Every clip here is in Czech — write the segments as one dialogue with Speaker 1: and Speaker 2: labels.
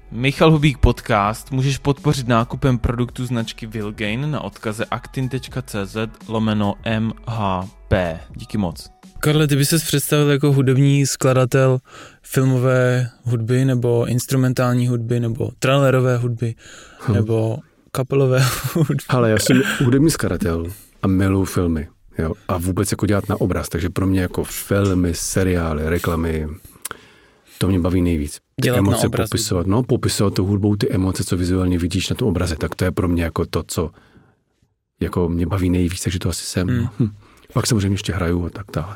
Speaker 1: Michal Hubík podcast můžeš podpořit nákupem produktů značky Vilgain na odkaze actin.cz/mhp. Díky moc.
Speaker 2: Karle, ty by ses představil jako hudební skladatel filmové hudby nebo instrumentální hudby nebo trailerové hudby nebo kapelové hudby.
Speaker 3: Ale já jsem hudební skladatel a miluji filmy. Jo? A vůbec jako dělat na obraz, takže pro mě jako filmy, seriály, reklamy, to mě baví nejvíc.
Speaker 2: Dělat
Speaker 3: emoce
Speaker 2: na obraz.
Speaker 3: popisovat tou hudbou ty emoce, co vizuálně vidíš na tom obraze, tak to je pro mě jako to, co jako mě baví nejvíc, takže to asi jsem. Pak samozřejmě ještě hraju a tak dále.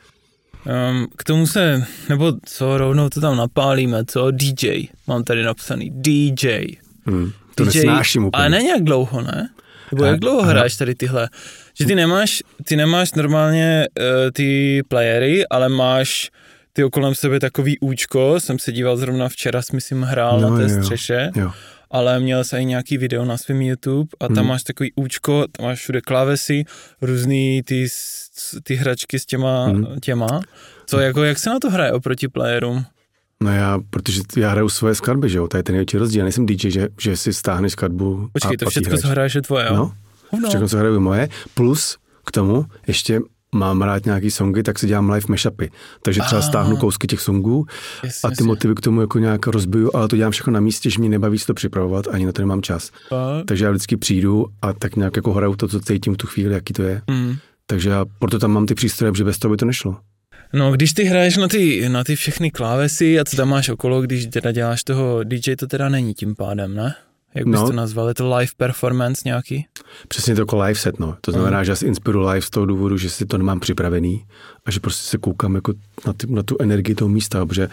Speaker 2: K tomu nebo co, rovnou to tam napálíme, co? DJ. Mám tady napsaný DJ.
Speaker 3: To
Speaker 2: DJ,
Speaker 3: nesnáším úplně.
Speaker 2: ale ne nějak dlouho, ne? Nebo jak dlouho hraješ tady tyhle? Že ty nemáš normálně ty playery, ale máš ty kolem sebe takový účko, jsem se díval zrovna včera, myslím hrál na té střeše, ale měl jsi i nějaký video na svém YouTube a tam máš takový účko, tam máš všude klávesy, různý ty hračky s těma. Co, jako, jak se na to hraje oproti playerům?
Speaker 3: No protože já hraju svoje skladby, že jo, to je ten největší rozdíl, já nejsem DJ, že si stáhneš skladbu.
Speaker 2: Počkej, to všechno, co hraješ, je tvoje, jo?
Speaker 3: No, všechno, co hraju, je moje, plus k tomu ještě mám rád nějaký songy, tak si dělám live mashupy. Takže třeba stáhnu kousky těch songů a ty motivy k tomu jako nějak rozbiju, ale to dělám všechno na místě, že mě nebaví si to připravovat, ani na to nemám čas. Takže já vždycky přijdu a tak nějak jako hraju to, co cítím v tu chvíli, jaký to je. Takže já proto tam mám ty přístroje, protože bez toho by to nešlo.
Speaker 2: No, když ty hraješ na ty všechny klávesy a co tam máš okolo, když teda děláš toho DJ, to teda není tím pádem, ne? Jak bys to nazval? Je to live performance nějaký?
Speaker 3: Přesně to jako live set, no. To znamená, že já si inspiruji live z toho důvodu, že si to nemám připravený a že prostě se koukám jako na tu energii toho místa, protože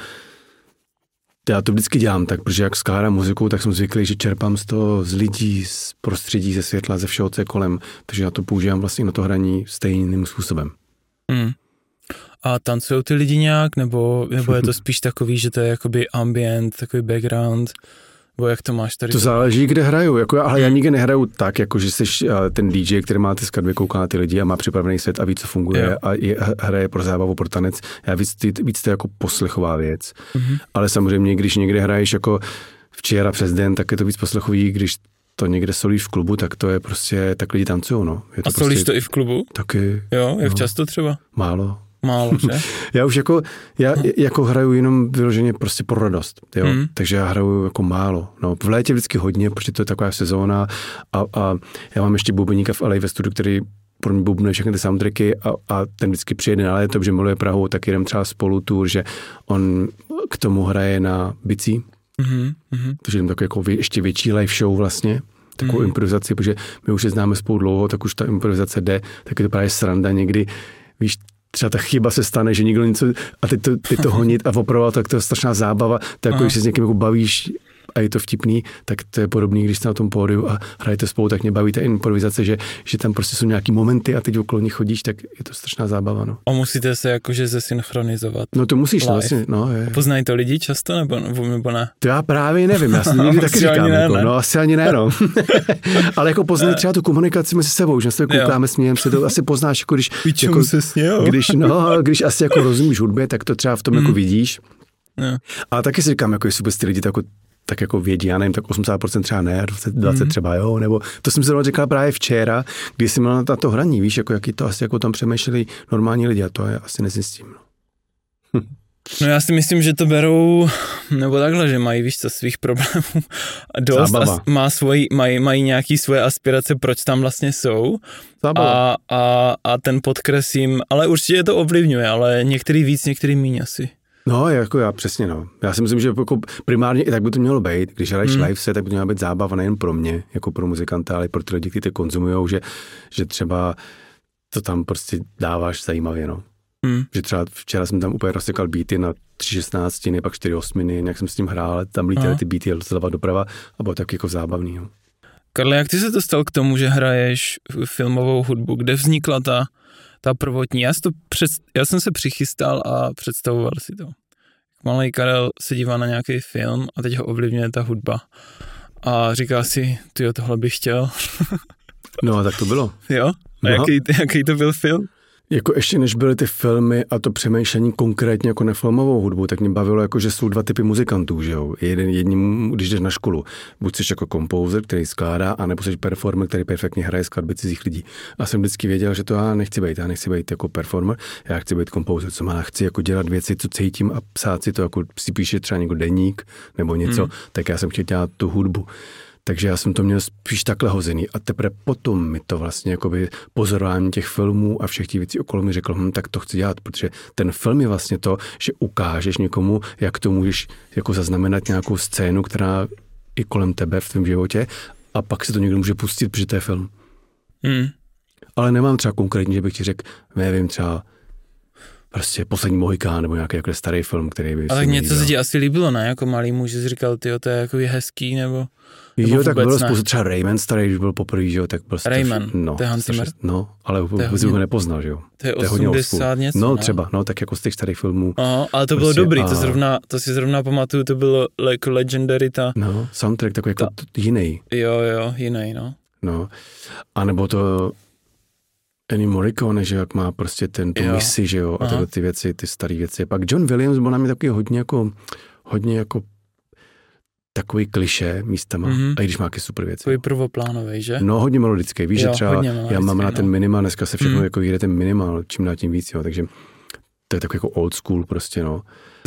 Speaker 3: já to vždycky dělám tak, protože jak skládám muziku, tak jsem zvyklý, že čerpám z lidí, z prostředí, ze světla, ze všeho, co je kolem, takže já to používám vlastně na to hraní stejným způsobem.
Speaker 2: A tancujou ty lidi nějak, nebo je to spíš takový, že to je jakoby ambient, takový background? Bo jak to máš tady?
Speaker 3: To záleží, kde hraju. Ale já nikdy nehraju tak, jako že jsi ten DJ, který má ty skladby, kouká na ty lidi a má připravený set a ví, co funguje a hraje pro zábavu, pro tanec. Já víc to je jako poslechová věc. Ale samozřejmě, když někde hraješ jako včera přes den, tak je to víc poslechový, když to někde solíš v klubu, tak to je prostě, tak lidi tancujou, no. Je to
Speaker 2: a solíš to i v klubu?
Speaker 3: Taky.
Speaker 2: Jo, jak často třeba?
Speaker 3: Málo,
Speaker 2: že?
Speaker 3: Já jako hraju jenom vyloženě prostě pro radost, jo. Takže já hraju jako málo. No, v létě vždycky hodně, protože to je taková sezóna a já mám ještě bubeníka v LA ve studiu, který pro mě bubnuje všechny ty soundtracky a ten vždycky přijede na léto, protože miluje Prahu, tak jdem třeba spolu tour, že on k tomu hraje na bicí. Takže jdem takový jako ještě větší live show vlastně. Takovou improvizaci, protože my už se známe spolu dlouho, tak už ta improvizace jde, tak je to právě sranda někdy, víš, třeba ta chyba se stane, že někdo něco a ty to honit a opravovat, tak to je strašná zábava. Tak jako, když se s někým jako bavíš a je to vtipný, tak to je podobný, když jste na tom pódiu a hrajete spolu, tak mě baví ta improvizace, že tam prostě jsou nějaký momenty a teď okolo nich chodíš, tak je to strašná zábava. No.
Speaker 2: A musíte se jakože zesynchronizovat.
Speaker 3: No to musíš, vlastně. No, je.
Speaker 2: Poznají to lidi často nebo ne?
Speaker 3: To já právě nevím, já si někdy taky říkám, no asi ani ne, no. Ale jako poznají třeba tu komunikaci mezi sebou, že se koukáme, smějeme se, to asi poznáš, jako když jako,
Speaker 2: se smějou.
Speaker 3: když asi jako rozumíš hudbě, tak to třeba v tom jako vidíš.
Speaker 2: No.
Speaker 3: Ale taky si říkám, jako jestli vůbec ty lidi tak jako vědí, já nevím, tak 80% třeba ne, 20 třeba jo, nebo to jsem si říkala právě včera, když jsem měl na to hraní, víš, jako jaký to asi jako tam přemýšleli normální lidi a to je asi nezjistím.
Speaker 2: No já si myslím, že to berou, nebo takhle, že mají, víš co, svých problémů a dost mají nějaký svoje aspirace, proč tam vlastně jsou a ten podkres jim, ale určitě je to ovlivňuje, ale některý víc, některý míň asi.
Speaker 3: No, jako já přesně, no. Já si myslím, že jako primárně i tak by to mělo být. Když hraješ live set, tak by to měla být zábava nejen pro mě, jako pro muzikanta, ale pro ty lidi, kteří to konzumujou, že třeba to tam prostě dáváš zajímavě, no. Že třeba včera jsem tam úplně rozsekal beaty na 3/16, pak 4/8, jak jsem s tím hrál, tam lítaly ty beaty zleva doprava a bylo tak jako zábavný, no.
Speaker 2: Karle, jak ty se dostal k tomu, že hraješ filmovou hudbu? Kde vznikla ta prvotní? Já jsem se přichystal a představoval si to. Malej Karel se dívá na nějaký film a teď ho ovlivňuje ta hudba. A říká si, tohle bych chtěl.
Speaker 3: No a tak to bylo.
Speaker 2: Jo? A jaký to byl film?
Speaker 3: Jako ještě než byly ty filmy a to přemýšlení konkrétně jako nefilmovou hudbu, tak mě bavilo, jako, že jsou dva typy muzikantů, že jo. Jedním, když jdeš na školu, buď jsi jako kompouzer, který skládá, anebo jsi performer, který perfektně hraje skladby cizích lidí. A jsem vždycky věděl, že to já nechci být jako performer, já chci být kompouzer, co má, chci jako dělat věci, co cítím a psát si to, jako si píše třeba někdo deník nebo něco, tak já jsem chtěl dělat tu hudbu. Takže já jsem to měl spíš takhle hozený a teprve potom mi to vlastně jakoby pozorování těch filmů a všech těch věcí okolo mi řekl, tak to chci dělat, protože ten film je vlastně to, že ukážeš někomu, jak to můžeš jako zaznamenat nějakou scénu, která je kolem tebe v tvém životě a pak se to někdo může pustit, protože to je film. Ale nemám třeba konkrétně, že bych ti řekl, nevím, třeba prostě Poslední Mohikán nebo nějaký jako starý film, který by...
Speaker 2: Ale něco se ti asi líbilo, ne? Jako malý muž jsi říkal, tyjo, to je jako hezký, nebo
Speaker 3: jo, tak bylo spoustu, třeba Rayman starý, když byl poprvé, že jo, tak byl
Speaker 2: Rayman, to je Hans Zimmer.
Speaker 3: No, ale vůbec ho nepoznal, že jo.
Speaker 2: To je 80 něco,
Speaker 3: no, třeba, no, tak jako z těch starých filmů.
Speaker 2: Aha, ale to bylo prostě, dobrý, to si zrovna pamatuju, to bylo jako legendary,
Speaker 3: no, soundtrack takový jako jiný.
Speaker 2: Jo, jiný, no.
Speaker 3: No, a nebo to Ennio Morricone, že jak má prostě tu misi, že jo, a tyhle ty věci, ty staré věci. Pak John Williams byl na mě takový hodně jako takový klišé místama, a i když má nějaké super věci.
Speaker 2: Takový prvoplánový, že?
Speaker 3: No, hodně melodický. Víš, že třeba já mám na ten minimál, dneska se všechno jako jde ten minimál, čím dál tím víc, jo, takže to je takový jako old school prostě, no.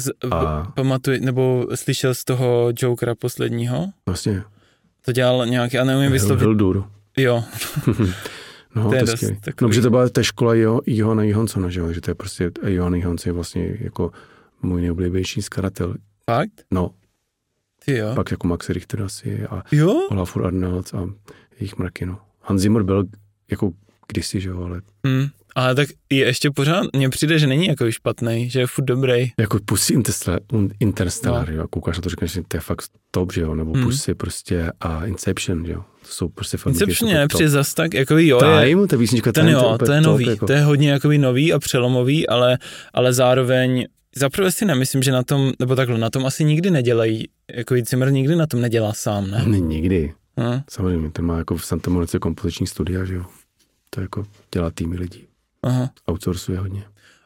Speaker 2: Pamatuj, nebo slyšel z toho Jokera posledního?
Speaker 3: Vlastně.
Speaker 2: To dělal nějaký, a neumím vyslovit.
Speaker 3: Hildur.
Speaker 2: Jo.
Speaker 3: No, to je skvělý. No, protože to byla ta škola Johana Johanssona, že jo, že to je prostě, Johan Johansson je vlastně jako můj nejoblíbenější skladatel.
Speaker 2: Fakt?
Speaker 3: No.
Speaker 2: Ty jo.
Speaker 3: Pak jako Max Richter asi a
Speaker 2: Olafur
Speaker 3: Arnalds a jejich mraky, no. Hans Zimmer byl jako kdysi, že jo, ale...
Speaker 2: Ale tak je ještě pořád, mně přijde, že není jako špatnej, že je furt dobrý.
Speaker 3: Jako Pussy Interstellar, jo, koukáš na to, říkáš, že to je fakt top, že jo, nebo Pussy prostě a Inception, že jo, to jsou prostě filmy.
Speaker 2: Inception je nepřijde zas tak, jakoby jo,
Speaker 3: Time, ta písnička
Speaker 2: ten jo, to je nový, jako. To je hodně jakoby nový a přelomový, ale zároveň, zaprvé si nemyslím, že na tom, nebo takhle, na tom asi nikdy nedělají, jako Zimmer nikdy na tom nedělá sám, ne?
Speaker 3: Nikdy, samozřejmě, ten má jako v Santa Monice kompoziční studia, že jo, to jako dělá týmy lidí. Aha. Outsourcuje hodně.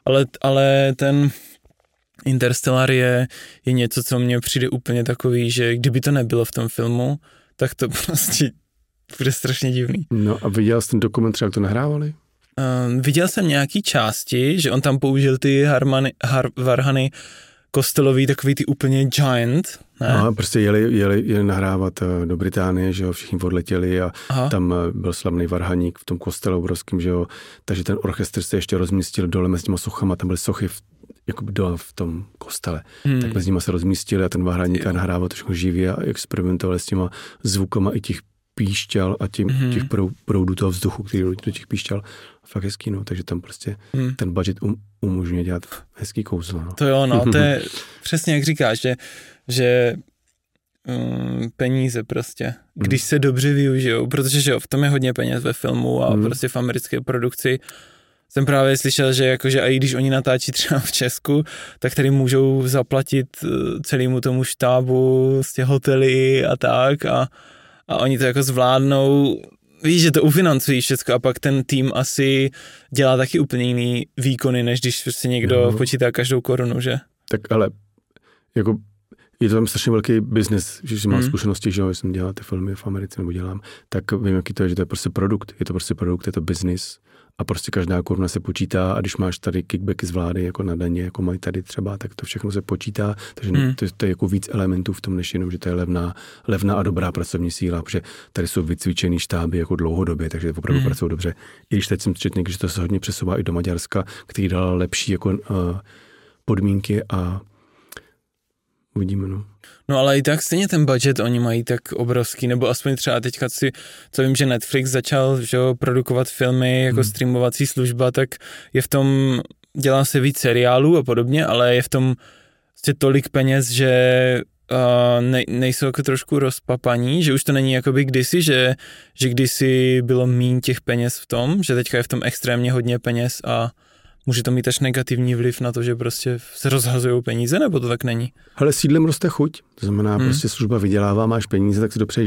Speaker 2: Ale ten Interstellar je něco, co mně přijde úplně takový, že kdyby to nebylo v tom filmu, tak to prostě bude strašně divný.
Speaker 3: No a viděl jsi ten dokument, třeba jak to nahrávali?
Speaker 2: Viděl jsem nějaký části, že on tam použil ty varhany kostelový, takový ty úplně giant. Ne?
Speaker 3: No, prostě jeli nahrávat do Británie, že jo, všichni odletěli a tam byl slavný varhaník v tom kostele obrovským, že jo, takže ten orchestr se ještě rozmístil dole mezi těma sochama, tam byly sochy jakoby dole v tom kostele, tak mezi nimi se rozmístili a ten varhaník nahrával to všechno živě a experimentovali s těma zvukama i těch píšťal a těch proudů toho vzduchu, který do těch píšťal. Fakt hezký, no, takže tam prostě ten budget umožňuje dělat hezký kouzlo. No.
Speaker 2: To jo, no, to je přesně jak říkáš, že peníze prostě, když se dobře využijou, protože že jo, v tom je hodně peněz ve filmu a prostě v americké produkci. Jsem právě slyšel, že jakože i když oni natáčí třeba v Česku, tak tady můžou zaplatit celému tomu štábu z těch hotely a tak a oni to jako zvládnou. Víš, že to ufinancují všechno a pak ten tým asi dělá taky úplně jiný výkony, než když si někdo počítá každou korunu, že?
Speaker 3: Tak ale jako je to tam strašně velký biznes, že mám zkušenosti, že jsem dělal ty filmy v Americe nebo dělám, tak vím, jaký to je, že to je prostě produkt. Je to prostě produkt, je to biznis a prostě každá koruna se počítá a když máš tady kickbacky z vlády jako na daně, jako mají tady třeba, tak to všechno se počítá, takže to je jako víc elementů v tom, než jenom, že to je levná a dobrá pracovní síla, protože tady jsou vycvičený štáby jako dlouhodobě, takže opravdu pracují dobře. I když teď jsem četl, že to se hodně přesouvá i do Maďarska, který dal lepší jako podmínky a uvidíme, no.
Speaker 2: No ale i tak stejně ten budget oni mají tak obrovský, nebo aspoň třeba teďka co vím, že Netflix začal produkovat filmy jako streamovací služba, tak je v tom, dělá se víc seriálů a podobně, ale je v tom prostě tolik peněz, že nejsou jako trošku rozpapaní, že už to není jakoby kdysi, že kdysi bylo míň těch peněz v tom, že teďka je v tom extrémně hodně peněz a může to mít až negativní vliv na to, že prostě se rozhazují peníze, nebo to tak není?
Speaker 3: Ale sídlem roste chuť, to znamená prostě služba vydělává, máš peníze, tak si dopřeješ víc.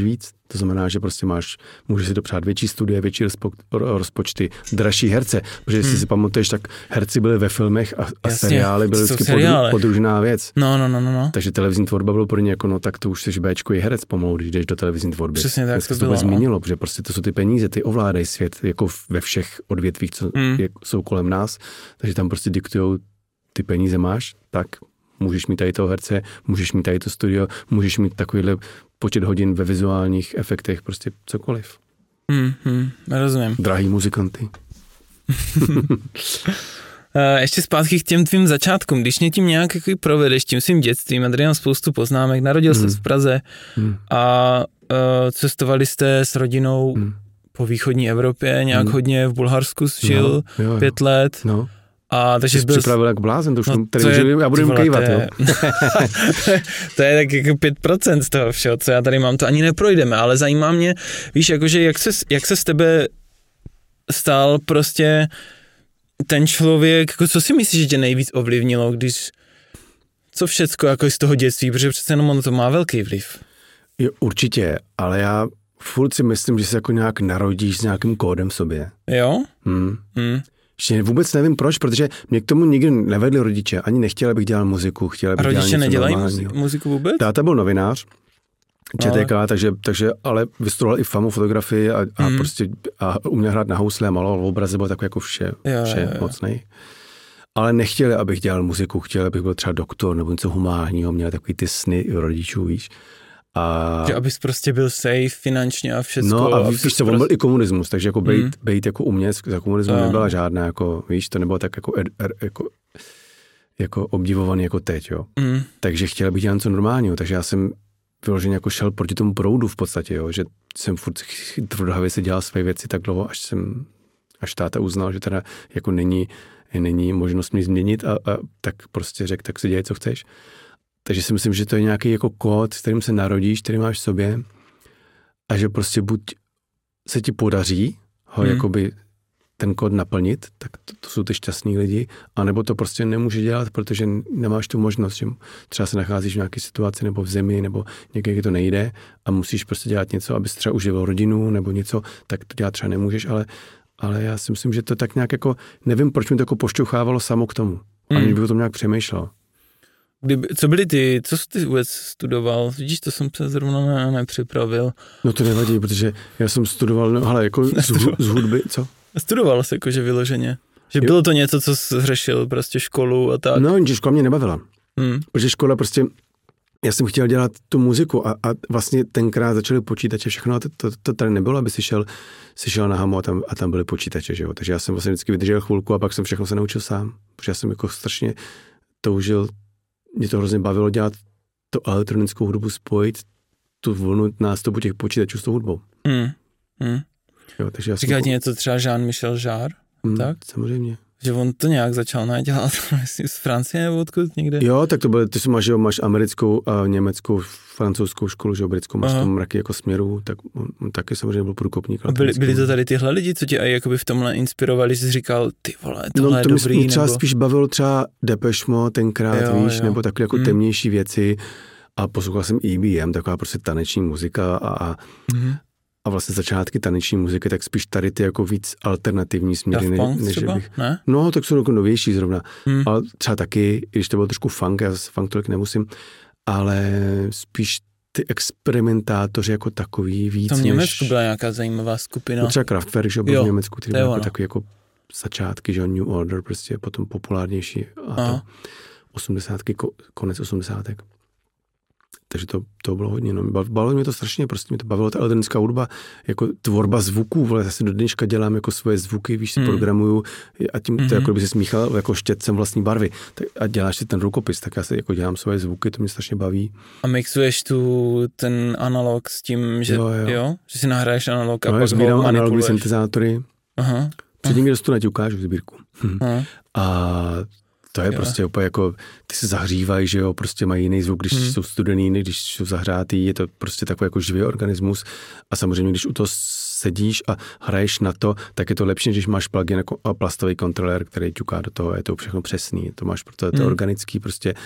Speaker 3: To znamená, že prostě můžeš si dopřát větší studie, větší rozpočty, dražší herce, protože jestli si pamatuješ, tak herci byli ve filmech a seriály byly vždycky podružná věc.
Speaker 2: No.
Speaker 3: Takže televizní tvorba bylo pro ně jako, no tak to už jsi béčko i herec pomalu, když jdeš do televizní tvorby.
Speaker 2: Přesně tak
Speaker 3: to bylo. Zmínilo, protože prostě to jsou ty peníze, ty ovládají svět jako ve všech odvětvích, co jsou kolem nás, takže tam prostě diktujou, ty peníze máš, tak můžeš mít tady toho herce, můžeš mít tady to studio, můžeš mít takovýhle počet hodin ve vizuálních efektech, prostě cokoliv.
Speaker 2: Rozumím.
Speaker 3: Drahý muzikanty.
Speaker 2: Ještě zpátky k těm tvým začátkům. Když mě tím nějak jako provedeš tím svým dětstvím, a tady mám spoustu poznámek, narodil se v Praze a cestovali jste s rodinou po východní Evropě, nějak hodně v Bulharsku žil 5 let.
Speaker 3: No.
Speaker 2: A takže
Speaker 3: jsi připravil jako blázen, to už já budu jim kejvat, jo.
Speaker 2: To je tak jako 5% z toho všeho, co já tady mám, to ani neprojdeme, ale zajímá mě, víš, jakože jak se z tebe stal prostě ten člověk, jako co si myslíš, že tě nejvíc ovlivnilo, co všecko jako z toho dětství, protože přece jenom ono to má velký vliv.
Speaker 3: Jo, určitě, ale já furt si myslím, že se jako nějak narodíš s nějakým kódem v sobě.
Speaker 2: Jo?
Speaker 3: Že vůbec nevím proč, protože mě k tomu nikdy nevedli rodiče, ani nechtěli, abych dělal muziku, chtěli, abych dělal něco normálního.
Speaker 2: A rodiče nedělají muziku vůbec?
Speaker 3: Táta byl novinář, ČTK, takže ale vystudoval i famu, fotografii a prostě uměl hrát na housle a maloval v obraze, byl takový jako vše mocnej. Ale nechtěli, abych dělal muziku, chtěli, abych byl třeba doktor nebo něco humánního, měl takový ty sny rodičů, víš.
Speaker 2: Že abys prostě byl safe finančně a všechno.
Speaker 3: No a víš co, on byl i komunismus, takže jako bejt jako uměc za komunismu nebyla žádná, jako víš, to nebylo tak jako obdivovaný jako teď, jo. Takže chtěl bych dělat něco normálního, takže já jsem vyloženě jako šel proti tomu proudu v podstatě, jo, že jsem furt tvrdově si dělal své věci tak dlouho, až táta uznal, že teda jako není možnost mě změnit a tak prostě řekl, tak si dělej, co chceš. Takže si myslím, že to je nějaký jako kód, s kterým se narodíš, který máš v sobě a že prostě buď se ti podaří ho jakoby ten kód naplnit, tak to jsou ty šťastní lidi, anebo to prostě nemůže dělat, protože nemáš tu možnost, že třeba se nacházíš v nějaké situaci nebo v zemi, nebo někde to nejde a musíš prostě dělat něco, abys třeba uživil rodinu nebo něco, tak to dělat třeba nemůžeš, ale já si myslím, že to tak nějak jako, nevím, proč mi to jako pošťouchávalo samo k tomu. Ani bych o tom nějak přemýšlel.
Speaker 2: Co jsi ty vůbec studoval? Vidíš, to jsem se zrovna nepřipravil.
Speaker 3: No to nevadí, protože já jsem studoval, jako z hudby, co?
Speaker 2: Studoval jsi jakože vyloženě. Že bylo to něco, co jsi řešil, prostě školu a tak.
Speaker 3: No, že škola mě nebavila. Protože škola prostě, já jsem chtěl dělat tu muziku a vlastně tenkrát začaly počítače, všechno a to tady nebylo, aby si šel na Hamu a tam byly počítače, že jo. Takže já jsem vlastně vždycky vydržel chvilku a pak jsem všechno se naučil sám. Protože já jsem jako strašně toužil, mě to hrozně bavilo dělat tu elektronickou hudbu, spojit tu vlnu nástupu těch počítačů s tou hudbou. Jo, takže já
Speaker 2: říká ti něco třeba Jean-Michel Jarre? Tak?
Speaker 3: Samozřejmě.
Speaker 2: Že on to nějak začal dělat z Francie nebo odkud někde?
Speaker 3: Jo, tak to bylo, ty máš americkou, německou, francouzskou školu, že jo, britskou, máš tam mraky jako směrů, tak on taky samozřejmě byl průkopník.
Speaker 2: Byli to tady tyhle lidi, co tě jakoby v tomhle inspirovali, jsi říkal, ty vole, tohle je dobrý,
Speaker 3: mě třeba spíš bavilo třeba Depeche Mode tenkrát, víš, nebo takové jako temnější věci a poslouchal jsem EBM, taková prostě taneční muzika a vlastně začátky taneční muziky, tak spíš tady ty jako víc alternativní směry, než bych.
Speaker 2: Ne?
Speaker 3: No, tak jsou jako novější zrovna. Ale třeba taky, i když to bylo trošku funk, já zase funk tolik nemusím, ale spíš ty experimentátoři jako takový víc.
Speaker 2: V Německu byla nějaká zajímavá skupina.
Speaker 3: No třeba Kraftwerk, že byl v Německu, který byl jako takový jako začátky, že New Order, prostě potom populárnější a to 80. konec 80. Takže to bylo hodně, no. Bavilo mě to strašně, prostě mě to bavilo ta elektronická hudba, jako tvorba zvuků, vole, já si do dneška dělám jako svoje zvuky, víš, si programuju a tím to jako by se smíchal jako štětcem vlastní barvy a děláš si ten rukopis, tak já si jako dělám svoje zvuky, to mě strašně baví.
Speaker 2: A mixuješ ten analog s tím, že že si nahraješ analog a pak ho
Speaker 3: manipuluješ.
Speaker 2: Analogové
Speaker 3: syntezátory. Před někde dostanu, ti ukážu sbírku. A to je prostě úplně jako, ty se zahřívají, že jo, prostě mají jiný zvuk, když jsou studený, když jsou zahřátý, je to prostě takový jako živý organismus a samozřejmě, když u toho sedíš a hraješ na to, tak je to lepší, když máš plugin a plastový kontroler, který ťuká do toho, je to všechno přesný, to máš, proto je to organický prostě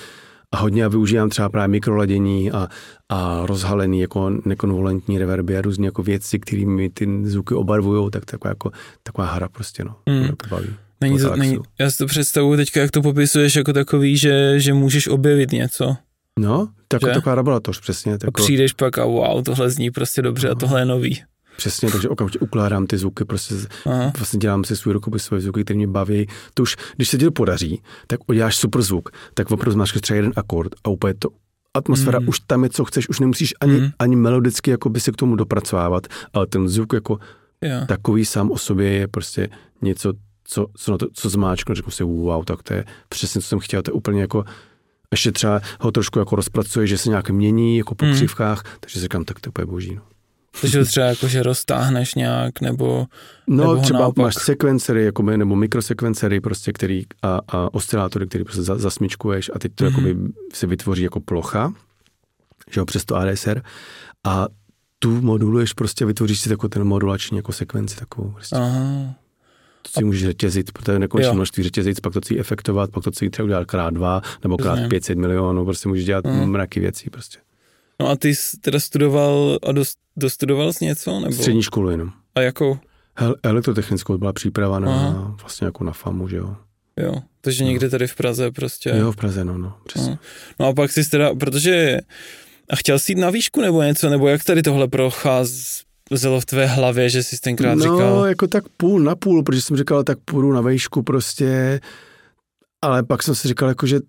Speaker 3: A hodně já využívám třeba právě mikroladění a rozhalený jako nekonvolentní reverby a různě jako věci, kterými ty zvuky obarvujou, tak taková hra prostě, no. To baví.
Speaker 2: Já si to představuji teďka, jak to popisuješ jako takový, že můžeš objevit něco.
Speaker 3: No, taková laboratoř, přesně.
Speaker 2: A přijdeš pak a wow, tohle zní prostě dobře a tohle je nový.
Speaker 3: Přesně, takže okamžitě ukládám ty zvuky, prostě vlastně dělám si svůj rukopis, svoje zvuky, které mě baví. To už, když se ti to podaří, tak uděláš super zvuk, tak opravdu máš třeba jeden akord a úplně to atmosféra už tam je, co chceš, už nemusíš ani melodicky jako by se k tomu dopracovávat, ale ten zvuk jako takový sám o sobě je prostě něco, co zmáčknu, řeknu si wow, tak to je přesně, co jsem chtěl, to je úplně jako ještě třeba ho trošku jako rozpracuje, že se nějak mění jako po křivkách, takže si říkám, tak to je boží, no.
Speaker 2: Takže třeba jako, že roztáhneš nějak, nebo
Speaker 3: třeba
Speaker 2: naopak.
Speaker 3: Máš sekvencery, jakoby, nebo mikrosekvencery, prostě, který, a oscilátory, který prostě zasmičkuješ a teď to jakoby se vytvoří jako plocha, že jo, přes to ADSR a tu moduluješ prostě, vytvoříš si takový ten modulační jako sekvenci takovou prostě.
Speaker 2: Aha.
Speaker 3: To si můžeš řetězit, protože nekonečné množství řetězic, pak to celý efektovat, pak to celý třeba udělat krát 2 nebo krát 500 milionů, prostě můžeš dělat mraky věcí prostě.
Speaker 2: No a ty jsi teda studoval a dostudoval jsi něco? Nebo?
Speaker 3: Střední školu jenom.
Speaker 2: A jakou?
Speaker 3: Elektrotechnickou byla příprava na, vlastně jako na FAMu, že jo.
Speaker 2: Jo, takže někde tady v Praze prostě.
Speaker 3: Jo, v Praze, no, přesně.
Speaker 2: No a pak jsi teda, protože a chtěl jsi jít na výšku nebo něco, nebo jak tady tohle procházelo v tvé hlavě, že jsi tenkrát říkal?
Speaker 3: No, jako tak půl na půl, protože jsem říkal, tak půjdu na výšku prostě, ale pak jsem si říkal, jako, že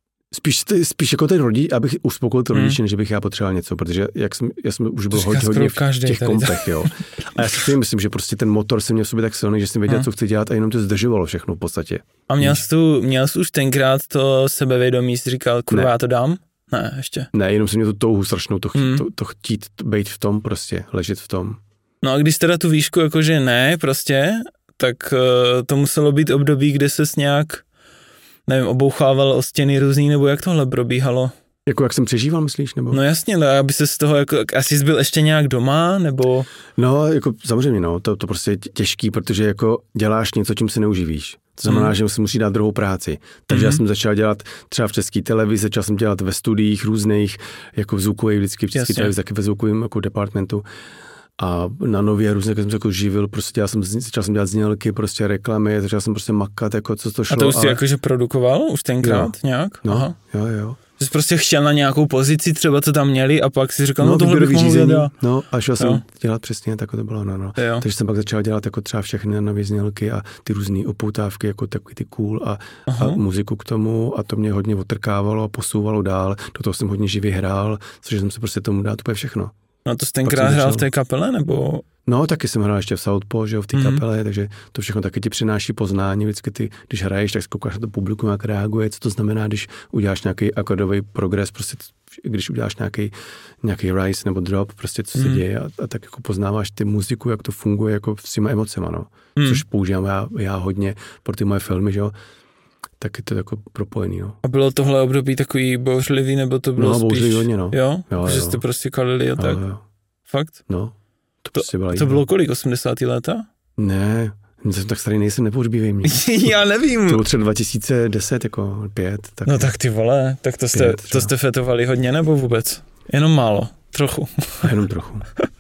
Speaker 3: spíš jako ten rodič, abych uspokojil ty rodiče, než bych já potřeboval něco, protože já jsem už byl hodně v těch kompech, jo. A já si myslím, že prostě ten motor jsem měl v sobě tak silný, že jsem věděl, co chci dělat a jenom to zdržovalo všechno v podstatě.
Speaker 2: A měl jsi už tenkrát to sebevědomí, jsi říkal, kurva, já to dám? Ne, ještě.
Speaker 3: Ne, jenom jsem měl tu touhu strašnou, to chtít být v tom prostě, ležet v tom.
Speaker 2: No a když teda tu výšku jakože ne prostě, tak to muselo být období, kde ses nějak nevím, obouchával o stěny různý, nebo jak tohle probíhalo?
Speaker 3: Jako jak jsem přežíval, myslíš? Nebo?
Speaker 2: No jasně, ale aby se z toho, jako, asi jsi byl ještě nějak doma, nebo?
Speaker 3: No, jako samozřejmě, no, to prostě je těžký, protože jako děláš něco, čím se neuživíš. To znamená, že si musí dát druhou práci. Takže já jsem začal dělat třeba v České televizi, začal jsem dělat ve studiích různých, jako v zvukových, vždycky v České televizi, taky ve zvukovém jako departmentu. A na Nově různě, jsem se jako živil, prostě začal jsem dělat znělky, prostě reklamy, začal jsem prostě makat, jako co to šlo.
Speaker 2: A to už jsi jakože produkoval už tenkrát nějak?
Speaker 3: No,
Speaker 2: aha.
Speaker 3: Jo.
Speaker 2: Jsi prostě chtěl na nějakou pozici, třeba co tam měli a pak si říkal, no tohle bych mohl dělat.
Speaker 3: No a šel jsem dělat přesně, tak to bylo, no. Takže jsem pak začal dělat jako třeba všechny nové znělky a ty různé upoutávky, jako takový ty cool a muziku k tomu a to mě hodně otrkávalo a posouvalo dál. Do toho jsem hodně živě hrál, což jsem se prostě tomu dát úplně všechno.
Speaker 2: No to jsi tenkrát hrál v té kapele, nebo?
Speaker 3: No, taky jsem hrál ještě v Southpaw, že jo, v té kapele, takže to všechno taky ti přináší poznání. Vždycky ty, když hraješ, tak zkoukáš na to publikum, jak reaguje, co to znamená, když uděláš nějaký akordový progres, prostě když uděláš nějaký rise nebo drop, prostě co se děje a tak jako poznáváš ty muziku, jak to funguje jako s těma emocema, no. Což používám já hodně pro ty moje filmy, že jo. Tak je to jako propojený, no.
Speaker 2: A bylo tohle období takový bouřlivý, nebo to bylo spíš?
Speaker 3: Bouřlivý hodně, no.
Speaker 2: Jo? Že jste prostě kalili a tak?
Speaker 3: Jo.
Speaker 2: Fakt?
Speaker 3: No.
Speaker 2: To bylo kolik, 80. léta?
Speaker 3: Ne, jsem tak starý nejsem, nepohřbívej mě.
Speaker 2: Já nevím.
Speaker 3: To bylo třeba 2010, jako 5. Tak
Speaker 2: no tak ty vole, tak to jste fetovali hodně, nebo vůbec? Jenom málo, trochu.
Speaker 3: A jenom trochu.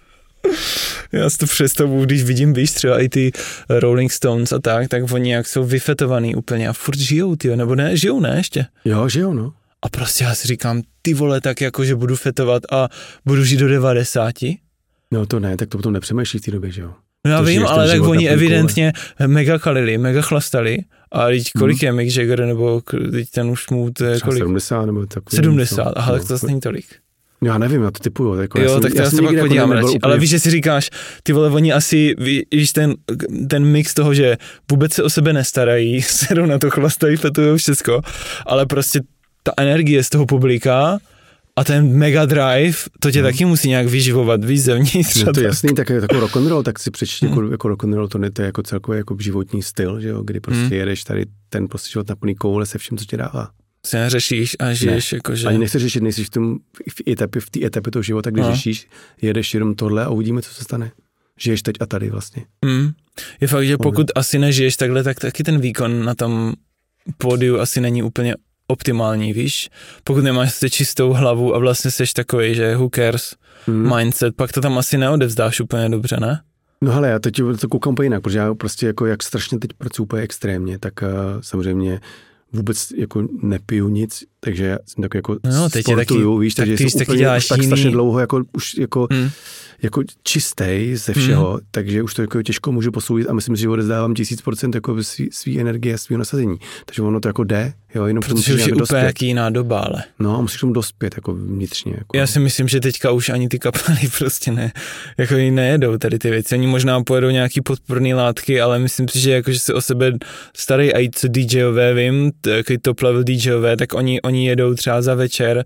Speaker 2: Já si to představuji, když vidím, víš, třeba i ty Rolling Stones a tak oni jak jsou vyfetovaný úplně a furt žijou, tyjo, nebo ne, žijou, ne, ještě?
Speaker 3: Jo, žijou, no.
Speaker 2: A prostě já si říkám, ty vole, tak jako, že budu fetovat a budu žít do 90?
Speaker 3: No to ne, tak to potom nepřemýšlíš v té době, že jo.
Speaker 2: No já vím, ale tak oni evidentně mega kalili, mega chlastali a teď kolik je Mick Jagger, nebo teď ten už mu, to je kolik?
Speaker 3: 70 nebo takový.
Speaker 2: 70, aha, tak to zase není tolik.
Speaker 3: Já nevím, já to typuju. Jako
Speaker 2: jo, tak to já se pak podívám radši. Ale víš, že si říkáš, ty vole, oni asi, víš, ten mix toho, že vůbec se o sebe nestarají, se jdou na to chlastají, fetujou všecko, ale prostě ta energie z toho publika a ten mega drive, to tě taky musí nějak vyživovat, víš, zevnitř.
Speaker 3: No to je jasný, tak jako rock'n'roll, tak si přečti jako rock'n'roll, to je jako celkově jako životní styl, že jo, kdy prostě jedeš tady ten prostě život na plný koule se vším, co ti dává.
Speaker 2: Se neřešíš a žiješ jakože...
Speaker 3: Ani nechceš řešit, nejsi v té etapě toho života, kdy řešíš, jedeš jenom tohle a uvidíme, co se stane. Žiješ teď a tady vlastně.
Speaker 2: Je fakt, že pokud asi nežiješ takhle, tak taky ten výkon na tom pódiu asi není úplně optimální, víš? Pokud nemáš čistou hlavu a vlastně seš takovej, že who cares mindset, pak to tam asi neodevzdáš úplně dobře, ne?
Speaker 3: No hele, já teď to koukám úplně jinak, protože já prostě jako jak strašně teď pracuji úplně extrémně, tak samozřejmě vůbec jako nepiju nic, takže já jsem tak jako sportuju, víš, takže jsem úplně tak strašně dlouho jako už jako čistej ze všeho, takže už to jako těžko můžu posoudit a myslím si, že odezdávám 1000% jako svý energie a svýho nasazení. Takže ono to jako jde, jo, jenom
Speaker 2: protože už je úplně jaký jiná doba, ale.
Speaker 3: No a musíš tomu dospět jako vnitřně. Jako.
Speaker 2: Já si myslím, že teďka už ani ty kapely prostě jako nejedou tady ty věci. Oni možná pojedou nějaký podporný látky, ale myslím si, že jako, že se o sebe starají i co DJové vím, takový top level DJové, tak oni jedou třeba za večer,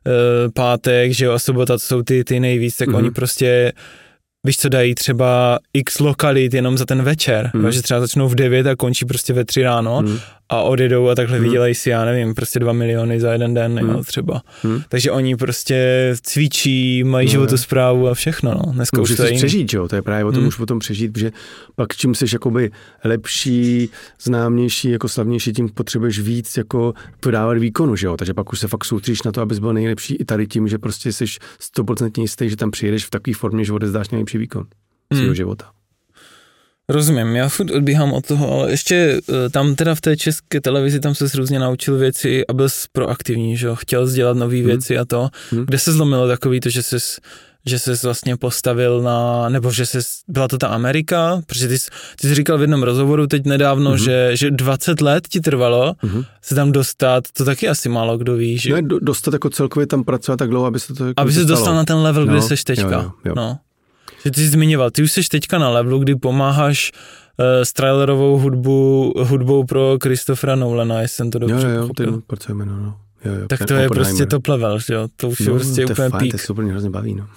Speaker 2: pátek, že jo, a sobota, to jsou ty nejvíc, tak oni prostě, víš co, dají třeba x lokalit jenom za ten večer, že třeba začnou v 9 a končí prostě ve 3 ráno a odjedou a takhle vydělají si, já nevím, prostě 2 miliony za jeden den, jo, třeba. Takže oni prostě cvičí, mají životosprávu a všechno, no. Dneska
Speaker 3: už to je přežít, jo, to je právě o tom, už potom přežít, protože pak čím jsi jakoby lepší, známější, jako slavnější, tím potřebuješ víc jako podávat výkonu, že jo, takže pak už se fakt soustředíš na to, abys byl nejlepší i tady tím, že prostě jsi 100% jistý, že tam přijedeš v takové formě, že odezdáš nejlepší výkon svého života.
Speaker 2: Rozumím, já furt odbíhám od toho, ale ještě tam teda v té české televizi tam se různě naučil věci a byl jsi proaktivní, že jo, chtěl jsi dělat nové věci a to. Kde se zlomilo takový to, že ses vlastně postavil nebo že byla to ta Amerika, protože ty jsi říkal v jednom rozhovoru teď nedávno, že 20 let ti trvalo se tam dostat, to taky asi málo kdo ví, že?
Speaker 3: Ne, dostat jako celkově tam pracovat tak dlouho, aby se to jako
Speaker 2: aby se dostal na ten level, kde seš teďka. Jo. No. Že ty jsi zmiňoval, ty už jsi teďka na levelu, kdy pomáháš s trailerovou hudbou pro Christophera Nolana, jestli jsem to dobře pochopil.
Speaker 3: Jo, pracujeme, no. Jo,
Speaker 2: tak to je prostě top level, že jo, to už je prostě úplně pík.
Speaker 3: To je super, mě hrozně baví, no.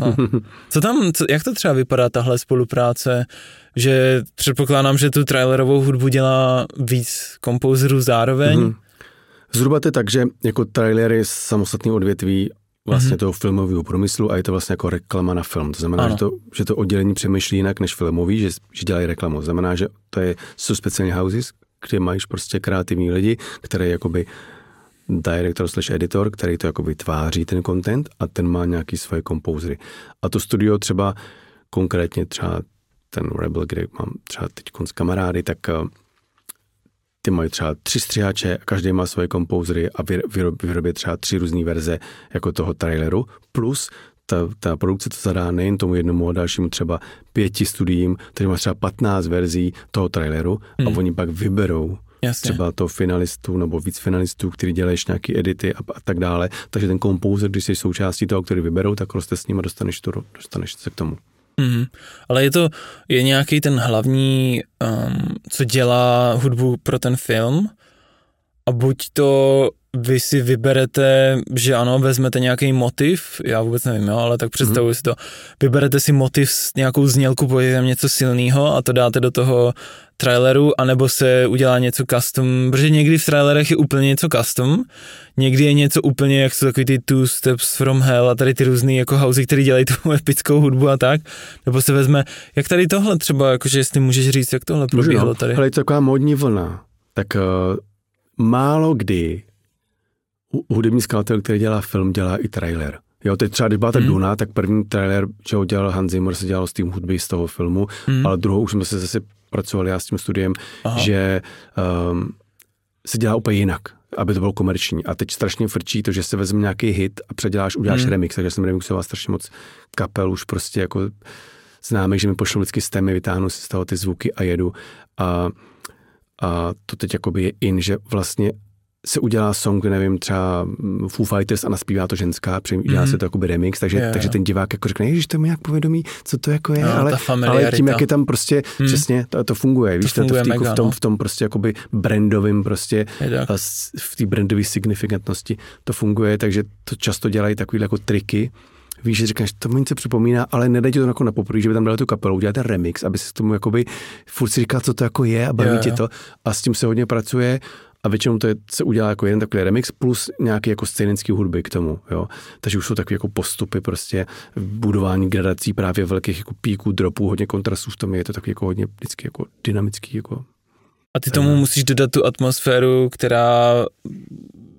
Speaker 2: Jak to třeba vypadá tahle spolupráce, že předpokládám, že tu trailerovou hudbu dělá víc kompozerů zároveň?
Speaker 3: Zhruba to je tak, že jako trailer je samostatný odvětví vlastně toho filmového průmyslu a je to vlastně jako reklama na film. To znamená, že to oddělení přemýšlí jinak než filmový, že dělají reklamu. To znamená, že jsou speciální houses, kde máš prostě kreativní lidi, které jakoby director / editor, který to jakoby tváří ten content a ten má nějaký svoje kompouzery. A to studio třeba konkrétně třeba ten Rebel, kde mám třeba teď s kamarády, tak ty mají třeba 3 střihače, každý má svoje kompouzery a vyrobí třeba 3 různé verze jako toho traileru, plus ta produkce to zadá nejen tomu jednomu a dalšímu třeba 5 studiím, takže má třeba 15 verzí toho traileru a oni pak vyberou třeba toho finalistu nebo víc finalistů, který dělají nějaký edity a tak dále. Takže ten kompouzer, když jsi součástí toho, který vyberou, tak roste s ním a dostaneš se k tomu.
Speaker 2: Ale je nějaký ten hlavní, co dělá hudbu pro ten film a buď to vy si vyberete, že ano, vezmete nějaký motiv, já vůbec nevím, jo, ale tak představuji si to, vyberete si motiv s nějakou znělku, pojďte něco silného a to dáte do toho traileru, anebo se udělá něco custom, protože někdy v trailerech je úplně něco custom, někdy je něco úplně, jak jsou takový ty Two Steps from Hell a tady ty různý jako housey, který dělají tu epickou hudbu a tak, nebo se vezme, jak tady tohle třeba, jakože jestli můžeš říct, jak tohle probíhalo tady.
Speaker 3: Ale je to taková módní vlna, tak málo kdy hudební skladatel, který dělá film, dělá i trailer. Jo, teď třeba, když byla ta Duna, tak první trailer, že ho dělal Hans Zimmer, se dělal s tím hudby z toho filmu, ale druhou už jsme se zase pracovali já s tím studiem, že se dělá úplně jinak, aby to bylo komerční. A teď strašně frčí to, že se vezme nějaký hit a uděláš remix, takže jsem remixoval strašně moc kapel, už prostě jako známe, že mi pošlou vždycky stémy, vytáhnu si z toho ty zvuky a jedu. A to teď jakoby je in, že vlastně se udělá song, nevím, třeba Foo Fighters a naspívá to ženská, udělá se to jakoby remix, takže ten divák jako řekne, ježiš, to mi jak povědomí, co to jako je, ale tím, jak je tam prostě, přesně, to funguje, víš, to v tom prostě jakoby brandovým prostě, v té brandové signifikantnosti to funguje, takže to často dělají takový jako triky, víš, že říkáš, to mi něco připomíná, ale nedej to jako na poprvé, že by tam dali tu kapelu, uděláte remix, aby si k tomu jakoby furt si říkal, co to jako je a baví tě to a s tím se hodně pracuje. A většinou se udělá jako jeden takový remix plus nějaký jako scénický hudby k tomu, jo. Takže už jsou takové jako postupy prostě budování gradací právě velkých jako píků, dropů, hodně kontrastů v tom je to takový jako hodně vždycky jako dynamický jako.
Speaker 2: A ty tomu musíš dodat tu atmosféru, která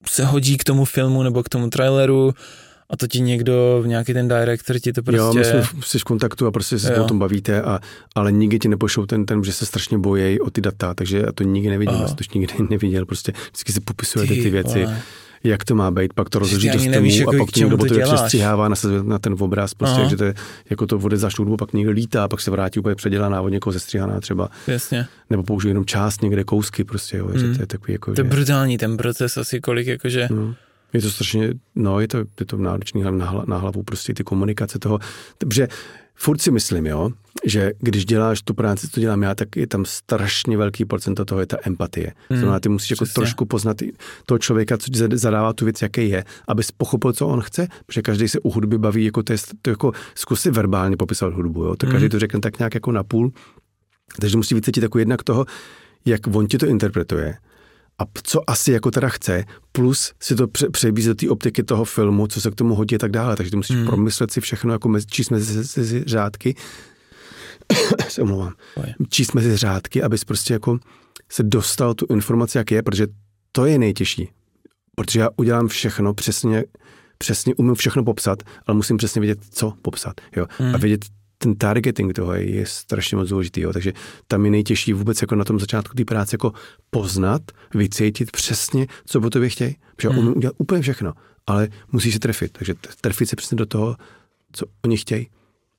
Speaker 2: se hodí k tomu filmu nebo k tomu traileru a to ti někdo, nějaký ten director ti to prostě...
Speaker 3: Jo, my jsme v kontaktu a prostě se o tom bavíte, ale nikdy ti nepošlou ten, že se strašně bojí o ty data, takže já to nikdy nevidím, já to už nikdy neviděl, prostě vždycky se popisujete ty věci. Jak to má být, pak to rozloží do stému a pak to někdo to přestřihává na ten obraz, prostě, takže to je, jako to odezdáš tu hudbu, pak někdo lítá, pak se vrátí úplně předělaná od někoho zestříhaná třeba.
Speaker 2: Jasně.
Speaker 3: Nebo použiju jenom část někde kousky, prostě, jo, že to je takový jako...
Speaker 2: To je brutální ten proces asi kolik, jakože...
Speaker 3: Je to strašně, je to náročný na hlavu, prostě ty komunikace toho, protože furt si myslím, jo, že když děláš tu práci, co dělám já, tak je tam strašně velký procento toho, je ta empatie. Znamená, ty musíš jako trošku poznat toho člověka, co ti zadává tu věc, jaký je, abys pochopil, co on chce, protože každý se u hudby baví, jako to jako zkusy verbálně popisovat hudbu, jo, to každý to řekne tak nějak jako napůl, takže musí vycítit jako jednak toho, jak on ti to interpretuje, a co asi jako teda chce, plus si to přebízí do té optiky toho filmu, co se k tomu hodí a tak dále. Takže ty musíš promyslet si všechno, jako číst mezi řádky. Se omlouvám. Číst mezi řádky, abys prostě jako se dostal tu informaci, jak je, protože to je nejtěžší. Protože já udělám všechno přesně umím všechno popsat, ale musím přesně vědět, co popsat. Jo? A vědět, ten targeting toho je strašně moc důležitý, jo. Takže tam je nejtěžší vůbec jako na tom začátku té práce jako poznat, vycítit přesně, co po tobě chtějí. Protože umím udělat úplně všechno, ale musíš se trefit. Takže trefit se přesně do toho, co oni chtějí.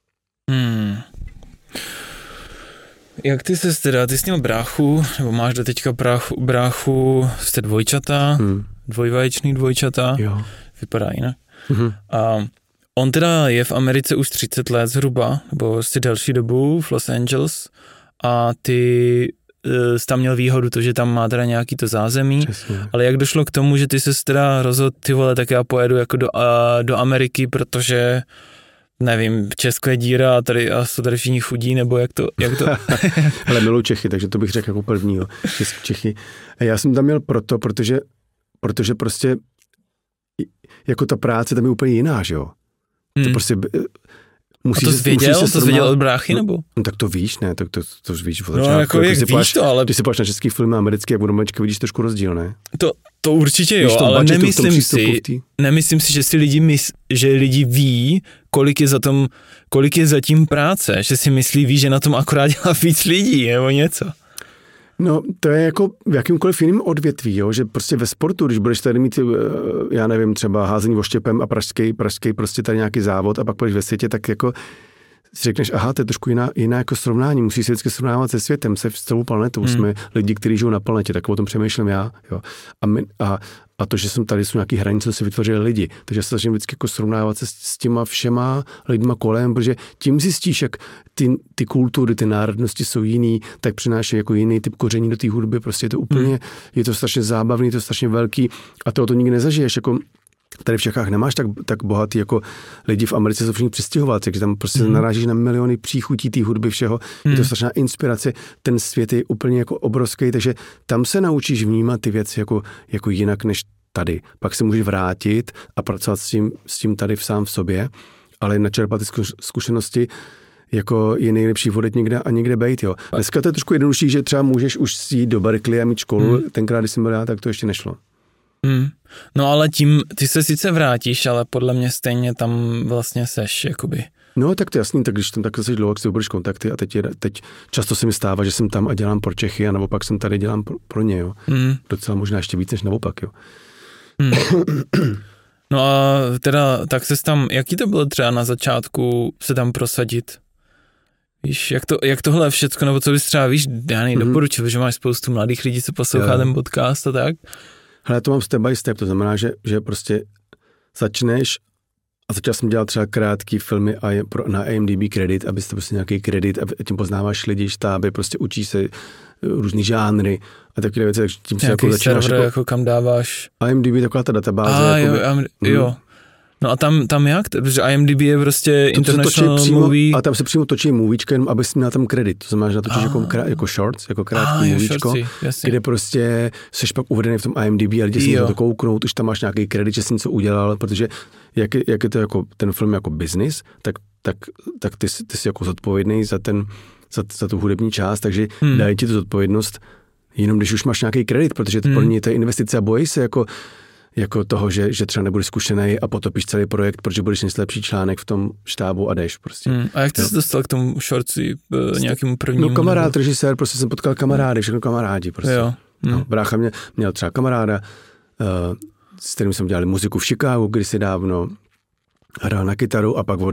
Speaker 2: Jak ty jsi měl bráchu, nebo máš do teďka bráchu, jste dvojčata, dvojvaječný dvojčata,
Speaker 3: jo.
Speaker 2: Vypadá jinak. A on teda je v Americe už 30 let zhruba, nebo vlastně delší dobu v Los Angeles a ty jsi tam měl výhodu to, že tam má teda nějaký to zázemí,
Speaker 3: přesně.
Speaker 2: Ale jak došlo k tomu, že ty jsi teda rozhodl, ty vole, tak já pojedu jako do Ameriky, protože nevím, Česko je díra a tady jsou tady všichni chudí, nebo jak to?
Speaker 3: Ale miluji Čechy, takže to bych řekl jako prvního. Čechy. A já jsem tam měl protože prostě jako ta práce tam je úplně jiná, že jo? To prostě
Speaker 2: musíš, a to jsi věděl od bráchy, nebo?
Speaker 3: No tak to víš, ne? To víš.
Speaker 2: No jako jak víš to, ale...
Speaker 3: Když si pláš na český film americký, jak budu malička, vidíš trošku rozdíl, ne?
Speaker 2: To určitě jo, ale nemyslím si, že lidi ví, kolik je za tím práce, že si ví, že na tom akorát dělá víc lidí, nebo něco.
Speaker 3: No, to je jako v jakýmkoliv jiném odvětví, jo? Že prostě ve sportu, když budeš tady mít, já nevím, třeba házení voštěpem a pražský prostě tady nějaký závod a pak budeš ve světě, tak jako si řekneš, aha, to je trošku jiná jako srovnání, musíš se vždycky srovnávat se světem, se s celou planetou, jsme lidi, kteří žijou na planetě, tak o tom přemýšlím já, jo. A to, že jsem tady, jsou nějaký hranice, co si vytvořili lidi, takže se snažím vždycky jako srovnávat se s těma všema lidma kolem, protože tím zjistíš, jak ty kultury, ty národnosti jsou jiný, tak přináší jako jiný typ koření do té hudby, prostě je to úplně, je to strašně zábavný, je to strašně velký a to nikdy nezažiješ, jako tady v Čechách nemáš tak bohatý jako lidi v Americe jsou všichni přistěhovat, takže tam prostě narážíš na miliony příchutí té hudby všeho, je to strašná inspirace, ten svět je úplně jako obrovský, takže tam se naučíš vnímat ty věci jako jinak než tady. Pak se můžeš vrátit a pracovat s tím tady sám v sobě, ale načerpat ty zkušenosti jako je nejlepší vodet někde a někde bejt, jo. Dneska to je trošku jednodušší, že třeba můžeš už jít do Berkeley a mít školu, tenkrát, když jsem byl já, tak to ještě nešlo.
Speaker 2: No ale tím, ty se sice vrátíš, ale podle mě stejně tam vlastně seš, jakoby.
Speaker 3: No tak to je jasný, tak když tam takhle seš dlouho, jak si budeš kontakty a teď často se mi stává, že jsem tam a dělám pro Čechy a naopak jsem tady dělám pro ně, jo. Docela možná ještě víc než naopak, jo.
Speaker 2: No a teda, tak ses tam, jaký to bylo třeba na začátku se tam prosadit? Víš, jak tohle všecko, nebo co bys třeba, víš, já doporučil, že máš spoustu mladých lidí, co poslouchá ten podcast a tak?
Speaker 3: Hele, to mám step by step, to znamená, že prostě začneš a začal jsem dělat třeba krátký filmy na IMDb kredit, abyste prostě nějaký kredit a tím poznáváš lidi, štáby, prostě učíš se různý žánry a takové věci, takže tím se jako začínáš
Speaker 2: server, jako kam dáváš?
Speaker 3: IMDb, taková ta databáze.
Speaker 2: Jo. No a tam jak? Protože IMDb je prostě international movie.
Speaker 3: A tam se přímo točí movíčka, jenom aby si měl tam kredit. To znamená, že natočíš jako shorts, jako krátký movíčko, kde prostě seš pak uvedený v tom IMDb a lidi si to kouknout, už tam máš nějaký kredit, že jsi něco udělal, protože jak je to jako ten film jako business, tak ty jsi jako zodpovědný za tu hudební část, takže dají ti tu zodpovědnost jenom když už máš nějaký kredit, protože pro ně to je investice a bojí se jako jako toho, že třeba nebudeš zkušenej a potopíš celý projekt, protože budeš nejlepší článek v tom štábu a jdeš prostě.
Speaker 2: A jak ty jsi dostal k tomu shortsi nějakému prvnímu?
Speaker 3: No kamarád, režisér, prostě jsem potkal kamarády, všechno kamarádi prostě.
Speaker 2: Jo.
Speaker 3: No, brácha měl třeba kamaráda, s kterým jsem dělali muziku v Chicagu kdysi dávno, hrál na kytaru a pak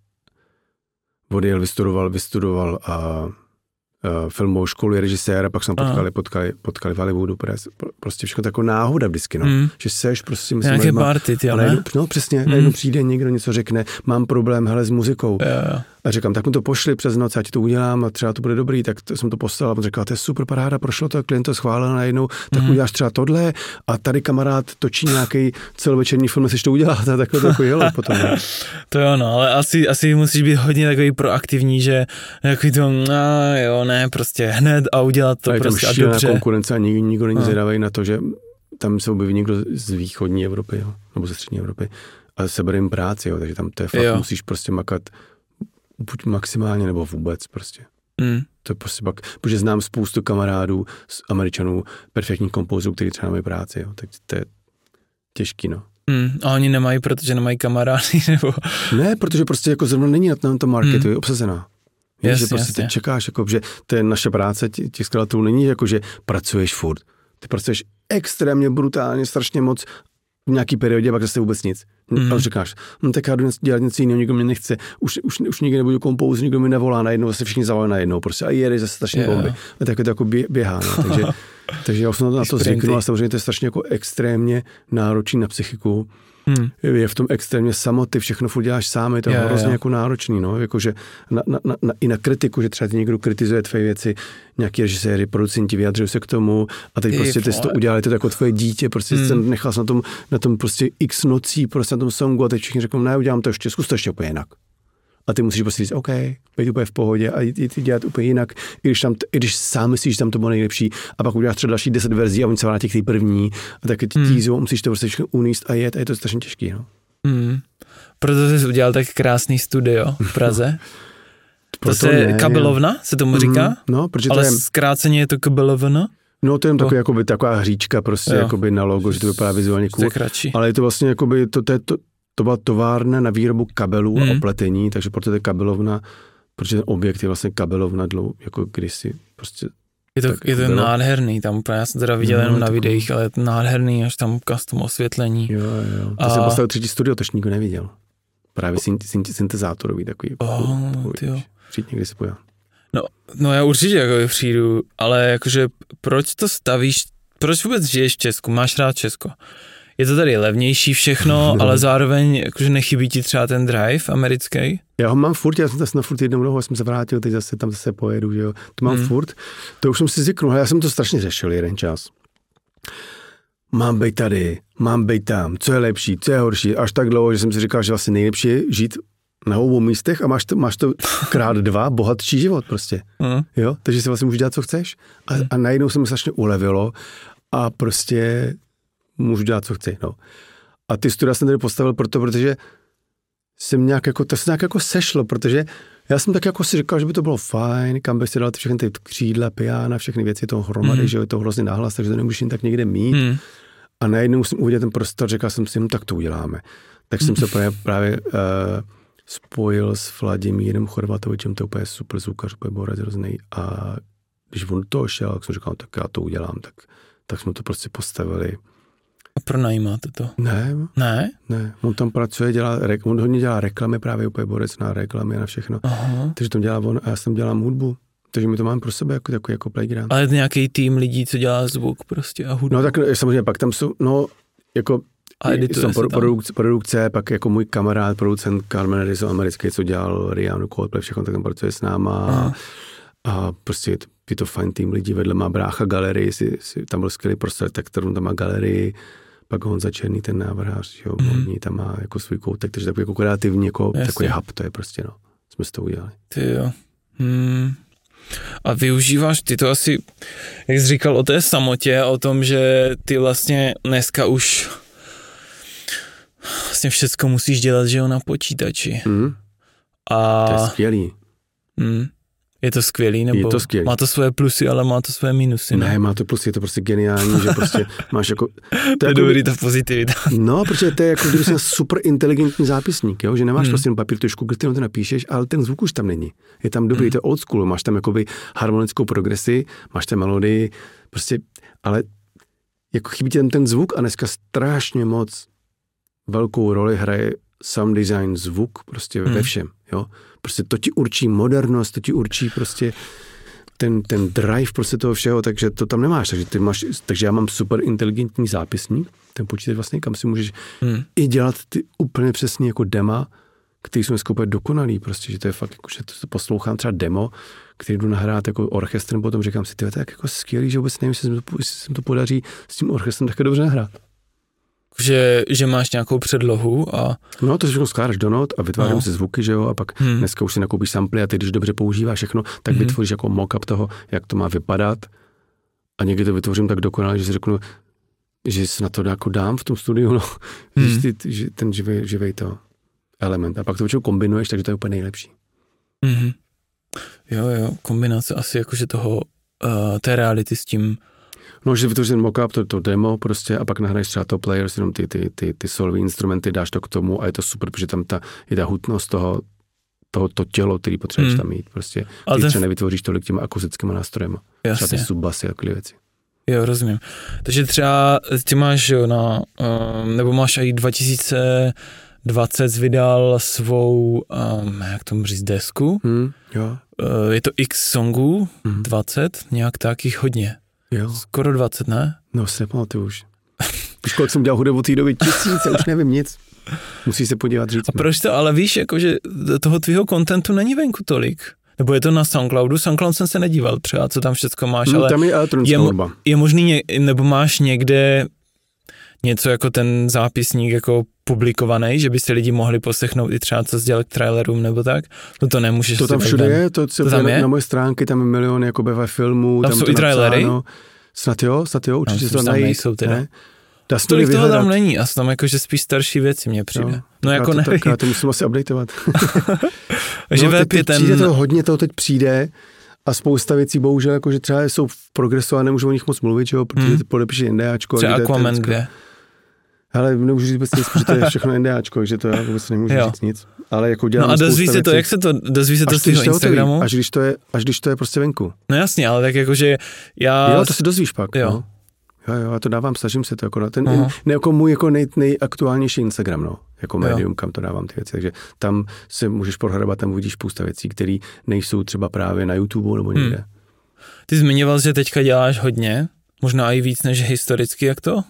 Speaker 3: odjel vystudoval a filmovou školu, je režisér a pak jsme potkali v Hollywoodu, prostě všechno taková náhoda vždycky, no. Že seš prostě...
Speaker 2: Nějaké party, ty, ne?
Speaker 3: No přesně, najednou přijde někdo, něco řekne, mám problém, hele, s muzikou.
Speaker 2: Jo.
Speaker 3: A říkám, tak mi to pošli přes noc, já ti to udělám a třeba to bude dobrý, tak jsem to poslal a on říkal, to je super paráda, prošlo to, klient to schválil najednou, tak uděláš třeba tohle a tady kamarád točí nějaký celovečerní film, jestli to udělá, tak to jako jelo potom. Ne?
Speaker 2: To jo, no, ale asi musíš být hodně takový proaktivní, že takový to, jo, ne, prostě hned a udělat to prostě a dobře.
Speaker 3: A je tam konkurence a nikdo není zvědavý na to, že tam se objeví někdo z východní Evropy, jo, nebo ze střední Evropy a sebere jim práci, jo, takže tam to je fakt, musíš prostě makat buď maximálně, nebo vůbec prostě. To je prostě pak, protože znám spoustu kamarádů z Američanů, perfektních kompozorů, kteří třeba mají práci, jo, tak to je těžký, no.
Speaker 2: A oni nemají, protože nemají kamarády, nebo...
Speaker 3: Ne, protože prostě jako zrovna není na tom marketu, je obsazená. Že prostě ty čekáš, jako, že to je naše práce, těch skladatelů není jako, že pracuješ furt. Ty pracuješ extrémně brutálně, strašně moc v nějaký periodě, pak zase vůbec nic. A říkáš, tak já jdu dělat něco jiného, nikdo mě nechce, už nikdy nebudu kompouzit, nikdo mi nevolá najednou, zase všichni zavolají najednou, prostě a jede zase strašně bomby. A tak to jako běhá, no. takže já jsem na to zvyknul, a samozřejmě to je strašně jako extrémně náročný na psychiku. Je v tom extrémně samoty, všechno furt děláš sám, je to hrozně jako náročný, no, jakože i na kritiku, že třeba někdo kritizuje tvoje věci, nějaký režiséři, producenti vyjadřují se k tomu a teď prostě ty jsi to udělali, to jako tvoje dítě, prostě jsem nechal se na tom prostě x nocí, prostě na tom songu a teď všichni řeknou, ne, udělám to ještě, zkus to ještě úplně jinak. A ty musíš prostě říct, OK, být úplně v pohodě a ty dělat úplně jinak, i když sám myslíš, že tam to bylo nejlepší a pak uděláš třeba další 10 verzí a oni se vrátí k té první a tak tízou, musíš to prostě všechno uníst a jet a je to strašně těžký, no.
Speaker 2: Proto jsi udělal tak krásný studio v Praze. To se kabelovna, se tomu říká?
Speaker 3: No, protože
Speaker 2: ale
Speaker 3: to je...
Speaker 2: zkráceně je to kabelovna?
Speaker 3: No, to je takový, jakoby, taková hříčka prostě jakoby na logo, že to vypadá vizuálně cool. Ale je to vlastně jakoby, to byla továrna na výrobu kabelů a opletení, takže proto to je kabelovna, protože ten objekt je vlastně kabelovna jako kdysi prostě.
Speaker 2: Je to nádherný, tam úplně, já jsem teda viděl jenom na videích, ale je to nádherný, až tam custom osvětlení.
Speaker 3: Jo. To jsem postavil 3. studio, to nikdo neviděl. Právě syntezátorový takový. Přijď někdy se pojel.
Speaker 2: No já určitě jako přijdu, ale jakože proč to stavíš, proč vůbec žiješ v Česku, máš rád Česko? Je to tady levnější všechno, ale zároveň jakože nechybí ti třeba ten drive americký?
Speaker 3: Já ho mám furt, já jsem na furt jednou nohou, jsem se vrátil, teď tam zase pojedu, že jo. To mám furt, to už jsem si zvyknul, já jsem to strašně řešil jeden čas. Mám být tady, mám být tam, co je lepší, co je horší, až tak dlouho, že jsem si říkal, že vlastně nejlepší je žít na obou místech a máš to krát 2 bohatší život prostě. Jo, takže si vlastně můžeš dělat, co chceš. A najednou se mi strašně ulevilo a prostě můžu dělat, co chci, no. A ty studia jsem tady postavil protože jsem nějak jako sešlo, protože já jsem tak jako si říkal, že by to bylo fajn, kam bych si dal všechny ty křídla, piana, všechny věci toho hromady, že je to hrozně nahlas, takže to nemůžeš jen tak někde mít. A najednou jsem uviděl ten prostor, říkal jsem si, no tak to uděláme. Tak jsem se právě spojil s Vladimírem Chorvatovičem, to je úplně super zvukař, úplně borec hrozný. A když on to šel, tak jsem říkal, tak já to udělám, tak jsme to prostě postavili.
Speaker 2: A pronajímáte to?
Speaker 3: Ne. On tam pracuje, on hodně dělá reklamy, právě úplně borec na reklamy a na všechno. Aha. Takže tam dělá on a já jsem dělám hudbu. Takže my to máme pro sebe jako playground.
Speaker 2: Ale je to nějaký tým lidí, co dělá zvuk prostě a hudbu?
Speaker 3: No tak samozřejmě, pak tam jsou, produkce, pak jako můj kamarád, producent Carmen Edison americký, co dělal Rihanna, Coldplay, všechno, tak tam pracuje s náma. A prostě je to fajn tým lidí, vedle má brácha galerii, tam byl skvělý prostor, tak kterou tam má galerii, pak Honza Černý, ten návrhář, jo, tam má jako svůj koutek, takže takový jako kreativní, jako takový hub, to je prostě, no, jsme si to udělali.
Speaker 2: Ty jo. A využíváš, ty to asi, jak jsi říkal o té samotě, o tom, že ty vlastně dneska už vlastně všecko musíš dělat, že jo, na počítači.
Speaker 3: To je skvělý.
Speaker 2: Je to skvělý, nebo
Speaker 3: je to skvělý.
Speaker 2: Má to svoje plusy, ale má to svoje minusy,
Speaker 3: ne? Má to plusy, je to prostě geniální, že prostě máš jako...
Speaker 2: To je dobrý, ta pozitivita.
Speaker 3: No, protože to je jako, kdyby jsi super inteligentní zápisník, jo? Že nemáš prostě jen papír, tušku, ty to napíšeš, ale ten zvuk už tam není. Je tam dobrý, to je old school, máš tam jakoby harmonickou progresi, máš tam melodii, prostě, ale jako chybí ti tam ten zvuk a dneska strašně moc velkou roli hraje sound design, zvuk, prostě ve všem, jo. Prostě to ti určí modernost, to ti určí prostě ten drive prostě toho všeho, takže to tam nemáš, takže já mám super inteligentní zápisník, ten počítač vlastně, kam si můžeš i dělat ty úplně přesně jako dema, který jsou dneska úplně dokonalý, prostě, že to je fakt, jako, že to poslouchám třeba demo, který jdu nahrát jako orchestrem, potom říkám si, to je tak jako skvělý, že vůbec nevím, jestli se mi to podaří s tím orchestrem také dobře nahrát.
Speaker 2: Že máš nějakou předlohu a...
Speaker 3: No, to všechno skládáš do not a vytvářím si zvuky, že jo, a pak dneska už si nakoupíš samply a ty, když dobře používáš všechno, tak vytvoříš jako mock-up toho, jak to má vypadat a někdy to vytvořím tak dokonale, že si řeknu, že se na to jako dám v tom studiu, no, že ten živej to element. A pak to většinou kombinuješ, takže to je úplně nejlepší.
Speaker 2: Jo, kombinace asi jakože toho, té reality s tím.
Speaker 3: No, že vytvoříš ten mock-up, to demo prostě a pak nahraješ třeba to players, jenom ty solový instrumenty, dáš to k tomu a je to super, protože tam je ta hutnost to tělo, který potřebuješ tam mít prostě. Ty třeba nevytvoříš tolik těma akustickýma nástrojema. Třeba ty subbasy a takové věci. Jo,
Speaker 2: rozumím. Takže třeba ty máš nebo máš i 2020 vydal svou, jak tomu říct, desku.
Speaker 3: Jo.
Speaker 2: Je to X songů, 20, nějak tak, jich hodně.
Speaker 3: Jo.
Speaker 2: Skoro 20, ne?
Speaker 3: No, se nepamatuju už. Víš, kolik jsem dělal hudbu od té doby? 1000, už nevím nic. Musí se podívat říct.
Speaker 2: A proč to, ale víš, jakože toho tvýho kontentu není venku tolik. Nebo je to na SoundCloudu? SoundCloud jsem se nedíval třeba, co tam všecko máš, ale
Speaker 3: tam je elektronická hudba.
Speaker 2: Je možný, nebo máš někde něco jako ten zápisník jako publikovaný, že by si lidi mohli poslechnout i třeba, co jsi dělal k trailerům nebo tak? No to nemůžeš.
Speaker 3: To tam všude je, to tam je? Na moje stránky, tam je milion jakoby ve filmu.
Speaker 2: Tam jsou i trailery?
Speaker 3: Snad jo, určitě se to najít.
Speaker 2: Nejsou teda. Ne? Tolik toho tam není, a tam jakože spíš starší věci mě přijde. No jako nevím.
Speaker 3: Já to musím asi updateovat.
Speaker 2: Takže
Speaker 3: teď přijde to, hodně toho teď přijde a spousta věcí bohužel jakože třeba jsou v progresu a nemůžu o nich moc mluvit, že jo, protože ty podepíše NDAčko.
Speaker 2: Třeba Aquaman 2.
Speaker 3: Ale nemůžu říct vůbec nic, protože to je všechno NDAčko, takže to já vůbec nemůžu říct nic. Ale jako dělám
Speaker 2: a dozví se to, jak se to, dozví se to z tvého Instagramu?
Speaker 3: Až když to je prostě venku.
Speaker 2: No jasně, ale tak jakože já...
Speaker 3: Jo, to se dozvíš pak.
Speaker 2: Jo.
Speaker 3: No. Jo, já to dávám, snažím se to jako jako můj jako nejaktuálnější Instagram, no, jako médium, kam to dávám ty věci, takže tam se můžeš prohrabat, tam uvidíš spousta věcí, které nejsou třeba právě na YouTube nebo někde.
Speaker 2: Ty zmiňoval, že teďka děláš hodně, možná i víc než historicky, jak to?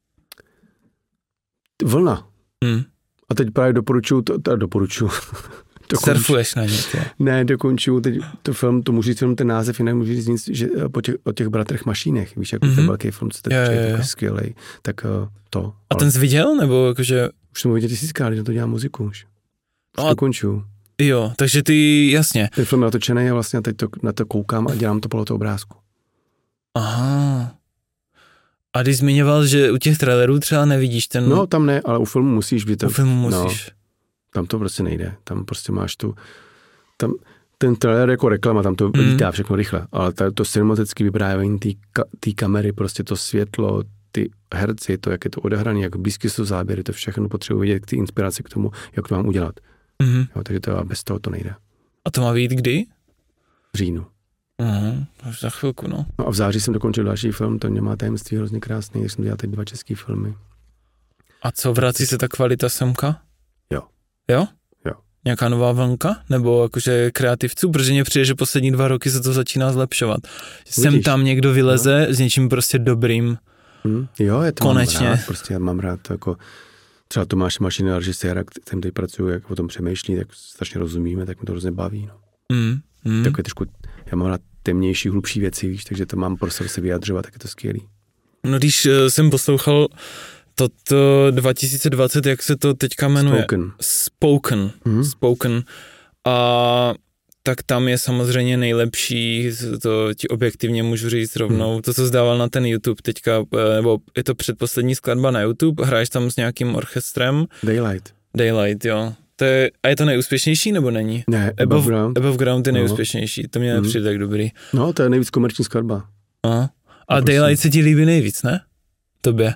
Speaker 3: Vlna. A teď právě doporučuju.
Speaker 2: Surfuješ na ně.
Speaker 3: Ne, dokončuju teď to film, to můžu říct jenom ten název, jinak můžu říct nic, že o těch bratrech Mašínech, víš, jak ten velký film, co teď je takový skvělej, tak to.
Speaker 2: A ten jsi viděl, nebo jakože...
Speaker 3: Už jsem ho viděl 1000krát, že to dělám muziku už. Dokončuju.
Speaker 2: Jo, takže ty, jasně.
Speaker 3: Ten film je natočený a vlastně teď na to koukám a dělám to podle toho obrázku.
Speaker 2: Aha. A když zmiňoval, že u těch trailerů třeba nevidíš ten...
Speaker 3: No, tam ne, ale u filmu musíš být.
Speaker 2: U filmu musíš.
Speaker 3: No, tam to prostě nejde. Tam prostě máš ten trailer jako reklama, tam to lítá všechno rychle, ale to cinematické vyprávění té kamery, prostě to světlo, ty herci, to, jak je to odehrané, jak blízky jsou záběry, to všechno potřebuji vidět, ty inspirace k tomu, jak to mám udělat. Jo, takže to bez toho to nejde.
Speaker 2: A to má vyjít kdy?
Speaker 3: V říjnu.
Speaker 2: Až za chvilku, no.
Speaker 3: No a v září jsem dokončil další film, to Nemá tajemství, hrozně krásný, jak jsem dělal teď 2 český filmy.
Speaker 2: A co, vrací se ta kvalita semka?
Speaker 3: Jo.
Speaker 2: Jo?
Speaker 3: Jo.
Speaker 2: Nějaká nová vlnka? Nebo jakože kreativců? Protože mně přijde, že poslední 2 roky se to začíná zlepšovat. Sem tam někdo vyleze s něčím prostě dobrým.
Speaker 3: Jo, je to
Speaker 2: konečně.
Speaker 3: Mám rád, prostě já mám rád to jako třeba Tomáš Mašina, režiséra, kterým teď pracuju, jak o tom přemýšlí, tak strašně rozumíme, tak mi to hrozně baví. No. Takové trošku, já mám rád temnější, hlubší věci, víš, takže to mám prostor se vyjadřovat, tak je to skvělý.
Speaker 2: No když jsem poslouchal toto 2020, jak se to teďka jmenuje? Spoken. A tak tam je samozřejmě nejlepší, to ti objektivně můžu říct rovnou, to, co zdával na ten YouTube teďka, nebo je to předposlední skladba na YouTube, hraješ tam s nějakým orchestrem.
Speaker 3: Daylight,
Speaker 2: jo. A je to nejúspěšnější, nebo není?
Speaker 3: Ne, Above Ground
Speaker 2: je nejúspěšnější, to mě nepřijde tak dobrý.
Speaker 3: No, to je nejvíc komerční skladba.
Speaker 2: A Daylight se ti líbí nejvíc, ne? Tobě.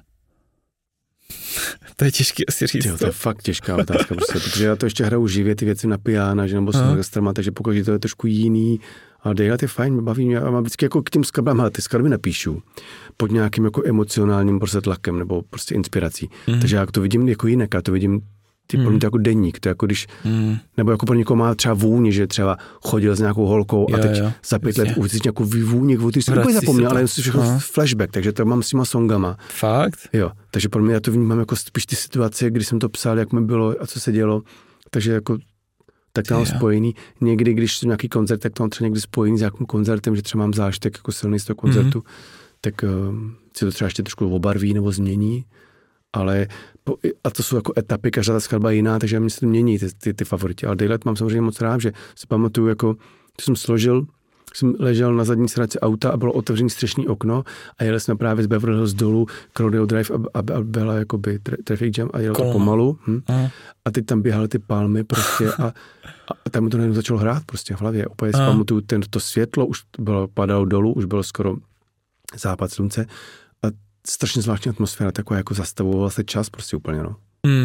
Speaker 2: To je těžký asi říct.
Speaker 3: To je fakt těžká otázka, prostě, protože já to ještě hraju živě ty věci na piano, že nebo s orchestrama, takže pokud to je trošku jiný. A Daylight je fajn, baví mě. A mám vždycky jako k těm skladbám, ty skladby napíšu pod nějakým jako emocionálním prostě tlakem nebo prostě inspirací. Takže já to vidím jako jinak, já to vidím pro mě to jako deník, to jako když, nebo jako pro někoho má třeba vůni, že třeba chodil s nějakou holkou a teď za 5 let uvidíš nějakou vůni, ty jsi úplně zapomněl, ale je to všechno flashback, takže to mám s těma songama.
Speaker 2: Fakt?
Speaker 3: Jo, takže pro mě já to vnímám jako spíš ty situace, kdy jsem to psal, jak mi bylo a co se dělo, takže jako tak to mám spojený. Někdy, když jsem nějaký koncert, tak to mám třeba někdy spojený s nějakým koncertem, že třeba mám zážitek jako silný z toho koncertu, tak si to třeba ještě trošku obarví nebo změní. Ale, a to jsou jako etapy, každá ta skladba jiná, takže mě se to mění, ty favority. Ale Daylight mám samozřejmě moc rád, že si pamatuju, jako, to jsem ležel na zadní sedačce auta a bylo otevřené střešní okno a jeli jsme právě z Beverly Hills dolů k Rodeo Drive a byla jakoby traffic jam a jelo to pomalu. A teď tam běhaly ty palmy prostě a tam mi to najednou začalo hrát prostě v hlavě. Úplně si pamatuju, to světlo už padalo dolů, už bylo skoro západ slunce. Strašně zvláštní atmosféra, taková jako zastavovala se čas prostě úplně, no.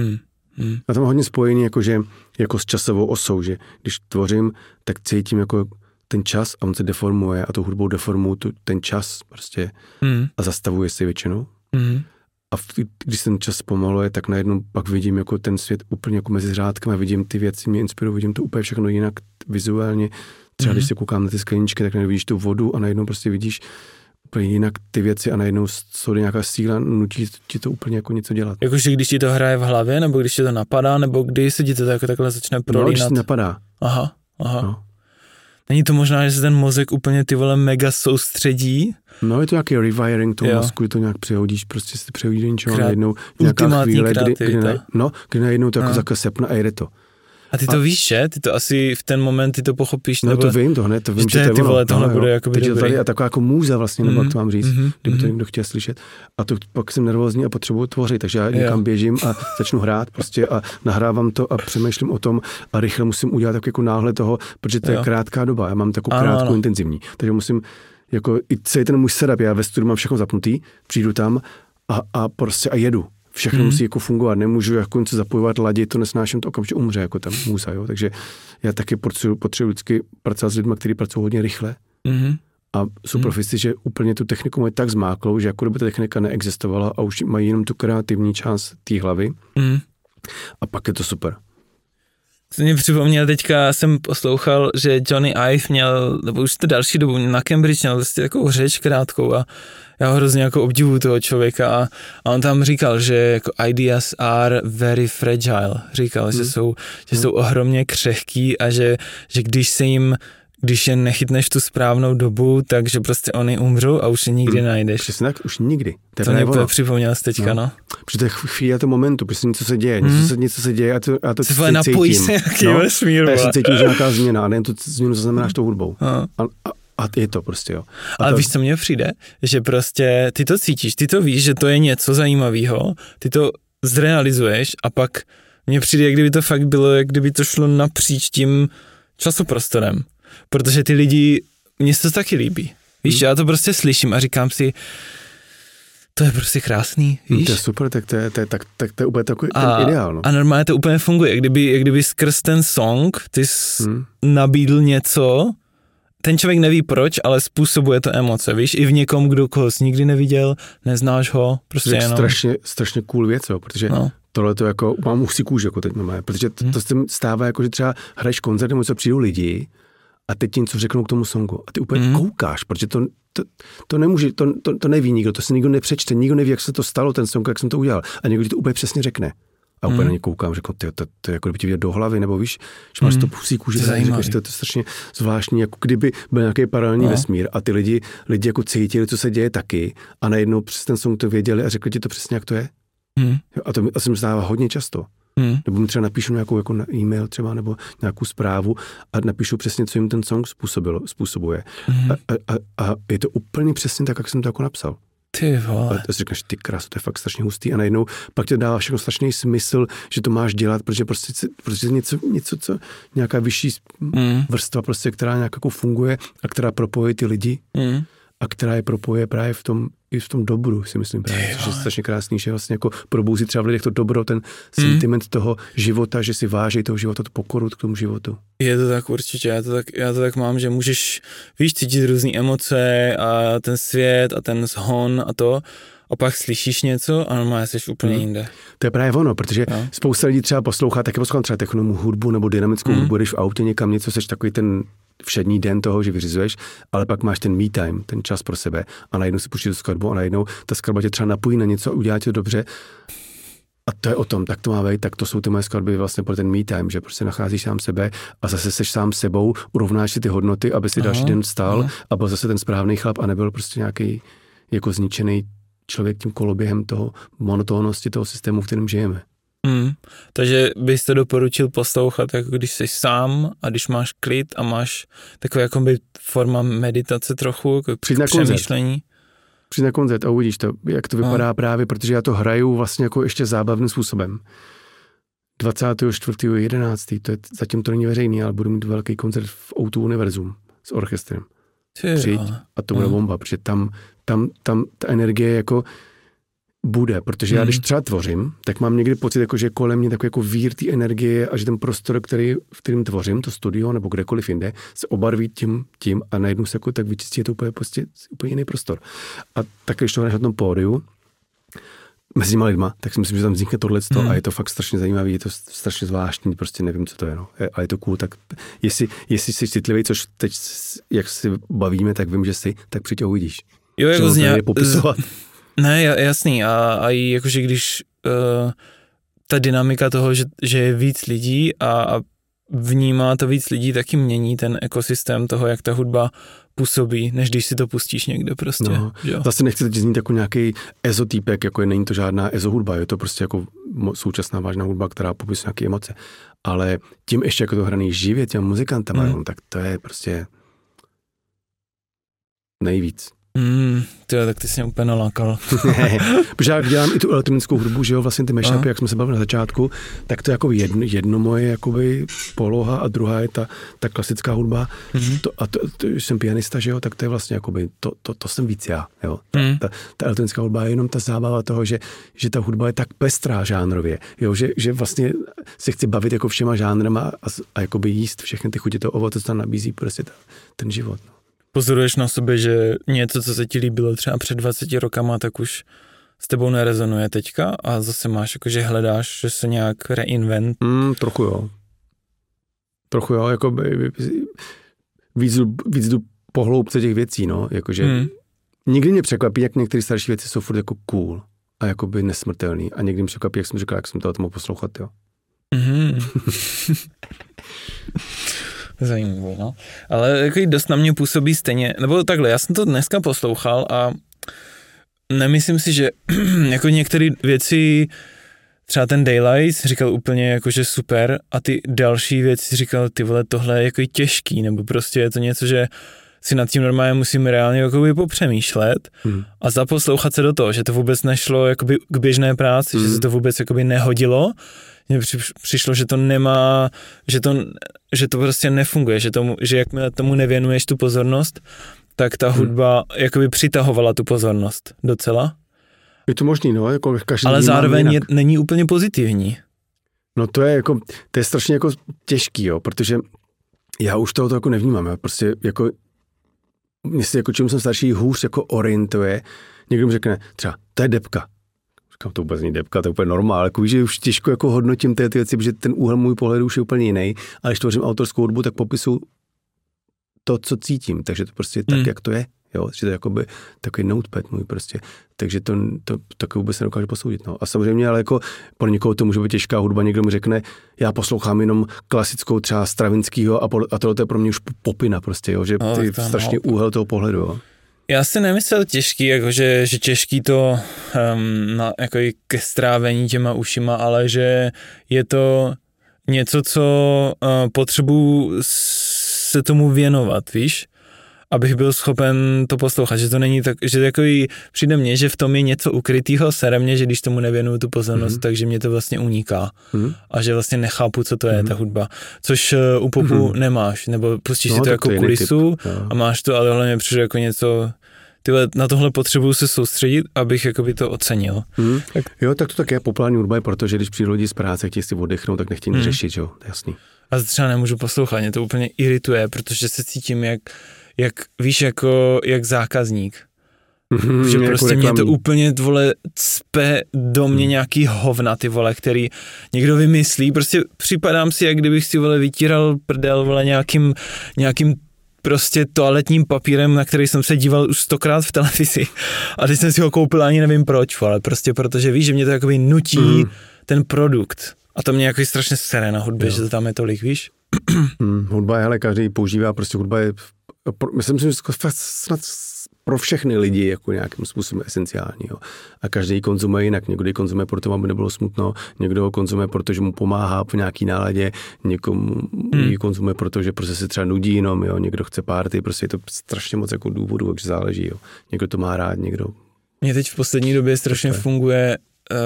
Speaker 3: A to mám hodně spojený jako s časovou osou, že když tvořím, tak cítím jako ten čas a on se deformuje a tou hudbou deformuju ten čas prostě a zastavuje se většinou. A když ten čas pomaluje, tak najednou pak vidím jako ten svět úplně jako mezi řádkami, vidím ty věci, mě inspirují, vidím to úplně všechno jinak vizuálně. Třeba když se koukám na ty skleničky, tak najednou vidíš tu vodu a najednou prostě vidíš úplně jinak ty věci a najednou jsou nějaká síla, nutí ti to úplně jako něco dělat.
Speaker 2: Jakože když ti to hraje v hlavě, nebo když ti to napadá, nebo když se ti to takhle začne prolínat?
Speaker 3: No, když ti napadá.
Speaker 2: Aha. No. Není to možná, že se ten mozek úplně ty vole mega soustředí?
Speaker 3: No, je to nějaký rewiring toho mozku, že to nějak přehodíš, prostě si přehodíš do něčeho najednou nějaká chvíle, kdy najednou to jako zakasepne a jede to.
Speaker 2: A ty to víš, že? Ty to asi v ten moment ty to pochopíš.
Speaker 3: No to vím, to vím, že to je ono.
Speaker 2: Tohle bude jakoby dobrý.
Speaker 3: Tady je taková jako můza vlastně, nebo jak to mám říct, kdyby to někdo chtěl slyšet. A to pak jsem nervózní a potřebuji tvořit, takže já někam běžím a začnu hrát prostě a nahrávám to a přemýšlím o tom a rychle musím udělat tak jako náhle toho, protože to je krátká doba, já mám takovou krátkou intenzivní, takže musím jako i celý ten můj setup, já ve studiu mám všechno zapnutý, přijdu tam a prostě a jedu. Všechno musí jako fungovat, nemůžu jako něco zapojovat, ladit, to nesnáším, to okamžitě umře, jako tam můza, jo. Takže já taky potřebuji vždycky pracovat s lidmi, kteří pracují hodně rychle a jsou profici, že úplně tu techniku mají tak zmáklou, že jako kdyby ta technika neexistovala a už mají jenom tu kreativní část té hlavy a pak je to super.
Speaker 2: To mě připomněl, teďka jsem poslouchal, že Johnny Ive měl, nebo už to další dobu, na Cambridge měl vlastně takovou řeč krátkou a já ho hrozně jako obdivuju toho člověka a on tam říkal, že jako ideas are very fragile. Říkal, že jsou ohromně křehký a že když je nechytneš tu správnou dobu, takže prostě oni umřou a už je nikdy najdeš.
Speaker 3: Přesně tak, už nikdy.
Speaker 2: To mě připomněl jsi teďka, no.
Speaker 3: Protože to je chvíle to momentu, prostě něco se děje, něco se děje a to
Speaker 2: cítím. Napojí se nějaký vesmír.
Speaker 3: A já si cítím, že nějaká změna a nejen tu změnu zaznamenáš tou hudbou. A je to prostě, jo.
Speaker 2: Ale víš, co mně přijde? Že prostě ty to cítíš, ty to víš, že to je něco zajímavého, ty to zrealizuješ a pak mně přijde, jak kdyby to fakt bylo, jak kdyby to šlo napříč tím časoprostorem. Protože ty lidi, mně se to taky líbí. Víš, já to prostě slyším a říkám si, to je prostě krásný, víš?
Speaker 3: To je super, tak to je úplně takový ten ideál. No.
Speaker 2: A normálně to úplně funguje, jak kdyby skrz ten song ty jsi nabídl něco, ten člověk neví proč, ale způsobuje to emoce, víš? I v někom, koho jsi nikdy neviděl, neznáš ho, prostě jenom.
Speaker 3: Strašně cool věc, jo, protože tohle to jako, mám už si kůži, jako teď máme, protože to se stává jako, že třeba hraješ koncert, nebo co přijdou lidi a teď ti něco řeknou k tomu songu a ty úplně koukáš, protože to nemůže, to neví nikdo, to si nikdo nepřečte, nikdo neví, jak se to stalo, ten song, jak jsem to udělal a někdo ti to úplně přesně řekne. A úplně na ně koukám, řeknu, to je jako kdyby ti vidět do hlavy, nebo víš, že máš to pusí kůži, řekneš, to je strašně zvláštní, jako kdyby byl nějaký paralelní vesmír a ty lidi jako cítili, co se děje taky a najednou přes ten song to věděli a řekli ti to přesně, jak to je. A to se mi stává hodně často. Nebo mi třeba napíšu nějakou jako na e-mail třeba, nebo nějakou zprávu a napíšu přesně, co jim ten song způsobuje. A je to úplně přesně tak, jak jsem to jako napsal.
Speaker 2: Ty vole.
Speaker 3: Ale to si říkáš, ty krásu, to je fakt strašně hustý a najednou pak to dává všechno strašný smysl, že to máš dělat, protože prostě něco co nějaká vyšší vrstva prostě, která nějak jako funguje a která propojí ty lidi a která je propoje právě v tom dobru, si myslím právě, což je strašně krásný, že vlastně jako probouzí třeba v lidech to dobro, ten sentiment toho života, že si váží toho života, tu pokoru k tomu životu.
Speaker 2: Je to tak určitě, já to tak mám, že můžeš, víš, cítit různé emoce a ten svět a ten zhon a to a pak slyšíš něco a normálně jsi úplně jinde.
Speaker 3: To je právě ono, protože spousta lidí třeba poslouchá, taky poslouchám třeba technomou hudbu nebo dynamickou hudbu, když v autě někam něco, seš takový ten všední den toho, že vyřizuješ, ale pak máš ten me time, ten čas pro sebe a najednou si pustíš tu skladbu a najednou ta skladba tě třeba napojí na něco a udělá tě to dobře. A to je o tom, tak to má být, tak to jsou ty moje skladby vlastně pro ten me time, že prostě nacházíš sám sebe a zase seš sám sebou, urovnáš si ty hodnoty, aby si další den vstal a byl zase ten správný chlap a nebyl prostě nějaký jako zničený člověk tím koloběhem toho monotónnosti toho systému, v kterém žijeme.
Speaker 2: Takže byste doporučil poslouchat, jako když jsi sám a když máš klid a máš takový jakoby forma meditace trochu, jako přemýšlení.
Speaker 3: Přijď na koncert a uvidíš to, jak to vypadá právě, protože já to hraju vlastně jako ještě zábavným způsobem. 24.11. to je, zatím to není veřejný, ale budu mít velký koncert v O2 Univerzum s orchestrem. Přijď a to bude bomba, protože tam ta energie jako bude, protože já když třeba tvořím, tak mám někdy pocit, jako, že kolem mě takový jako vír té energie a že ten prostor, v kterým tvořím, to studio nebo kdekoliv jinde, se obarví tím a najednou se jako tak vyčistí, je to úplně jiný prostor. A tak když to hraješ na tom pódiu mezi těma lidma, tak si myslím, že tam vznikne tohleto a je to fakt strašně zajímavý, je to strašně zvláštní, prostě nevím, co to je, no. Ale je to cool, tak jestli jsi citlivý, což teď, jak si bavíme, tak vím, že jsi, tak přijď a uvidíš.
Speaker 2: Jo, jako popisovat. Ne, jasný. A i jakože když ta dynamika toho, že je víc lidí a vnímá to víc lidí, taky mění ten ekosystém toho, jak ta hudba působí, než když si to pustíš někde prostě. No,
Speaker 3: zase nechci teď znít jako nějaký ezotýpek, jako není to žádná ezohudba, je to prostě jako současná vážná hudba, která popisuje nějaké emoce. Ale tím ještě jako to hraný živě těm muzikantama, tak to je prostě nejvíc.
Speaker 2: Tak ty jsi mě úplně nalákal.
Speaker 3: Protože já dělám i tu elektronickou hudbu, že jo, vlastně ty mashupy, jak jsme se bavili na začátku, tak to je jako jedno moje jakoby poloha a druhá je ta klasická hudba. To jsem pianista, že jo, tak to je vlastně jakoby, to jsem víc já, jo. Ta elektronická hudba je jenom ta zábava toho, že ta hudba je tak pestrá žánrově, jo, že vlastně se chci bavit jako všema žánrama a jakoby jíst všechny ty chutě toho ovoce, co tam nabízí prostě ten život, no.
Speaker 2: Pozoruješ na sobě, že něco, co se ti líbilo třeba před 20 rokama, tak už s tebou nerezonuje teďka a zase máš jako, že hledáš, že se nějak reinvent?
Speaker 3: Trochu jo, jako víc jdu po hloubce těch věcí, no, jakože nikdy mě překvapí, jak některé starší věci jsou furt jako cool a jakoby nesmrtelný a někdy mě překvapí, jak jsem říkal, jak jsem to mohl poslouchat, jo.
Speaker 2: Zajímavý, no. Ale jako dost na mě působí stejně, nebo takhle, já jsem to dneska poslouchal a nemyslím si, že jako některé věci, třeba ten Daylight říkal úplně jako, že super a ty další věci říkal, ty vole, tohle je jako těžký, nebo prostě je to něco, že si nad tím normálně musím reálně jakoby popřemýšlet a zaposlouchat se do toho, že to vůbec nešlo jakoby k běžné práci, že se to vůbec jakoby nehodilo. Mně přišlo, že to nemá, že to prostě nefunguje, že jakmile tomu nevěnuješ tu pozornost, tak ta hudba jakoby přitahovala tu pozornost docela.
Speaker 3: Je to možný, no, jako každý.
Speaker 2: Ale zároveň není úplně pozitivní.
Speaker 3: No to je strašně jako těžký, jo, protože já už toho jako nevnímám, já prostě jako mě si jako čím jsem starší hůř jako orientuje, někdo mi řekne třeba, to je depka. Říkám, to vůbec není depka, to je úplně normál, jako víš, že už těžko jako hodnotím ty věci, protože ten úhel můj pohledu už je úplně jiný, ale když tvořím autorskou hudbu, tak popisuju to, co cítím, takže to prostě je tak, jak to je, jo, že to je jakoby takový notepad můj prostě, takže to taky vůbec nedokážu posoudit, no. A samozřejmě, ale jako pro někoho to může být těžká hudba, někdo mi řekne, já poslouchám jenom klasickou třeba Stravinskýho a tohle je pro mě už popina prostě, jo, že ty strašně úhel toho pohledu, jo.
Speaker 2: Já si nemyslel těžký, jakože, že těžký to jako ke strávení těma ušima, ale že je to něco, co potřebuji se tomu věnovat, víš? abych byl schopen to poslouchat, že to není tak, že takový, přijde mně, že v tom je něco ukrytýho, sere mě, že když tomu nevěnuju tu pozornost, takže mě to vlastně uniká a že vlastně nechápu, co to je ta hudba, což u popu nemáš, nebo pustíš si to jako kulisu a máš to, ale hlavně přijde jako něco, tyhle, na tohle potřebuju se soustředit, abych jakoby to ocenil.
Speaker 3: Tak. Jo, tak to tak je populární hudba, protože když přijde lidi z práce, chtějí si oddechnout, tak nechtějí řešit, jo, to je jasný.
Speaker 2: A třeba nemůžu poslouchat, mě to úplně irituje, protože se cítím jak víš, jak zákazník. Že prostě jako mě to úplně, vole, cpe do mě nějaký hovna, ty vole, který někdo vymyslí. Prostě připadám si, jak kdybych si, vole, vytíral prdel, vole, nějakým prostě toaletním papírem, na který jsem se díval už 100krát v televizi. A teď jsem si ho koupil, ani nevím proč, ale prostě protože víš, že mě to jakoby nutí ten produkt. A to mě jako strašně sere na hudbě, že to tam je tolik, víš?
Speaker 3: Hudba je, hele, každý používá, prostě hudba je, myslím si, že snad pro všechny lidi jako nějakým způsobem esenciální. Jo. A každý ji konzumuje jinak. Někdo ji konzumuje proto, aby nebylo smutno, někdo ho konzumuje, protože mu pomáhá v nějaký náladě, někomu ji konzumuje, protože prostě se třeba nudí jenom, jo. Někdo chce party, prostě je to strašně moc jako důvodů, takže záleží. Jo. Někdo to má rád, někdo...
Speaker 2: Mně teď v poslední době strašně funguje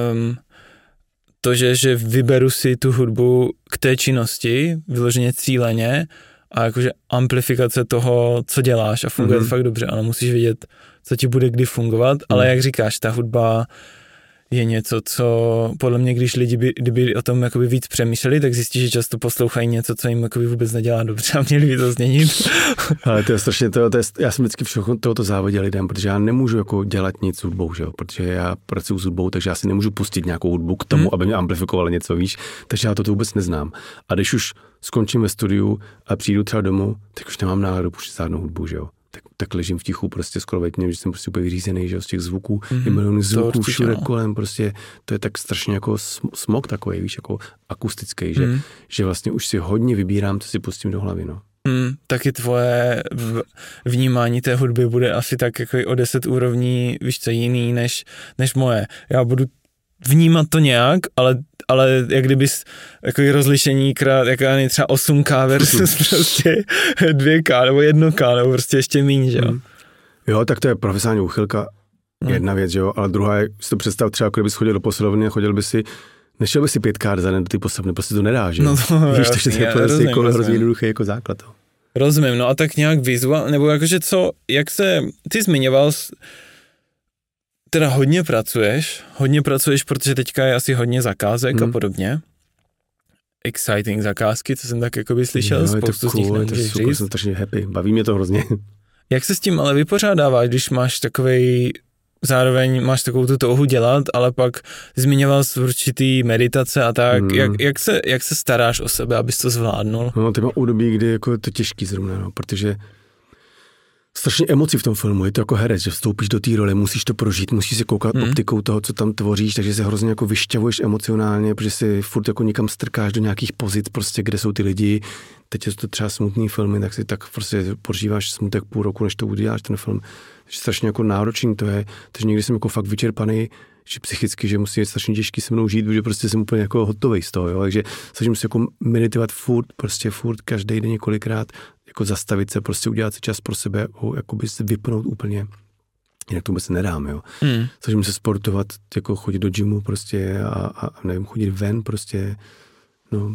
Speaker 2: to, že vyberu si tu hudbu k té činnosti, vyloženě cíleně, a jakože amplifikace toho, co děláš a funguje to fakt dobře, ale musíš vědět, co ti bude kdy fungovat, ale jak říkáš, ta hudba je něco, co podle mě, když lidi kdyby o tom jakoby víc přemýšleli, tak zjistí, že často poslouchají něco, co jim jakoby vůbec nedělá dobře a měli by to změnit.
Speaker 3: Ale to je strašně, já jsem vždycky všechno tohoto závodil lidem, protože já nemůžu jako dělat nic s hudbou, že jo? Protože já pracuji s hudbou, takže já si nemůžu pustit nějakou hudbu k tomu, aby mě amplifikoval něco, víš, takže já to vůbec neznám. A když už skončím ve studiu a přijdu třeba domů, tak už nemám náladu pustit žádnou hudbu, že jo? Tak ležím v tichu prostě skoro ve tmě, že jsem prostě úplně vyřízený, že z těch zvuků, je miliony zvuků všude kolem, prostě to je tak strašně jako smog takový, víš, jako akustický, že vlastně už si hodně vybírám, co si pustím do hlavy, no.
Speaker 2: Taky tvoje vnímání té hudby bude asi tak jako o 10 úrovní, víš co, jiný než moje. Já budu vnímat to nějak, ale jak kdybys jako rozlišení krát, jako třeba 8K versus prostě 2K nebo 1K, nebo prostě ještě míň, že jo?
Speaker 3: Jo, tak to je profesionální úchylka, jedna věc, že jo, ale druhá je, si to představ třeba, kdybys chodil do posilovny a nešel by si 5K za den do ty posilovny, prostě to nedá, že jo?
Speaker 2: No to
Speaker 3: víš, takže to je prostě jako hrozně jednoduché jako základ.
Speaker 2: Rozumím, no a tak nějak vizuál, nebo jakože ty zmiňoval, teda hodně pracuješ, protože teďka je asi hodně zakázek a podobně. Exciting zakázky, co jsem tak jakoby slyšel, spoustu z nich nemůžeš říct.
Speaker 3: Jsem strašně happy, baví mě to hrozně.
Speaker 2: Jak se s tím ale vypořádáváš, když máš zároveň máš takovou tu touhu dělat, ale pak zmiňoval jsi určitý meditace a tak. Jak se staráš o sebe, abys to zvládnul?
Speaker 3: No, to má období, kdy jako je to těžký zrovna, no, protože strašně emocí v tom filmu, je to jako herec, že vstoupíš do té role, musíš to prožít, musíš si koukat optikou toho, co tam tvoříš, takže se hrozně jako vyšťavuješ emocionálně, protože si furt jako někam strkáš do nějakých pozic, prostě kde jsou ty lidi. Teď je to třeba smutný filmy, tak si tak prostě prožíváš smutek půl roku, než to uděláš ten film. Takže strašně jako náročný to je, takže někdy jsem jako fakt vyčerpaný, že psychicky, že musí být strašně těžký se mnou žít, protože prostě jsem úplně jako hotovej z toho, jo? Takže snažím se jako meditovat furt, každý den několikrát, jako zastavit se, prostě udělat si čas pro sebe, jakoby se vypnout úplně, jinak to vůbec nedám, jo. Snažím se sportovat, jako chodit do gymu prostě a nevím, chodit ven prostě, no,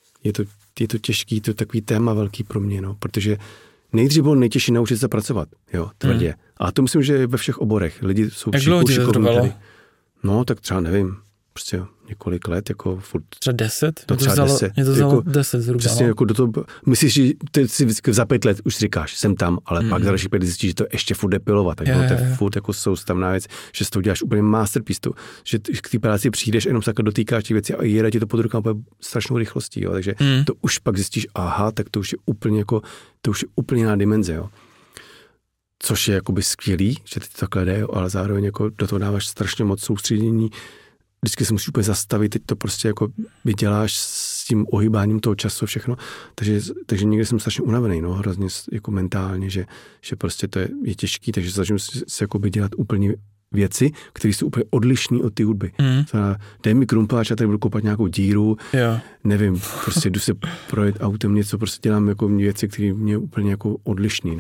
Speaker 3: je to těžký, to je takový téma velký pro mě, no, protože nejdřív bylo nejtěžší naučit se pracovat, jo, tvrdě. A to myslím, že ve všech oborech, lidi jsou šikovní tady. No, tak třeba nevím, prostě několik let, jako furt.
Speaker 2: Třeba 10?
Speaker 3: Mě
Speaker 2: to vzalo 10 zhruba.
Speaker 3: Přesně, jako do toho, myslíš, že ty si za 5 let už říkáš, jsem tam, ale pak za další 5 zjistíš, že to ještě furt depilovat, tak to je furt jako soustavná věc, že s tou děláš úplně masterpiece, že k té práci přijdeš, jenom se dotýkáš těch věcí a jede ti to pod rukama strašnou rychlostí, jo, takže to už pak zjistíš, aha, tak to už je úplně jako, to už je úplně jiná dimenze, jo. Což je jakoby skvělý, že ty to takhle jde, ale zároveň jako do toho dáváš strašně moc soustředění, vždycky se musíš úplně zastavit, teď to prostě jako vyděláš s tím ohýbáním toho času všechno, takže někdy jsem strašně unavený, no, hrozně jako mentálně, že prostě to je těžký, takže snažím se jako by dělat úplně věci, které jsou úplně odlišné od té hudby. Dej mi krumpáč a tady budu kopat nějakou díru, nevím, prostě jdu se projet autem něco, prostě dělám jako věci, které mě úplně jako odlišný, no.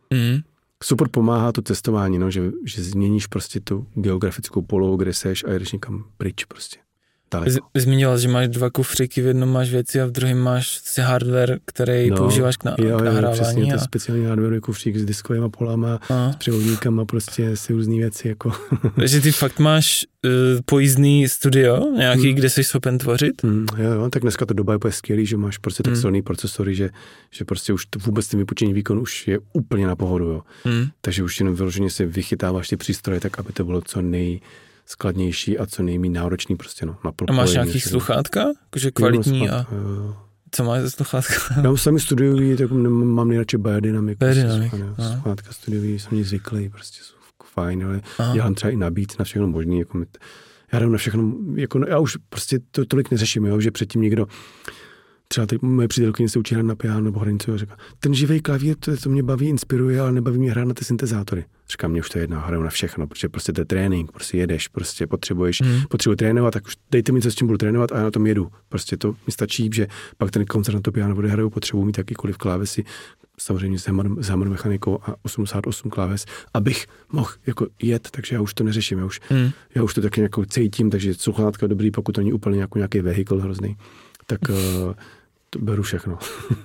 Speaker 3: Super pomáhá to cestování, no, že změníš prostě tu geografickou polohu, kde seš a jdeš někam pryč prostě.
Speaker 2: Zmínila, že máš 2 kufříky, v jednom máš věci a v druhém máš hardware, který používáš k nahrávání.
Speaker 3: Přesně, to speciální hardware kufřík s diskovými polama, s převodníkama, prostě si různý věci. Jako.
Speaker 2: Takže ty fakt máš pojízdný studio nějaký, kde jsi schopen tvořit?
Speaker 3: Jo, tak dneska to doba je skvělý, že máš prostě tak silný procesory, že prostě už vůbec ten vypočení výkon už je úplně na pohodu. Jo. Takže už jenom vyloženě si vychytáváš ty přístroje tak, aby to bylo co skladnější a co nejméně náročný prostě, no, na propojení.
Speaker 2: A máš nějaký sluchátka? Jakože kvalitní a... Co máš za sluchátka?
Speaker 3: Já sami studiový, tak mám nejradši Biodynamic. Sluchátka studiový, jsem zvyklý, prostě jsou fajn, ale dělám třeba i nabít na všechno možný, jako já jdem na všechno, jako, já už prostě to tolik neřeším, jo, že předtím někdo, třeba moje přítelkyně se učí hrát na piano nebo hraní, co říká, ten živej klavír, to mě baví, inspiruje, ale nebaví mě hrát na ty syntezátory. Říkám, mě už to je jedno, hraju na všechno, protože prostě to je trénink, prostě jedeš, prostě potřebuji trénovat, tak už dejte mi co, s čím budu trénovat a já na tom jedu. Prostě to mi stačí, že pak ten koncert na to piano bude hraju, potřebuji mít jakýkoliv klávesy, samozřejmě s hammer mechanikou a 88 kláves, abych mohl jako jet, takže já už to neřeším, já už to taky nějakou cítím, takže sluchátka dobrý, pokud to není úplně nějaký vehikl hrozný, tak to beru všechno.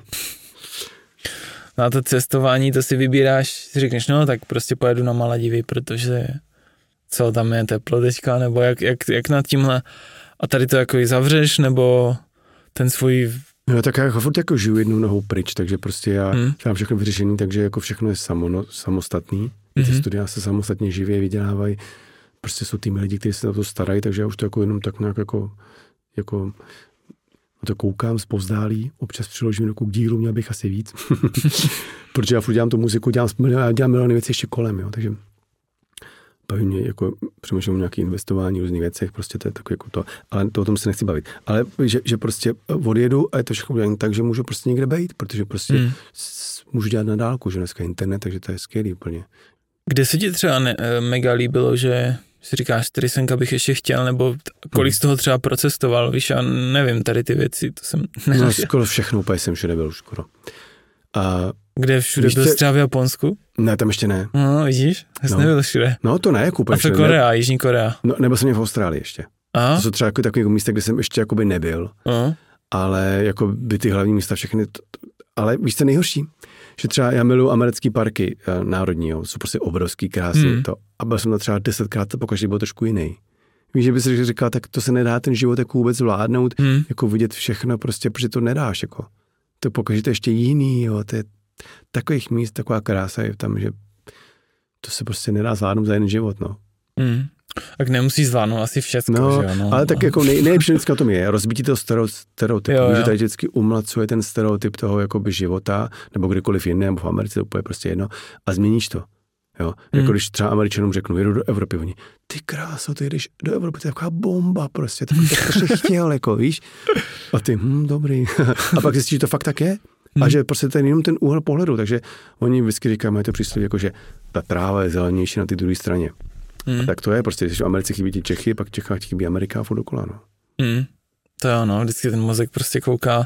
Speaker 2: Na to cestování to si vybíráš, si řekneš, no tak prostě pojedu na Maledivy, protože co tam je teplo teďka, nebo jak nad tímhle, a tady to jako i zavřeš, nebo ten svůj...
Speaker 3: No tak já furt jako žiju jednou nohou pryč, takže prostě já mám všechno vyřešený, takže jako všechno je samostatný, ty studia se samostatně živě vydělávají, prostě jsou týmy lidí, kteří se na to starají, takže já už to jako jenom tak nějak jako to koukám zpovzdálí, občas přiložím ruku k dílu, měl bych asi víc. Protože já furt dělám tu muziku, dělám miliony věcí ještě kolem, jo, takže baví mě, jako přemýšlím o nějaké investování v různých věcech, prostě to je takové jako to, ale to o tom se nechci bavit. Ale že prostě odjedu a je to všechno udělané tak, že můžu prostě někde být, protože prostě můžu dělat na dálku, že dneska internet, takže to je skvělý úplně.
Speaker 2: Kde se ti třeba mega líbilo, že si říkáš, tady senka bych ještě chtěl, nebo kolik z toho třeba procestoval, víš, já nevím, tady ty věci, to jsem nenašel.
Speaker 3: No skoro všechno, úplně jsem všude byl skoro. A
Speaker 2: kde všude byl třeba v Japonsku?
Speaker 3: Ne, tam ještě ne.
Speaker 2: No, vidíš, jsi nebyl všude.
Speaker 3: No to ne, jako úplně
Speaker 2: všude. A to Korea, Jižní Korea.
Speaker 3: No, nebo jsem v Austrálii ještě.
Speaker 2: Aha.
Speaker 3: To jsou třeba takové místa, kde jsem ještě jakoby nebyl. Aha. Ale jako by ty hlavní místa všechny, ale víš co nejhorší? Že třeba já miluji americký parky národní, jo, jsou prostě obrovský, krásný to. A byl jsem to třeba 10krát, to pokaždé byl trošku jiný. Víš, že bys říkal, tak to se nedá ten život jako vůbec zvládnout, jako vidět všechno prostě, protože to nedáš, jako. To pokaždé to ještě jiný, jo, to je takových míst, taková krása je tam, že to se prostě nedá zvládnout za jeden život, no.
Speaker 2: Tak nemusí zvládnout asi všechno,
Speaker 3: no,
Speaker 2: že jo? No,
Speaker 3: ale tak jako nejlepší vždycky o tom je rozbití toho stereotypu, že tady vždycky umlacuje ten stereotyp toho jakoby života, nebo kdekoliv jiné, nebo v Americe to je prostě jedno, a změníš to. Jo? Jako když třeba Američanům řeknu, jedu do Evropy, oni, ty kráso, ty jdeš do Evropy, to je taková bomba prostě, tak to chtěl, jako, víš? A ty, dobrý. A pak zjistíš, že to fakt tak je. A že prostě to je jenom ten úhel pohledu, takže oni vždycky říkají, mají to přísloví, jako že ta tráva je zelenější na té druhé straně. A tak to je prostě, když v Americe chybí ti Čechy, pak v Čechách chybí Amerika a furt dokola, no.
Speaker 2: To je ono, vždycky ten mozek prostě kouká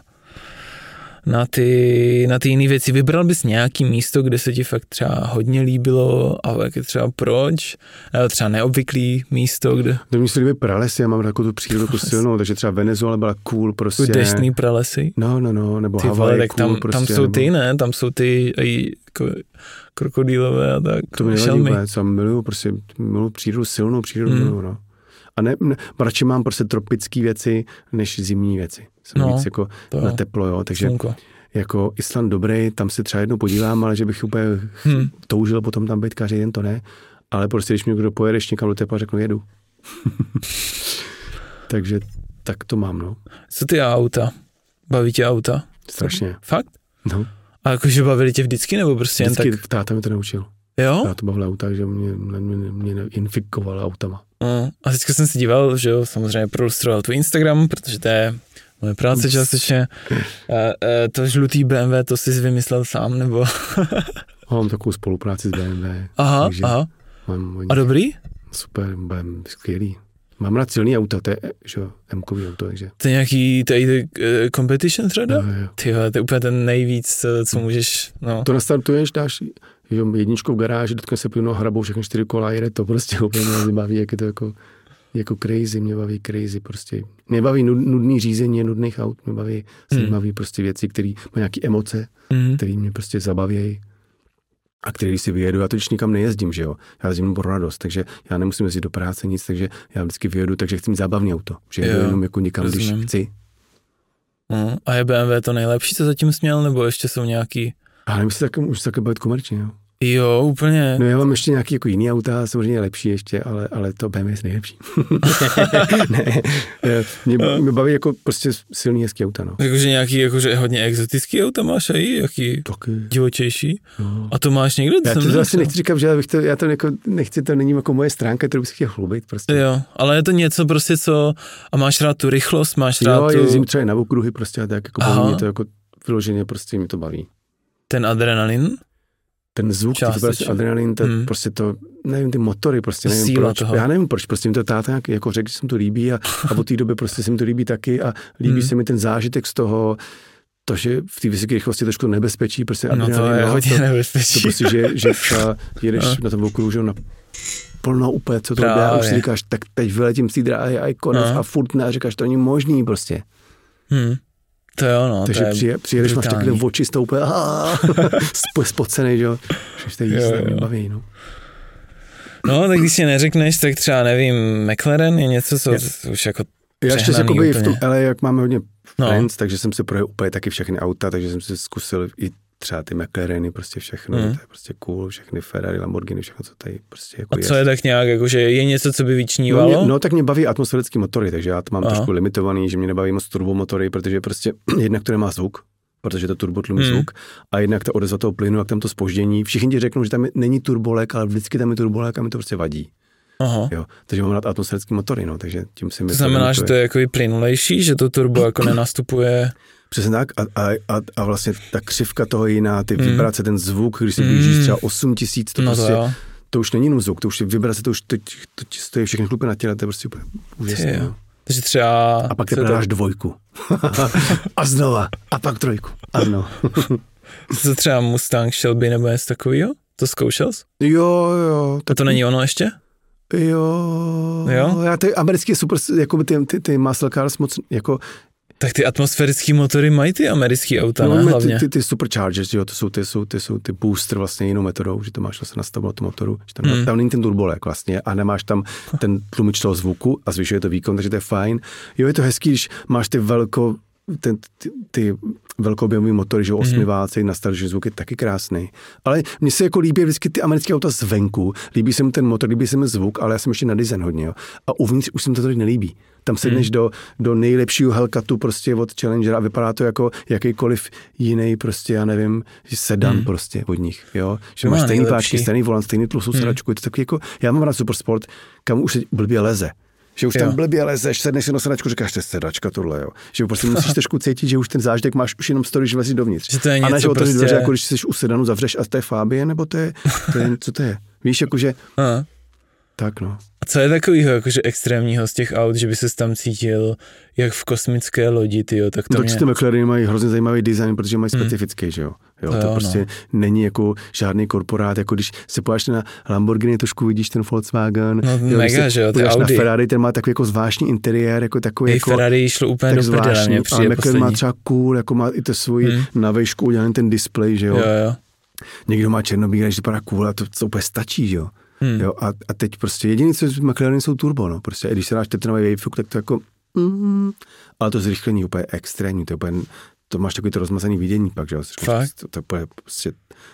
Speaker 2: na ty jiné věci. Vybral bys nějaký místo, kde se ti fakt třeba hodně líbilo a jak je třeba proč? Nebo třeba neobvyklý místo, kde...
Speaker 3: To mi se líbí pralesy, já mám takovou tu přírodu silnou, takže třeba Venezuela byla cool prostě.
Speaker 2: Deštný pralesy?
Speaker 3: No, nebo Havaj cool
Speaker 2: tam,
Speaker 3: prostě.
Speaker 2: Tam jsou ty, ne? Tam jsou ty jako krokodýlové a tak.
Speaker 3: To mě nevadí vůbec, miluju přírodu, silnou přírodu miluju, no. A ne, radši mám prostě tropické věci, než zimní věci. Jsem víc jako na teplo, jo, takže jako Island dobrý, tam se třeba jednou podívám, ale že bych úplně toužil potom tam být každý den, to ne. Ale prostě, když mě kdo pojedeš někam do tepla, řeknu jedu. Takže tak to mám, no.
Speaker 2: Co ty auta? Baví tě auta?
Speaker 3: Strašně.
Speaker 2: Fakt?
Speaker 3: No.
Speaker 2: A jakože bavili tě vždycky, nebo prostě jen tak?
Speaker 3: Vždycky táta mi to naučil.
Speaker 2: Jo?
Speaker 3: Táta bavil auta, že mě infikoval autama.
Speaker 2: A teďka jsem si díval, že jo, samozřejmě prolustroval tvůj Instagram, protože to je moje práce částečně. To žlutý BMW, to jsi vymyslel sám, nebo?
Speaker 3: Mám takovou spolupráci s BMW.
Speaker 2: Aha. A dobrý?
Speaker 3: Super, skvělý. Mám rád silný auta, to je M-kový auto, takže.
Speaker 2: To je nějaký competition třeba?
Speaker 3: Jo.
Speaker 2: Tyhle, to je úplně ten nejvíc, co můžeš, no.
Speaker 3: To nastartuješ, dáš jedničkou v garáži, dotkne se plynu, hrabou všechny 4 kola, jede to prostě úplně mě baví, jak je to jako crazy, mě baví crazy prostě. Mě baví nudný řízení nudných aut, mě baví prostě věci, které mají nějaké emoce, které mě prostě zabavějí. A který si vyjedu, já totiž nikam nejezdím, že jo. Já jezdím pro radost, takže já nemusím jezdit do práce nic, takže já vždycky vyjedu, takže chci mít zábavný auto. Že jedu jenom jako nikam, když chci.
Speaker 2: A je BMW to nejlepší, co zatím směl, nebo ještě jsou nějaký?
Speaker 3: A nevím, jestli už se bavit komerčně, jo.
Speaker 2: Jo, úplně.
Speaker 3: No já mám ještě nějaký jako jiný auta, samozřejmě lepší ještě, ale to BMW je nejlepší. Ne, mě baví jako prostě silný hezký auta, no.
Speaker 2: Jakože nějaký, jakože hodně exotický auta máš aj, jaký divočejší? No. A to máš někdo?
Speaker 3: Já to zase nechci říkat, že já to jako nechci, to není jako moje stránka, kterou bych si chtěl chlubit prostě.
Speaker 2: Jo, ale je to něco prostě, co, a máš rád tu rychlost, máš rád
Speaker 3: tu...
Speaker 2: Jo,
Speaker 3: jezdím třeba na okruhy prostě a tak, jako baví mě to jako vyloženě prostě mi to baví.
Speaker 2: Ten adrenalin?
Speaker 3: Ten zvuk, prostě adrenalin, prostě to, nevím, ty motory, prostě nevím
Speaker 2: síla
Speaker 3: proč.
Speaker 2: Toho.
Speaker 3: Já nevím proč, prostě mi to táta jako řekl, že se mi to líbí a od té doby prostě se mi to líbí taky a líbí se mi ten zážitek z toho, to, že v té vysoké rychlosti je trošku nebezpečí, prostě
Speaker 2: adrenalin. No to je hodně nebezpečí.
Speaker 3: To prostě, že třeba jedeš na tom okruhu, že na plno úplně, co to jde a už si říkáš, tak teď vyletím z té dráhy a konec a furt ne, říkáš, to není možný prostě.
Speaker 2: To jo, no.
Speaker 3: Takže přijedeš, máš takhle oči, to úplně spocenej, že jo. Že to jízda mě baví, no.
Speaker 2: No, tak když si neřekneš, tak třeba nevím, McLaren je něco, co už jako
Speaker 3: já ještě jakoby v tom LA, jak máme hodně friends, takže jsem si projel úplně taky všechny auta, takže jsem si zkusil i třeba ty McLareny, prostě všechno, to je prostě cool, všechny Ferrari, Lamborghini, všechno, co tady prostě jako
Speaker 2: a co je tak nějak, jakože je něco, co by vyčnívalo?
Speaker 3: No tak mě baví atmosférický motory, takže já to mám trošku limitovaný, že mě nebaví moc turbomotory, protože prostě jednak to nemá zvuk, protože to turbo tlumí zvuk, a jednak ta odezva toho plynu, jak tam to zpoždění. Všichni ti řeknou, že tam není turbolek, ale vždycky tam je turbolek a mi to prostě vadí. Aha. Jo, takže mám rád atmosférický motory, no, takže tím si mi
Speaker 2: to znamená, že to je jako i plynulejší, že to turbo jako nenastupuje.
Speaker 3: Přesně tak a vlastně ta křivka toho jiná, ty vibrace, ten zvuk, když si blížíš třeba 8000, to prostě, to už není jenom zvuk, to už je vibrace, to už to stojí všechny chlupy na těle, to je prostě úplně úžasné. No.
Speaker 2: Takže třeba...
Speaker 3: A pak teprve dáš 2. A znova. A pak 3. Ano.
Speaker 2: To třeba Mustang, Shelby nebo něco takovýho? To zkoušel jsi?
Speaker 3: Jo.
Speaker 2: A to není ono ještě?
Speaker 3: Jo? Já ty americké super, jako ty muscle cars moc, jako...
Speaker 2: Tak ty atmosférický motory mají ty americký auta, ne? Hlavně.
Speaker 3: Ty superchargers, jo, to jsou ty booster vlastně jinou metodou, že to máš vlastně nastavovat tu motoru, že tam není ten turbolek vlastně a nemáš tam ten tlumič toho zvuku a zvyšuje to výkon, takže to je fajn. Jo, je to hezký, když máš ty velkoobjemový motory, že 8 válce, nastavit zvuk je taky krásný. Ale mně se jako líbí vždycky ty americké auta zvenku, líbí se mi ten motor, líbí se mi zvuk, ale já jsem ještě na design hodně, jo. A uvnitř už se mi to tady nelíbí. Tam sedneš do nejlepšího Hellcatu prostě od Challengera a vypadá to jako jakýkoliv jiný prostě, já nevím, sedan prostě od nich, jo. Že máš stejný páčky, stejný volant, stejný tlusou sedačku, je to takový jako, já mám rád Supersport, kam už se blbě leze. Že už tam blbě lezeš, sedneš si na sedačku, říkáš, to je sedačka tohle, jo. Že prostě musíš trošku cítit, že už ten zážitek máš už jenom story, že vlezíš dovnitř.
Speaker 2: Že to je něco,
Speaker 3: a ne, že
Speaker 2: prostě...
Speaker 3: dveře, jako když jsi u sedanu zavřeš a to je Fabie, nebo to je co to je? Víš, jakože... Tak no.
Speaker 2: A co je takovýho jakože extrémního z těch aut, že by ses tam cítil jak v kosmické lodi, tyjo, tak to
Speaker 3: ty McLareny mají hrozně zajímavý design, protože mají specifický, že jo. To prostě není jako žádný korporát, jako když se pojáš na Lamborghini, trošku vidíš ten Volkswagen.
Speaker 2: No mega, že jo, ty Audi.
Speaker 3: Na Ferrari, ten má takový jako zvláštní interiér, jako takový jako...
Speaker 2: Ferrari šlo úplně do prdele, mě přijde
Speaker 3: ale McLaren má třeba cool, jako má i to svůj na vejšku udělaný ten display, že jo.
Speaker 2: Jo.
Speaker 3: Někdo má černobílý, že vypadá cool a to úplně stačí, že jo. Jo, a teď prostě jediný, co z McLaren jsou turbo, no, prostě, když se dáš tetenový wavefuk, tak to jako, ale to zrychlení úplně extrémní, to máš takový to rozmazaný vidění pak, že jo, to prostě,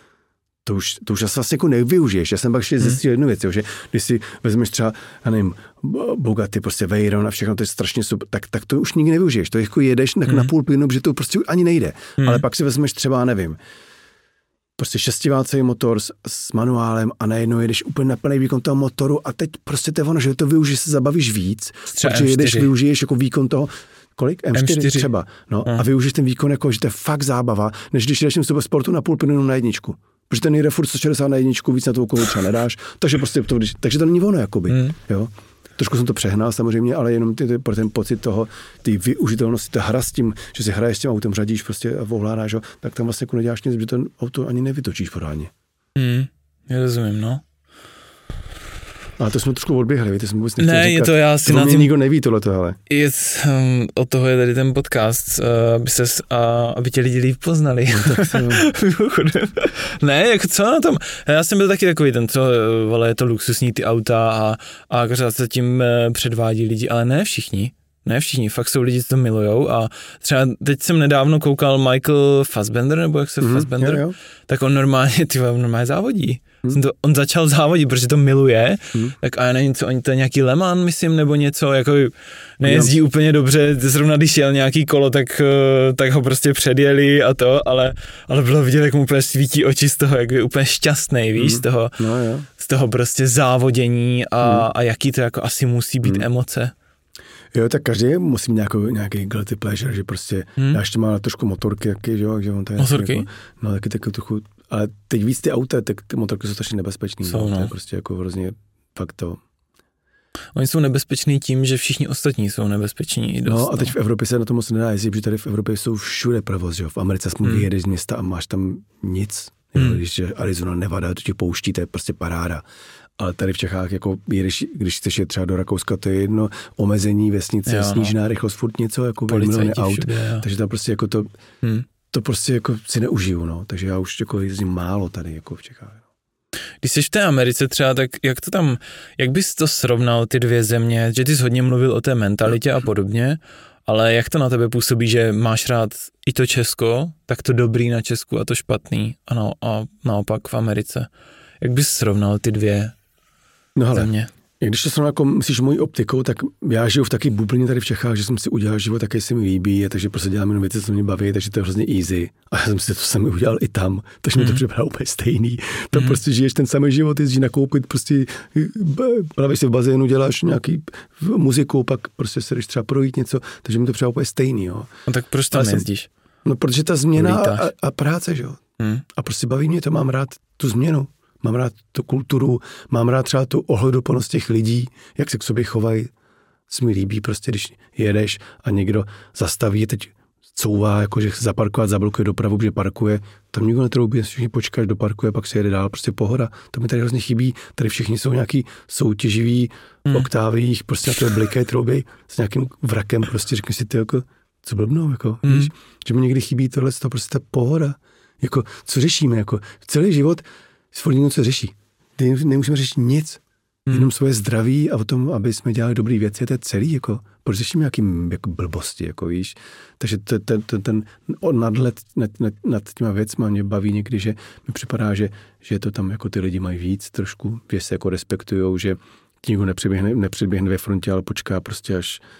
Speaker 3: to už asi vlastně jako nevyužiješ, já jsem pak ještě zjistil jednu věc, jo, že když si vezmeš třeba, já nevím, Bugatti, prostě Veyron a všechno, to je strašně super, tak to už nikdy nevyužiješ, to jako jedeš na půl plynu, protože to prostě ani nejde, ale pak si vezmeš třeba, nevím, prostě 6válcový motor s manuálem a najednou jedeš úplně na plný výkon toho motoru a teď prostě to je ono, že to využiješ, se zabavíš víc, protože využiješ jako výkon toho, kolik? M4 třeba, no a využiješ ten výkon jako, že to je fakt zábava, než když jdeš v sportu na půl plynu na jedničku. Protože ten jde furt 160 na jedničku, víc na to okolo třeba nedáš, takže prostě takže to není ono jakoby, jo. Trošku jsem to přehnal samozřejmě, ale jenom pro ten pocit toho, ty využitelnosti, ta hra s tím, že si hraješ s tím autem, řadíš prostě a ovládáš ho, tak tam vlastně jako neděláš nic, že to auto ani nevytočíš pořádně.
Speaker 2: Rozumím, no.
Speaker 3: A to jsme trošku odběhli, to jsem vůbec nechtěl
Speaker 2: říkat.
Speaker 3: Je
Speaker 2: to já si
Speaker 3: na tím... nikdo neví tohleto, ale.
Speaker 2: Od toho je tady ten podcast, aby tě lidi líp poznali. Ne, jako co na tom? Já jsem byl taky takový ten, co, vole, je to luxusní ty auta a pořád se tím předvádí lidi, ale ne všichni. Ne všichni, fakt jsou lidi, co to milujou a třeba teď jsem nedávno koukal Michael Fassbender, nebo jak se Fassbender,
Speaker 3: jo.
Speaker 2: Tak on normálně závodí. On začal závodit, protože to miluje, tak a já nevím, co oni to je nějaký Le Mans, myslím, nebo něco, jako nejezdí úplně dobře, zrovna když jel nějaký kolo, tak ho prostě předjeli a to, ale bylo vidět, jak mu úplně svítí oči z toho, jak je úplně šťastný, víš, z toho prostě závodění a jaký to jako asi musí být emoce.
Speaker 3: Jo, tak každý musí mít nějaký guilty pleasure, že prostě, já ještě mám trošku motorky, jaký, že on to je.
Speaker 2: Motorky?
Speaker 3: Jako, no, taky trochu, ale teď víc ty auta, tak ty motorky jsou strašně nebezpečný.
Speaker 2: Jsou, no.
Speaker 3: To je prostě jako hrozně fakt to.
Speaker 2: Oni jsou nebezpeční tím, že všichni ostatní jsou nebezpeční i dost.
Speaker 3: No a teď v Evropě se na to moc nedá jezdit, protože tady v Evropě jsou všude provoz, jo. V Americe jsme vyjedeš z města a máš tam nic. Když Arizona, Nevada, to ti pouští, to je prostě paráda. Ale tady v Čechách, jako jedeš, když chceš jet třeba do Rakouska, to je jedno omezení vesnice, snížená rychlost, furt něco, jako miliony aut. Takže tam prostě jako to prostě jako si neužiju, no. Takže já už jako jezdím málo tady, jako v Čechách.
Speaker 2: Když jsi v té Americe třeba, tak jak bys to srovnal ty dvě země, že ty jsi hodně mluvil o té mentalitě a podobně, ale jak to na tebe působí, že máš rád i to Česko, tak to dobrý na Česku a to špatný a naopak v Americe. Jak bys srovnal ty dvě země?
Speaker 3: Když to srovnal jako myslíš mojí optikou, tak já žiju v taky bublině tady v Čechách, že jsem si udělal život, taky se mi líbí, takže prostě dělám jenom věci, co mě baví, takže to je hrozně easy. A já jsem si to sami udělal i tam, takže mi to připadá úplně stejný. Tam prostě žiješ ten samý život, jezdíš nakoupit, prostě plavíš si v bazénu, děláš nějaký muziku, pak prostě se jdeš třeba projít něco, takže mi to připadá úplně stejný, jo.
Speaker 2: No tak proč tam jezdíš?
Speaker 3: No protože ta změna a práce, že jo. A prostě baví mě to, mám rád tu změnu. Mám rád tu kulturu, mám rád třeba tu ohleduplnost těch lidí, jak se k sobě chovají. Se mi líbí prostě, když jedeš a někdo zastaví, teď couvá, jakože zaparkovat, zablokuje dopravu, že parkuje. Tam nikdo netroubí, všichni počkáš, doparkuje, pak se jede dál, prostě pohoda. To mi tady hrozně chybí. Tady všichni jsou nějaký soutěživí v oktávích, prostě na to blikají, troubí s nějakým vrakem, prostě řekni si ty jako, co blbnou, jako, víš, že mi někdy chybí tohle, to prostě ta pohoda. Jako, co řešíme, jako, celý život furt něco řeší. Nemusíme řešit nic. Jenom svoje zdraví a o tom, aby jsme dělali dobré věci, to je celý, jako, proč řešíme nějaký jako blbosti, jako víš. Takže ten nadhled nad těma věcma mě baví někdy, že mi připadá, že to tam jako ty lidi mají víc trošku, že se jako respektujou, že nikdo nepředběhne ve frontě, ale počká prostě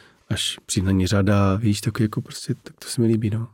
Speaker 3: až přijde na ní řada, víš, tak jako prostě, tak to se mi líbí, no.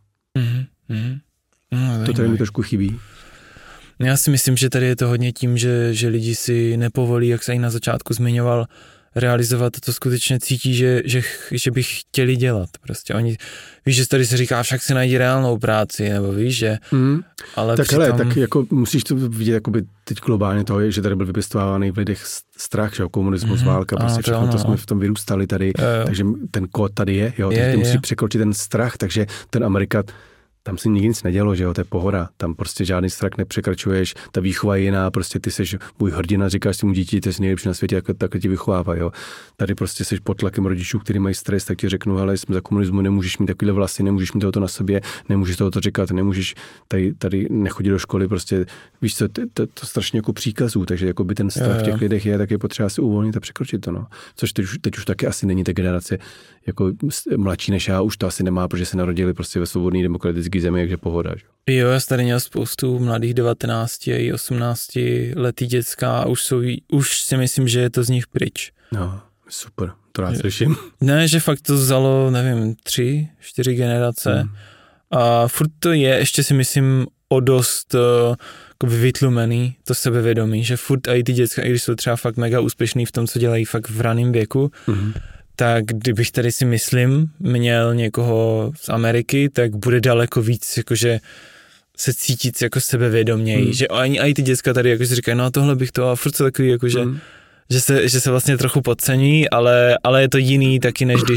Speaker 3: To tady mi trošku chybí.
Speaker 2: Já si myslím, že tady je to hodně tím, že lidi si nepovolí, jak se i na začátku zmiňoval, realizovat to, co skutečně cítí, že by chtěli dělat. Prostě oni, víš, že tady se říká, však si najdi reálnou práci, nebo víš, že... Ale
Speaker 3: tak
Speaker 2: přitom...
Speaker 3: hele, tak jako musíš to vidět, jakoby teď globálně toho je, že tady byl vypěstovávaný v lidech strach, že komunismus, válka, prostě všechno to jsme v tom vyrůstali tady, takže ten kód tady je, jo, takže ty musí překročit ten strach, takže ten Amerika... Tam si nikdy nic nedělo, že jo, to je pohoda. Tam prostě žádný strach nepřekračuješ, ta výchova je jiná, prostě ty seš můj hrdina, říkáš mu dítě, ty jsi nejlepší na světě, tak ti vychovávají, jo. Tady prostě seš pod tlakem rodičů, kteří mají stres, tak ti řeknu, hele, jsme za komunismu, nemůžeš mít takovýhle vlasy, nemůžeš mít tohoto na sobě, nemůžeš tohoto říkat, nemůžeš tady nechodit do školy, prostě víš co, to strašně jako příkazů, takže jako by ten strach v těch lidech je, tak je potřeba si uvolnit a překročit to, no. Což teď už taky asi není ta generace jako mladší než já, už to asi nemá, protože se narodili prostě ve svobodný demokratický zemi, takže pohoda, že?
Speaker 2: Jo, já tady měl spoustu mladých 19 i 18 letý děcka a už si myslím, že je to z nich pryč.
Speaker 3: No, super, to rád slyším.
Speaker 2: Ne, že fakt to vzalo, nevím, 3-4 generace a furt to je, ještě si myslím, o dost vytlumený, to sebevědomí, že furt i ty děcka, i když jsou třeba fakt mega úspěšný v tom, co dělají fakt v raném věku, tak kdybych tady si myslím, měl někoho z Ameriky, tak bude daleko víc jakože se cítit jako sebevědoměji, že ani ty děcka tady jakože říkají, no a tohle bych to, a furt jsou takový jakože, že se vlastně trochu podcení, ale je to jiný taky, než když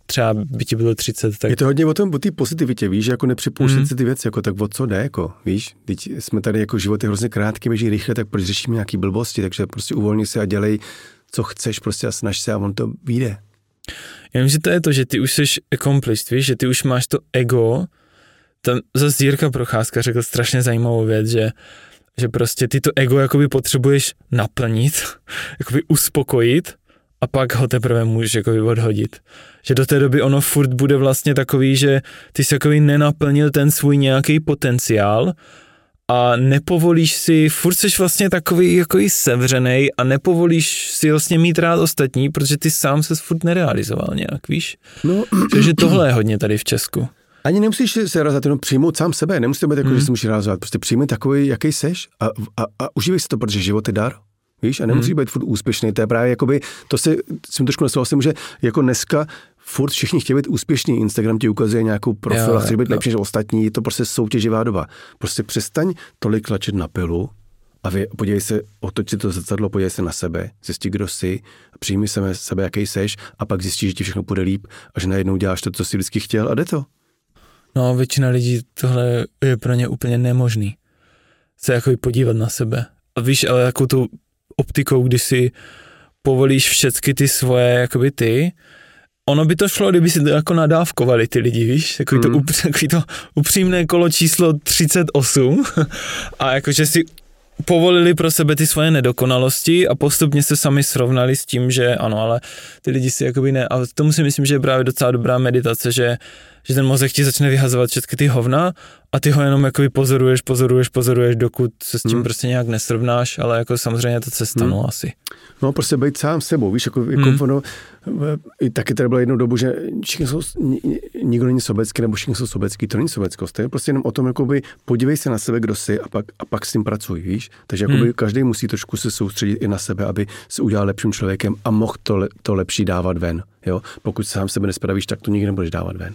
Speaker 2: třeba by ti bylo 30, tak...
Speaker 3: Je to hodně o té pozitivitě, víš, jako nepřipouštět si ty věci, jako tak o co jde, jako, víš, teď jsme tady jako život je hrozně krátký, běží rychle, tak proč řešíme nějaký blbosti, takže prostě uvolni se a dělej, co chceš, prostě a snaž se a on to vyjde.
Speaker 2: Já vím, že to je to, že ty už jsi accomplished, víš, že ty už máš to ego. Tam zase Jirka Procházka řekl strašně zajímavou věc, že prostě ty to ego jakoby potřebuješ naplnit, jakoby uspokojit a pak ho teprve můžeš jakoby odhodit. Že do té doby ono furt bude vlastně takový, že ty jsi jakoby nenaplnil ten svůj nějaký potenciál a nepovolíš si, furt jsi vlastně takový jakoby sevřenej a nepovolíš si vlastně mít rád ostatní, protože ty sám ses furt nerealizoval nějak, víš?
Speaker 3: No.
Speaker 2: Takže tohle je hodně tady v Česku.
Speaker 3: Ani nemusíš se realizovat, jenom přijmout sám sebe, nemusíš být jako, že si musíš realizovat, prostě přijmi takový, jaký seš a užívej si to, protože život je dar. Víš, a nemusíš být furt úspěšný, to je právě jakoby, to si trošku nesouhlasím, že jako dneska furt všichni chtějí být úspěšní, Instagram ti ukazuje nějakou profil a chceš být lepší než ostatní, je to prostě soutěživá doba. Prostě přestaň tolik tlačit na pilu a podívej se, otoč si to zrcadlo, podívej se na sebe, zjistí, kdo jsi, přijmi sebe, jaký seš a pak zjistíš, že ti všechno půjde líp a že najednou děláš to, co jsi vždycky chtěl a jde to.
Speaker 2: No, většina lidí tohle je pro ně úplně nemožný. Se jako podívat na sebe. A víš, ale jako tou optikou, když si povolíš všechny ty svoje, jakoby ty, ono by to šlo, kdyby si to jako nadávkovali ty lidi, víš? Takový to upřímné kolo číslo 38 a jakože si povolili pro sebe ty svoje nedokonalosti a postupně se sami srovnali s tím, že ano, ale ty lidi si jakoby ne, a tomu si myslím, že je právě docela dobrá meditace, že ten mozek ti začne vyhazovat všechny ty hovna a ty ho jenom jakoby pozoruješ, dokud se s tím prostě nějak nesrovnáš, ale jako samozřejmě to cesta, no asi.
Speaker 3: No prostě být sám sebou, víš, jako ono, i taky tady byla jednou dobu, že nikdo není sobecký, nebo všichni jsou sobecký, to není sobeckost, to je prostě jenom o tom, jakoby podívej se na sebe, kdo jsi a pak s tím pracuj, víš, takže jakoby každý musí trošku se soustředit i na sebe, aby se udělal lepším člověkem a mohl to lepší dávat ven, jo, pokud sám sebe nespravíš, tak to nikdy nebudeš dávat ven.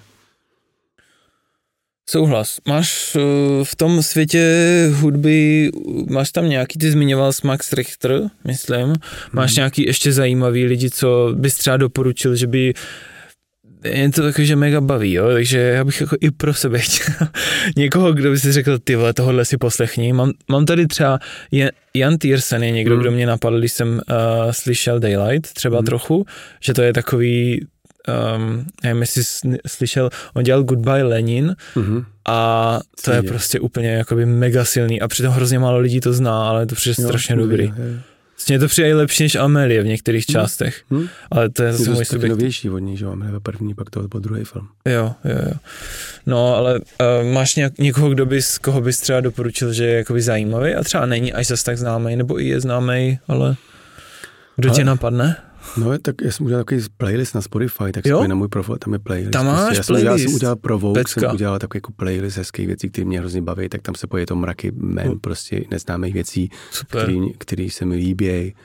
Speaker 2: Souhlas. Máš v tom světě hudby, máš tam nějaký, ty zmiňoval Max Richter, myslím, máš nějaký ještě zajímavý lidi, co bys třeba doporučil, že by jen to takový, že mega baví, jo, takže já bych jako i pro sebe chtěl někoho, kdo by si řekl, ty vole, tohle si poslechni. Mám tady třeba Jan Tiersen je někdo, kdo mě napadl, když jsem slyšel Daylight třeba trochu, že to je takový nevím, jestli slyšel, on dělal Goodbye Lenin a to je prostě úplně jakoby mega silný a přitom hrozně málo lidí to zná, ale to přijde strašně dobrý. Vlastně to přijde i lepší než Amelie v některých částech, ale to je zase můj subjekt.
Speaker 3: Novější od ní, že Amelie první, pak to byl druhý film.
Speaker 2: Jo. No, ale máš někoho, koho bys třeba doporučil, že je jakoby zajímavý a třeba není až zas tak známý, nebo i je známý, ale kdo tě napadne?
Speaker 3: No, tak já jsem udělal takový playlist na Spotify, tak jsem na můj profil, tam je playlist.
Speaker 2: Tam máš
Speaker 3: playlist? Já jsem udělal pro Vogue, jsem udělal takový jako playlist hezkých věcí, které mě hrozně baví, tak tam se pojí to mraky jmen, prostě neznámých věcí, které se mi líbí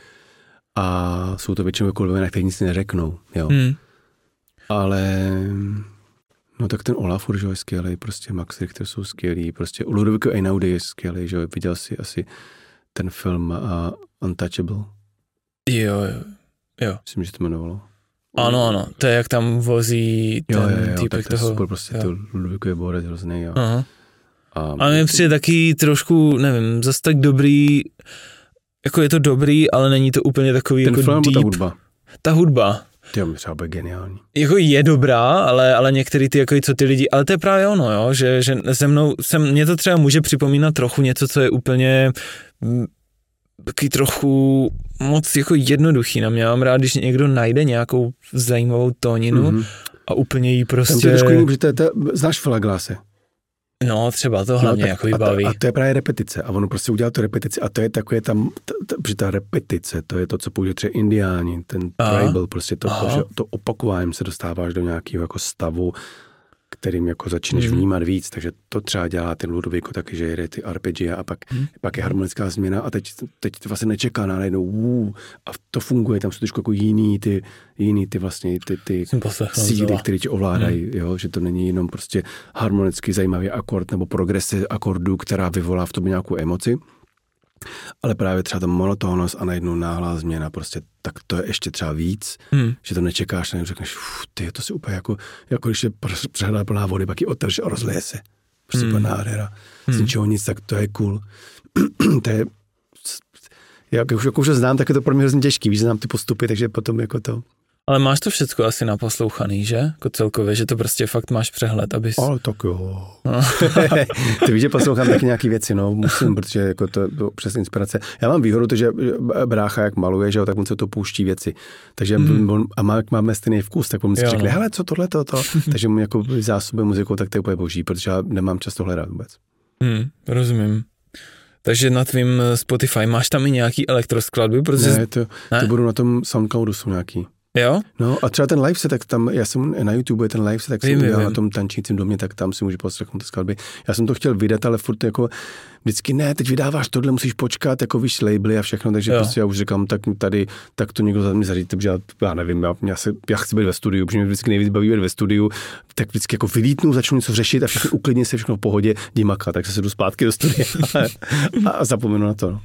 Speaker 3: a jsou to většinou jako lidé, na které nic neřeknou, jo. Ale no tak ten Olafur, že je skvělý, prostě Max Richter jsou skvělý, prostě Ludovico Einaudi je skvělý, že viděl si asi ten film Untouchable.
Speaker 2: Jo.
Speaker 3: Myslím, že to jmenovalo.
Speaker 2: Ano, to je jak tam vozí ten týpek toho.
Speaker 3: Super, prostě to Ludovico je borec hrozný.
Speaker 2: A mně přijde taky trošku, nevím, zase tak dobrý, jako je to dobrý, ale není to úplně takový
Speaker 3: ten
Speaker 2: jako
Speaker 3: film,
Speaker 2: deep.
Speaker 3: Ta hudba.
Speaker 2: Ta hudba.
Speaker 3: To mi třeba bude geniální.
Speaker 2: Jako je dobrá, ale některý ty, jako co ty lidi, ale to je právě ono, jo, že se mnou, mě to třeba může připomínat trochu něco, co je úplně taky trochu moc jako jednoduchý na mě. Já mám rád, když někdo najde nějakou zajímavou tóninu a úplně jí prostě...
Speaker 3: Tam to je trošku jiný, protože znáš Falaglase?
Speaker 2: No, třeba to hlavně jako baví.
Speaker 3: A to je právě repetice. A ono prostě udělal tu repetici. A to je takové tam, protože ta repetice, to je to, co použije třeba indiáni, ten tribal, prostě to opakováním se dostáváš do nějakého jako stavu, kterým jako začneš vnímat víc, takže to třeba dělá ten Ludovico taky, že jede ty arpeggia a pak je harmonická změna a teď to vlastně nečeká na najednou a to funguje, tam jsou trošku jako jiný ty vlastně ty síly, které tě ovládají, jo, že to není jenom prostě harmonicky zajímavý akord nebo progrese akordu, která vyvolá v tobě nějakou emoci, Ale právě třeba ta monotónnost a najednou náhlá změna, prostě tak to je ještě třeba víc, že to nečekáš, a řekneš, ty, to si úplně jako když je přehrada plná vody, pak ji otevřeš a rozleje se. Prostě úplně nádhera. Z ničeho nic, tak to je cool. To je, jak už to znám, tak je to pro mě hrozně těžký, víš, znám ty postupy, takže potom jako to.
Speaker 2: Ale máš to všecko asi naposlouchaný, že? Jako celkově, že to prostě fakt máš přehled, abys...
Speaker 3: Ale tak jo. No. Ty víš, že poslouchám taky nějaký věci, no, musím, protože jako to přes inspirace. Já mám výhodu to, že brácha jak maluje, že jo, tak on se to pouští věci. Takže máme stejný vkus, tak on si řekne, hele, co tohle, to. Takže mu jako zásoby muzikou, tak to je úplně boží, protože já nemám často hledat vůbec.
Speaker 2: Rozumím. Takže na tvým Spotify máš tam i nějaký elektroskladby? Protože...
Speaker 3: Ne, to budu na tom SoundCloudu, jsou nějaký.
Speaker 2: Jo?
Speaker 3: No a třeba ten live set, tak tam, já jsem na YouTube ten live set, tak jsem udělal na tom tančícím domě, tak tam si můžu poslechnout ty skladby. Já jsem to chtěl vydat, ale furt jako vždycky ne, teď vydáváš tohle, musíš počkat, jako víš, labely a všechno, takže prostě já už říkám, tak tady, tak to někdo za mě zařídí, protože já nevím, já chci být ve studiu, protože mě vždycky nejvíc baví být ve studiu, tak vždycky jako vylítnu, začnu něco řešit a všechno uklidně se, všechno v pohodě, jdi makat, tak se jdu zpátky do studia a zapomenu na to. No.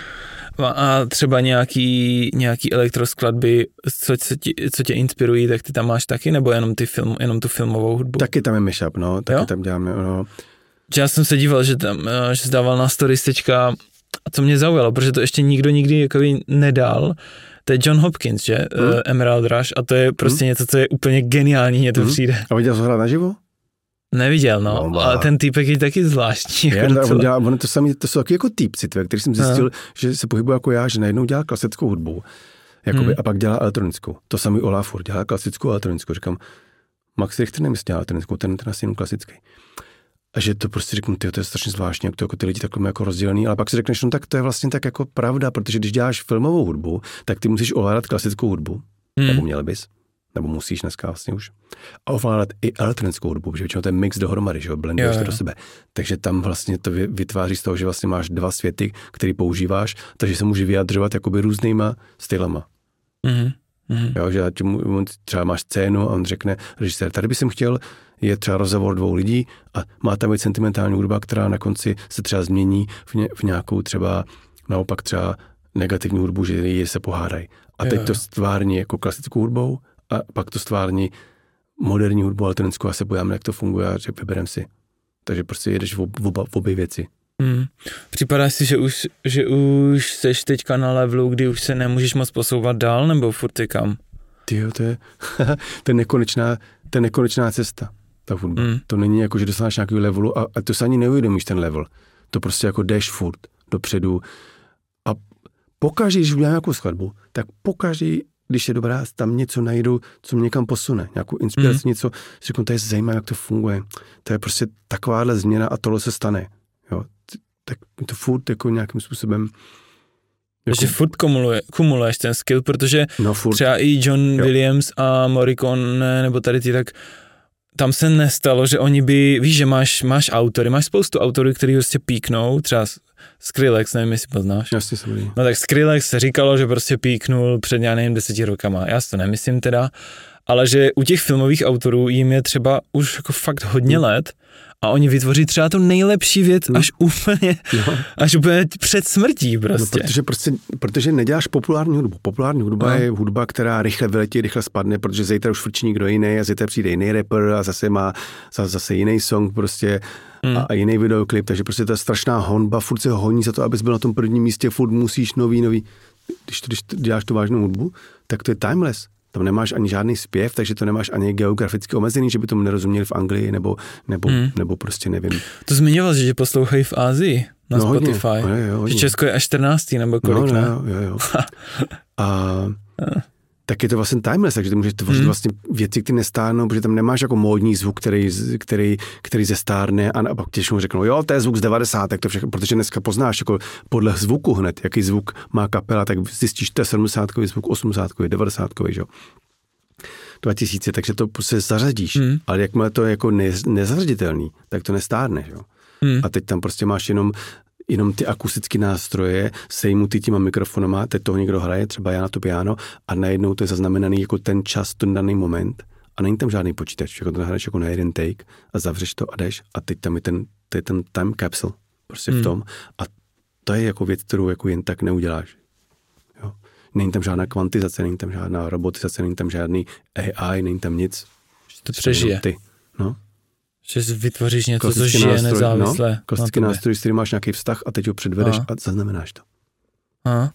Speaker 2: A třeba nějaký elektroskladby, co tě inspirují, tak ty tam máš taky, nebo jenom tu filmovou hudbu?
Speaker 3: Taky tam je mashup, no, taky tam děláme, no.
Speaker 2: Já jsem se díval, že jsi dával na storystečka, a co mě zaujalo, protože to ještě nikdo nikdy jakoby nedal, to je John Hopkins, že? Emerald Rush, a to je prostě něco, co je úplně geniální, mně to přijde.
Speaker 3: A viděl jsi ho hrát naživo?
Speaker 2: Neviděl, no, ale ten týpek je taky zvláštní.
Speaker 3: To jsou taky jako týpci, který jsem zjistil, že se pohybuje jako já, že najednou dělá klasickou hudbu, jakoby, a pak dělá elektronickou. To samý Olafur dělá klasickou a elektronickou. Říkám, Max Richter nemyslí dělá elektronickou, ten asi jenom klasický. A že to prostě řeknu, to je strašně zvláštní, jak to jako ty lidi takhle jako rozdělený, ale pak si řekneš, no tak to je vlastně tak jako pravda, protože když děláš filmovou hudbu, tak ty musíš ovládat klasickou hudbu, nebo měl bys. Nebo musíš dneska vlastně už. A ovládat i elektronickou hudbu, protože většinou to je mix dohromady, že jo, blenduješ to do sebe. Takže tam vlastně to vytváří z toho, že vlastně máš dva světy, který používáš, takže se může vyjadřovat jakoby různýma stylama. Jo, že třeba máš scénu a on řekne, režisér, tady by jsem chtěl, je třeba rozhovor dvou lidí a má tam být sentimentální hudba, která na konci se třeba změní v nějakou třeba, naopak třeba negativní hudbu, že se pohádají. A teď to stvární jako klasickou hudbou, a pak to stvární moderní hudbu elektronickou a se bojáme, jak to funguje a vybereme si. Takže prostě jedeš v obě věci.
Speaker 2: Připadá si, že už seš teďka na levelu, kdy už se nemůžeš moc posouvat dál, nebo furt je kam?
Speaker 3: Tyjo, to je nekonečná cesta, ta hudba. To není jako, že dostaneš nějaký levelu a to se ani neuvědomíš ten level. To prostě jako jdeš furt dopředu a pokaždé, když udělám nějakou skladbu, tak pokaždé, když je dobrá, tam něco najdu, co mě někam posune, nějakou inspiraci, něco, řeknu, to je zajímavé, jak to funguje. To je prostě takováhle změna a tohle se stane. Jo. Tak to furt jako nějakým způsobem...
Speaker 2: Takže furt kumuluješ ten skill, protože třeba i John Williams a Morricone, nebo tady ty, tak tam se nestalo, že oni by, víš, že máš autory, máš spoustu autorů, který prostě píknou, třeba Skrillex, nevím, jestli poznáš.
Speaker 3: Jasně se vidí.
Speaker 2: No tak Skrillex se říkalo, že prostě píknul před, já nevím, 10 rokama. Já si to nemyslím teda, ale že u těch filmových autorů jim je třeba už jako fakt hodně let a oni vytvoří třeba tu nejlepší věc až úplně před smrtí prostě.
Speaker 3: No, protože neděláš populární hudbu. Populární hudba je hudba, která rychle vyletí, rychle spadne, protože zítra už frčí někdo jiný a zítra přijde jiný rapper a zase má zase jiný song prostě a jiný videoklip, takže prostě to je strašná honba, furt se honí za to, abys byl na tom prvním místě, furt musíš nový. Když děláš tu vážnou hudbu, tak to je timeless. Tam nemáš ani žádný zpěv, takže to nemáš ani geograficky omezený, že by tomu nerozuměli v Anglii, nebo prostě nevím.
Speaker 2: To zmiňoval, že poslouchají v Ázii na Spotify.
Speaker 3: Hodně.
Speaker 2: Že Česko je až 14. nebo kolik, ne?
Speaker 3: Jo. A tak je to vlastně timeless, takže ty můžeš tvořit vlastně věci, které nestárnou, protože tam nemáš jako módní zvuk, který zestárne a pak těžko řeknou, jo, to je zvuk z 90, to všechno, protože dneska poznáš jako podle zvuku hned, jaký zvuk má kapela, tak zjistíš, to je 70kový zvuk, 80kový, 90kový, jo. 2000, takže to se zařadíš, ale jakmile to je jako nezařaditelný, tak to nestárne, jo. A teď tam prostě máš jenom ty akustické nástroje, sejmutý těma mikrofonama, teď toho někdo hraje, třeba já na to piano, a najednou to je zaznamenaný jako ten čas, ten daný moment. A není tam žádný počítač, jako to nahraješ jako na jeden take a zavřeš to a jdeš a teď tam je ten time capsule prostě v tom a to je jako věc, kterou jako jen tak neuděláš. Jo. Není tam žádná kvantizace, není tam žádná robotizace, není tam žádný AI, není tam nic.
Speaker 2: To přežije.
Speaker 3: Ty. No.
Speaker 2: Že vytvoříš něco, co žije nezávisle.
Speaker 3: No, klasický nástroj, s kterým máš nějaký vztah a teď ho předvedeš a zaznamenáš to.
Speaker 2: Aha.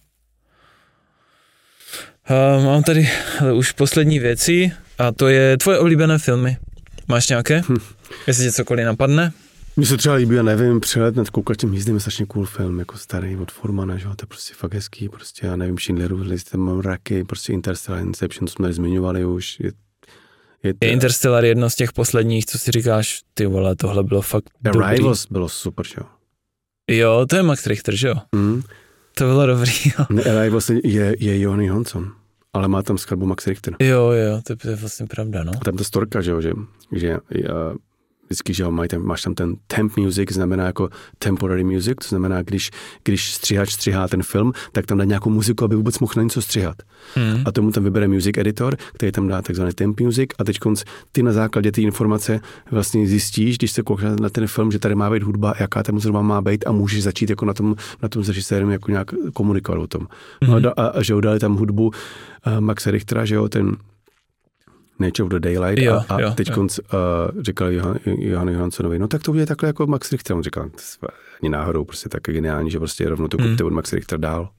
Speaker 2: Mám tady už poslední věci a to je tvoje oblíbené filmy. Máš nějaké? Jestli tě cokoliv napadne?
Speaker 3: Mně se třeba líbí, já nevím, Přelet nad koukačem hnízdem je strašně cool film, jako starý od Formana, že jo, to je prostě fakt hezký, prostě já nevím, Schindlerův list, tam mám Mraky, prostě Interstellar, Inception, to jsme tady zmiňovali už.
Speaker 2: Je Interstellar jedno z těch posledních, co si říkáš, ty vole, tohle bylo fakt dobrý.
Speaker 3: Arrivals bylo super, že jo.
Speaker 2: Jo, to je Max Richter, že jo? To bylo dobrý, jo.
Speaker 3: Arrivals je Johnny Johansson, ale má tam skladbu Max Richter.
Speaker 2: Jo, to je vlastně pravda, no.
Speaker 3: A tam ta storka, že jo, že vždycky, že jo, máš tam ten temp music, znamená jako temporary music, to znamená, když střihač střihá ten film, tak tam dá nějakou muziku, aby vůbec mohl na něco střihat. A tomu tam vybere music editor, který tam dá takzvaný temp music a teď ty na základě té informace vlastně zjistíš, když se koukáš na ten film, že tady má být hudba, jaká tam zrovna má být a můžeš začít jako na tom s režisérem jako nějak komunikovat o tom. A že ho dali tam hudbu Maxe Richtera, že jo, ten Nature of the Daylight a teď říkal Johanu Johanssonovi, no tak to udělá takhle jako Max Richter. On říkal, ani náhodou, prostě tak geniální, že prostě rovnou to kupte od Max Richter dál.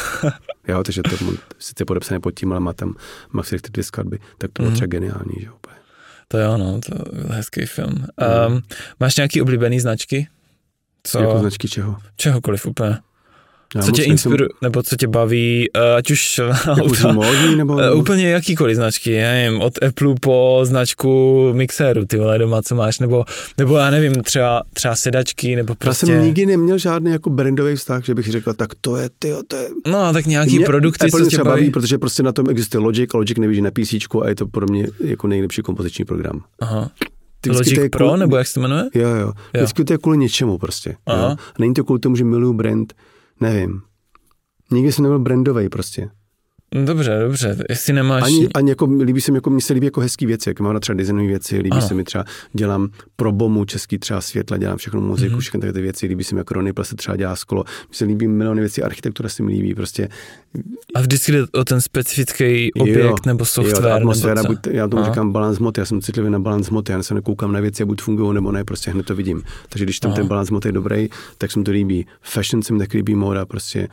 Speaker 3: Jo, takže to sice podepsané pod tím, ale má tam Max Richter 2 skladby, tak to bylo třeba geniální, že úplně.
Speaker 2: To jo, no, to je hezký film. Máš nějaký oblíbený značky?
Speaker 3: Jako značky čeho?
Speaker 2: Čehokoliv úplně. Co tě inspiruje, nebo co tě baví, ať už
Speaker 3: módní, nebo
Speaker 2: úplně jakýkoliv značky, já nevím, od Apple po značku mixéru, ty vole doma, co máš, nebo já nevím, třeba sedačky, nebo prostě...
Speaker 3: Já jsem nikdy neměl žádný jako brandový vztah, že bych řekl, tak to je.
Speaker 2: No, tak nějaký produkty,
Speaker 3: Apple
Speaker 2: co tě baví.
Speaker 3: Protože prostě na tom existuje Logic neběží na PCčku a je to pro mě jako nejlepší kompoziční program.
Speaker 2: Aha. Logic Pro, nebo jak se to jmenuje?
Speaker 3: Jo. Vždycky to je kvůli něčemu prostě. Jo? Není to kvůli tomu, že miluju brand. Nevím. Nikdy jsem nebyl brandovej prostě.
Speaker 2: Dobře, jestli nemáš...
Speaker 3: Ani jako mně se líbí jako hezký věci, jak mám třeba designové věci, líbí se mi třeba, dělám pro Bomu český třeba světla, dělám všechno muziku, všechny takové ty věci, líbí se mi jako Ronnie se třeba dělá sklo, mně se líbí miliony věcí, architektura se mi líbí prostě.
Speaker 2: A vždycky jde o ten specifický objekt nebo software,
Speaker 3: atmosféra, nebo já tomu říkám balans hmoty, já jsem citlivý na balans hmoty, já se nekoukám na věci, buď fungují nebo ne, prostě hned to vidím. Takže když tam ten balans hmoty je dobrý, tak se mi to líbí. Fashion se mi tak líbí, móda prostě.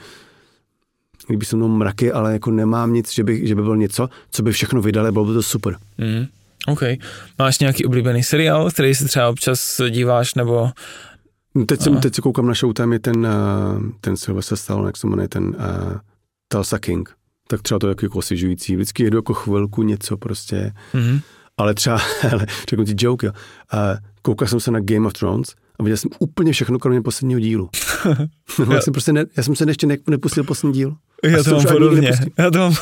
Speaker 3: Líbí se mnou mraky, ale jako nemám nic, že by bylo něco, co by všechno vydali, bylo by to super.
Speaker 2: OK. Máš nějaký oblíbený seriál, který si třeba občas díváš, nebo...
Speaker 3: Teď se koukám na Showtime, je ten Sylvester Stallone, jak se jmenuje, ten Tulsa King. Tak třeba to je jako osvěžující. Vždycky jedu jako chvilku něco prostě. Ale třeba, řeknu ti joke, jo. Koukal jsem se na Game of Thrones a viděl jsem úplně všechno, kromě posledního dílu. Já jsem se ještě nepustil poslední díl.
Speaker 2: Já to mám podobně. Já to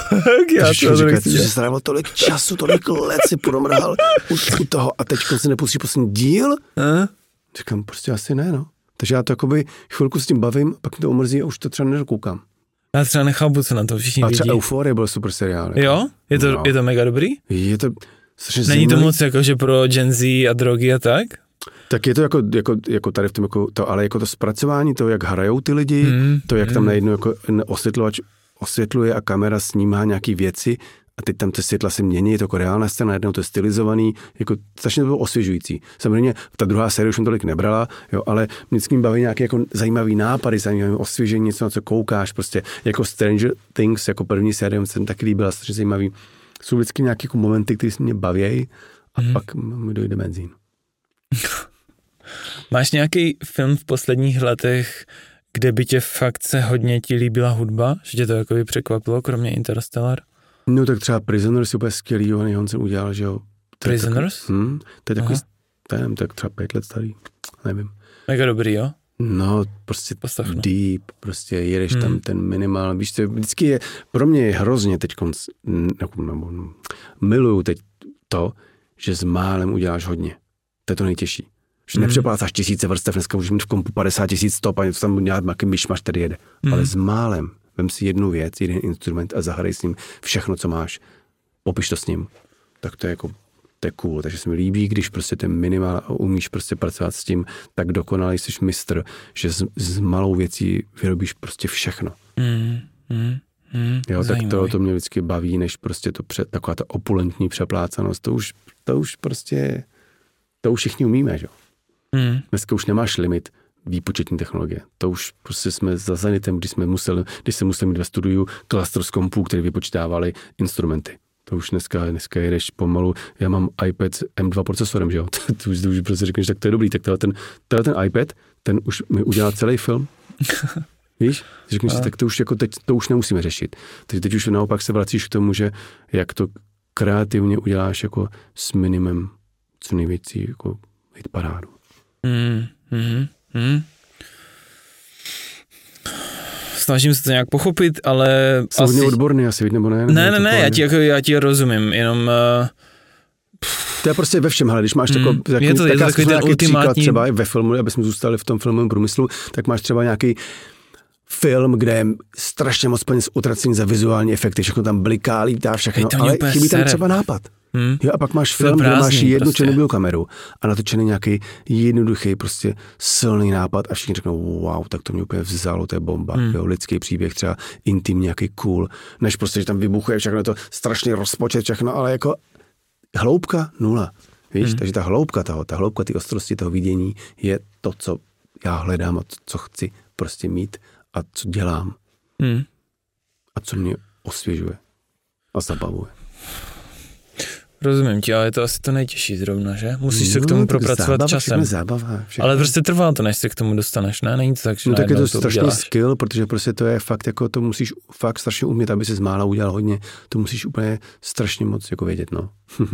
Speaker 3: že strávil tolik času, tolik let si promrhal u toho a teď se nepustíš poslední díl? Říkám, prostě asi ne, no. Takže já to jakoby chvilku s tím bavím, pak mi to omrzí a už to třeba nedokoukám.
Speaker 2: Já třeba nechápu, co na to všichni vidí.
Speaker 3: A třeba Euphoria byl super seriál.
Speaker 2: Jo? Je to mega dobrý?
Speaker 3: Je to
Speaker 2: Není to moc jako, že pro Gen Z a drogy a tak?
Speaker 3: Tak je to jako tady v tom, jako to, ale jako to zpracování, to, jak hrajou ty lidi, to, jak tam najednou jako osvětlovač osvětluje a kamera snímá nějaký věci a teď tam ty světla se mění, je to jako reálná scéna, najednou to je stylizovaný, jako strašně to bylo osvěžující. Samozřejmě ta druhá série už jsem tolik nebrala, jo, ale vždycky mi baví nějaké jako zajímavý nápady, zajímavý osvěžení, něco, na co koukáš, prostě jako Stranger Things, jako první série, jsem taky líbila, strašně zajímavý. Jsou vždycky nějaké jako momenty, které se mě baví a pak mi dojde benzín.
Speaker 2: Máš nějaký film v posledních letech, kde by tě fakt se hodně ti líbila hudba? Že tě to jako by překvapilo, kromě Interstellar?
Speaker 3: No tak třeba Prisoners je úplně skvělý, on se udělal, že jo.
Speaker 2: Prisoners?
Speaker 3: To je takový, tak třeba 5 let starý, nevím.
Speaker 2: Mega dobrý, jo?
Speaker 3: No, prostě deep, prostě jedeš tam ten minimál, víš co, vždycky je, pro mě je hrozně teďkonc, miluju teď to, že s málem uděláš hodně. To je to nejtěžší. Že nepřeplácáš tisíce vrstev, dneska můžeš mít v kompu 50 000 stop a něco tam dělat, jaký myšmaš tady jede. Ale s málem, vem si jednu věc, jeden instrument a zahraj s ním všechno, co máš. Popiš to s ním. Tak to je jako to je cool, takže se mi líbí, když prostě ten minimál umíš prostě pracovat s tím, tak dokonalý jsi mistr, že z malou věcí vyrobíš prostě všechno. Jo, tak to mě vždycky baví, než prostě taková ta opulentní přeplácanost, to už prostě, to už všichni umíme, že jo. Dneska už nemáš limit výpočetní technologie. To už prostě jsme za zenitem, když se museli mít ve studiu klastr z kompů, který vypočítávali instrumenty. To už dneska jedeš pomalu, já mám iPad s M2 procesorem, že jo, to už prostě řekneš, tak to je dobrý, tak tenhle ten iPad, ten už mi udělá celý film, víš, řekneš si, tak to už jako teď, to už nemusíme řešit. Teď už naopak se vracíš k tomu, že jak to kreativně uděláš jako s minimem co největší jako hitparádu.
Speaker 2: Snažím se to nějak pochopit, ale...
Speaker 3: Jsem hodně odborný asi, nebo ne?
Speaker 2: Ne, já ti rozumím, jenom...
Speaker 3: To je prostě ve všem, hele, když máš takový ten příklad třeba i ve filmu, aby jsme zůstali v tom filmovém průmyslu, tak máš třeba nějaký film, kde je strašně moc peněz utracení za vizuální efekty, všechno tam bliká, lítá všechno, ale chybí tam třeba nápad. Jo, a pak máš film, kde máš jednu černobílou kameru a natočený nějaký jednoduchý, prostě silný nápad a všichni řeknou, wow, tak to mě úplně vzalo, to je bomba. Jo, lidský příběh, třeba intimní, nějaký cool, než prostě, že tam vybuchuje všechno, to strašný rozpočet, všechno, ale jako hloubka nula. Víš, takže ta hloubka ty ostrosti toho vidění je to, co já hledám a co chci prostě mít a co dělám. A co mě osvěžuje a zabavuje.
Speaker 2: Rozumím ti, ale je to asi to nejtěžší zrovna, že? Musíš se k tomu propracovat časem.
Speaker 3: Zábava,
Speaker 2: ale prostě trvá to, než se k tomu dostaneš, ne? Není to tak, že
Speaker 3: tak je to strašný uděláš. Skill, protože prostě to je fakt, jako to musíš fakt strašně umět, aby se z mála udělal hodně. To musíš úplně strašně moc jako vědět, no.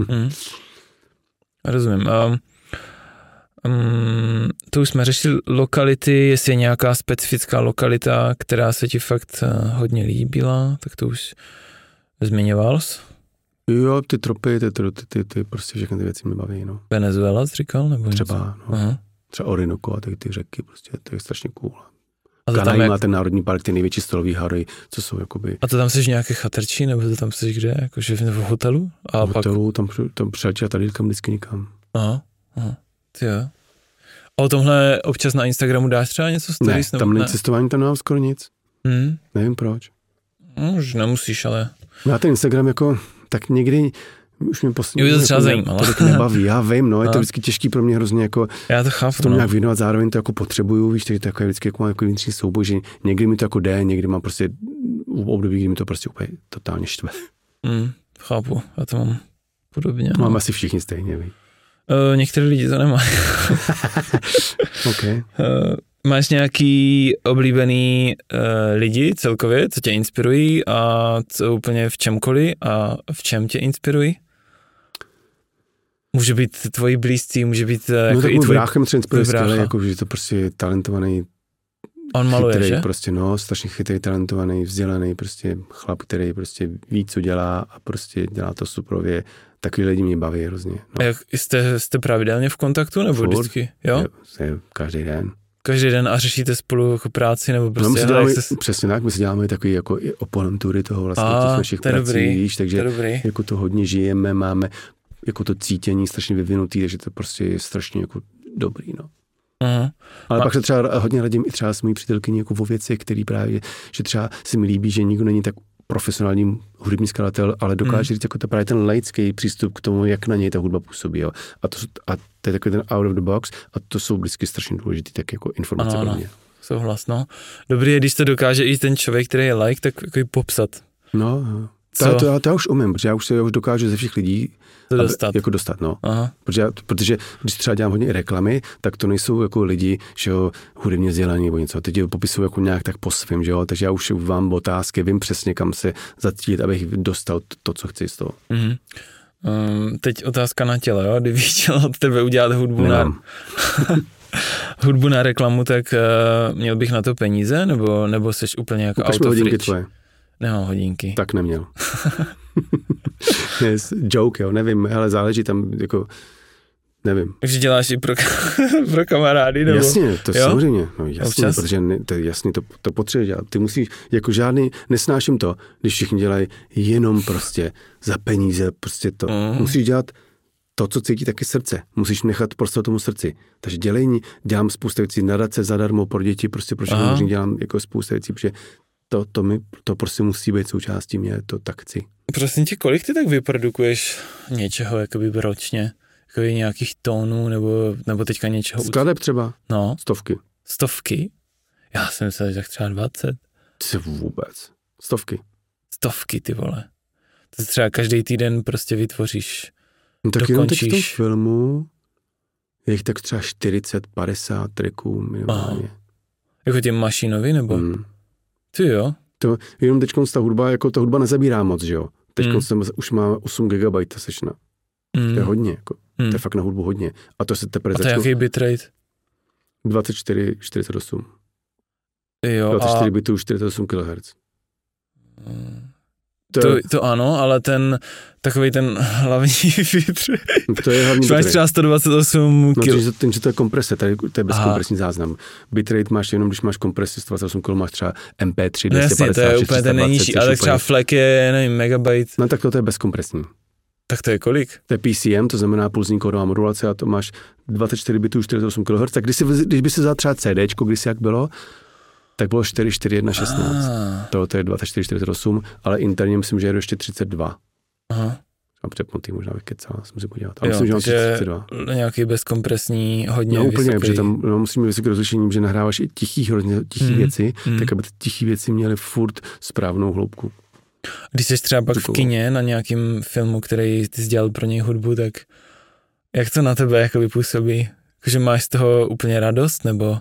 Speaker 2: Rozumím. To už jsme řešili lokality, jestli je nějaká specifická lokalita, která se ti fakt hodně líbila, tak to už zmiňoval jsi?
Speaker 3: Jo, ty tropy, ty prostě všechny ty věci mě baví, no.
Speaker 2: Venezuela jsi říkal? Nebo
Speaker 3: třeba, no. Aha. Třeba Orinoco a ty řeky, prostě to je strašně cool.
Speaker 2: Kanají
Speaker 3: má ten národní park, ty největší stolový hory, co jsou jakoby...
Speaker 2: A to tam jsi nějaké chatrčí, nebo to tam jsi kde? Jakože v hotelu? A
Speaker 3: v hotelu, tam přiletěla tady kam vždycky nikam.
Speaker 2: Aha. Ty jo. A o tomhle občas na Instagramu dáš třeba něco stories?
Speaker 3: Ne, tam není cestování, tam nemám skoro nic. Nevím proč.
Speaker 2: Už nemusíš, ale...
Speaker 3: Já ten Instagram jako, tak někdy už mě
Speaker 2: posledně... Jo, to třeba zajímalo.
Speaker 3: To taky nebaví, já vím, no, je to vždycky těžký pro mě hrozně jako...
Speaker 2: Já to chápu,
Speaker 3: v tom nějak věnovat, zároveň to jako potřebuju, víš, takže to jako vždycky jako mám jako vnitřní souboj, že někdy mi to jako jde, někdy mám prostě období, kdy mi to prostě úplně totálně štve.
Speaker 2: Chápu, já to mám podobně.
Speaker 3: To mám asi všichni stejně, víš.
Speaker 2: Některé lidi to nemají.
Speaker 3: Okay.
Speaker 2: Máš nějaký oblíbený lidi celkově, co tě inspirují a co úplně v čemkoliv a v čem tě inspirují? Může být tvoji blízcí, může být jako
Speaker 3: tak
Speaker 2: i tvůj
Speaker 3: bráchem třeba inspiruje skvěle, jako že to prostě talentovaný.
Speaker 2: On maluje,
Speaker 3: chytrý,
Speaker 2: že?
Speaker 3: Prostě strašně chytrý, talentovaný, vzdělaný, prostě chlap, který prostě ví, co dělá a prostě dělá to suprově. Takový lidi mě baví hrozně. No.
Speaker 2: A jak jste pravidelně v kontaktu, nebo
Speaker 3: furt,
Speaker 2: vždycky? Jo?
Speaker 3: Každý den.
Speaker 2: Každý den a řešíte spolu jako práci, nebo prostě...
Speaker 3: Přesně tak, my si děláme takový jako oponentury toho vlastně těch našich prací, víš, takže jako to hodně žijeme, máme jako to cítění strašně vyvinutý, takže to prostě je strašně jako dobrý, no.
Speaker 2: Aha.
Speaker 3: Ale pak se třeba hodně radím i třeba s mojí přítelkyní jako o věci, který právě, že třeba si mi líbí, že nikdo není tak profesionální hudební skladatel, ale dokáže říct jako to právě ten laický přístup k tomu, jak na něj ta hudba působí. Jo. A to je takový ten out of the box a to jsou vždycky strašně důležitý tak jako informace pro mě.
Speaker 2: Souhlas, no. Dobrý je, když to dokáže i ten člověk, který je laik, tak jako popsat.
Speaker 3: No, to já už umím, protože já už dokážu ze všech lidí dostat, no. Protože když třeba dělám hodně reklamy, tak to nejsou jako lidi, že jo, hudebně vzdělaní nebo něco. Teď je popisuju jako nějak tak po svým, že jo, takže já už vám otázky, vím přesně, kam se zacílit, abych dostal to, co chci z toho.
Speaker 2: Teď otázka na tělo, jo, kdyby chtěl od tebe udělat hudbu na reklamu, tak měl bych na to peníze, nebo seš úplně jako autofrič? Nemám hodinky.
Speaker 3: Tak neměl. Joke, jo, nevím, ale záleží tam, jako, nevím.
Speaker 2: Takže děláš i pro kamarády, nebo?
Speaker 3: Jasně, to samozřejmě, no jasně, protože to jasně, to potřebuje dělat. Ty musíš, jako žádný, nesnáším to, když všichni dělají jenom prostě za peníze, prostě to. Musíš dělat to, co cítí taky srdce. Musíš nechat prostě tomu srdci. Takže dělám spoustu věcí, nadace zadarmo pro děti, prostě proč možná dělám jako spoustu věcí, protože to prostě musí být součástí mě, to tak chci.
Speaker 2: Prosím tě, kolik ty tak vyprodukuješ něčeho jakoby ročně? Jakoby nějakých tónů nebo teďka něčeho?
Speaker 3: Skladeb třeba?
Speaker 2: No.
Speaker 3: 100.
Speaker 2: 100? Já jsem myslel, že tak třeba 20.
Speaker 3: Ty vůbec. 100.
Speaker 2: 100, ty vole. To třeba každý týden prostě vytvoříš.
Speaker 3: No tak jenom teď v tom filmu je jich tak třeba 40-50 tracků minimálně.
Speaker 2: Jako těm Mašinovi, nebo? Ty jo.
Speaker 3: To, jenom teďkon ta hudba, jako ta hudba nezabírá moc, že jo. Teďkon už má 8 GB ta sešna. To je hodně, jako. To je fakt na hudbu hodně. A to se teprve
Speaker 2: začne. A to jaký bitrate?
Speaker 3: 24, 48.
Speaker 2: Jo,
Speaker 3: 24 bitů, 48 kHz.
Speaker 2: To ano, ale takový ten hlavní bitr.
Speaker 3: To je hlavní bitrate.
Speaker 2: Máš třeba 128 kg.
Speaker 3: No, to je komprese, tady to je bezkompresní záznam. Bitrate máš jenom, když máš kompresi 128 kg, máš třeba MP3, 256,
Speaker 2: jasně, to je úplně ten nejnižší, ale třeba FLAC je, nevím, megabyte.
Speaker 3: No tak to je bezkompresní.
Speaker 2: Tak to je kolik?
Speaker 3: To je PCM, to znamená pulzní kódová modulace a to máš 24 bitů, 48 kHz. Tak když by se vzal třeba CDčko, když jak bylo, tak bylo 44116. To je 2448, ale interně myslím, že je ještě 32.
Speaker 2: Aha.
Speaker 3: A přepnutý možná vykecal, jsem si podívat. Ale myslím, že mám 32.
Speaker 2: Nějaký bezkompresní, hodně
Speaker 3: úplně,
Speaker 2: vysoký.
Speaker 3: Protože tam musím mít vysoké rozlišení, že nahráváš i hrozně tichý věci, tak aby ty tichý věci měly furt správnou hloubku.
Speaker 2: Když jsi třeba pak v kině na nějakým filmu, který ty jsi dělal pro něj hudbu, tak jak to na tebe jakoby působí? Že máš z toho úplně radost, nebo?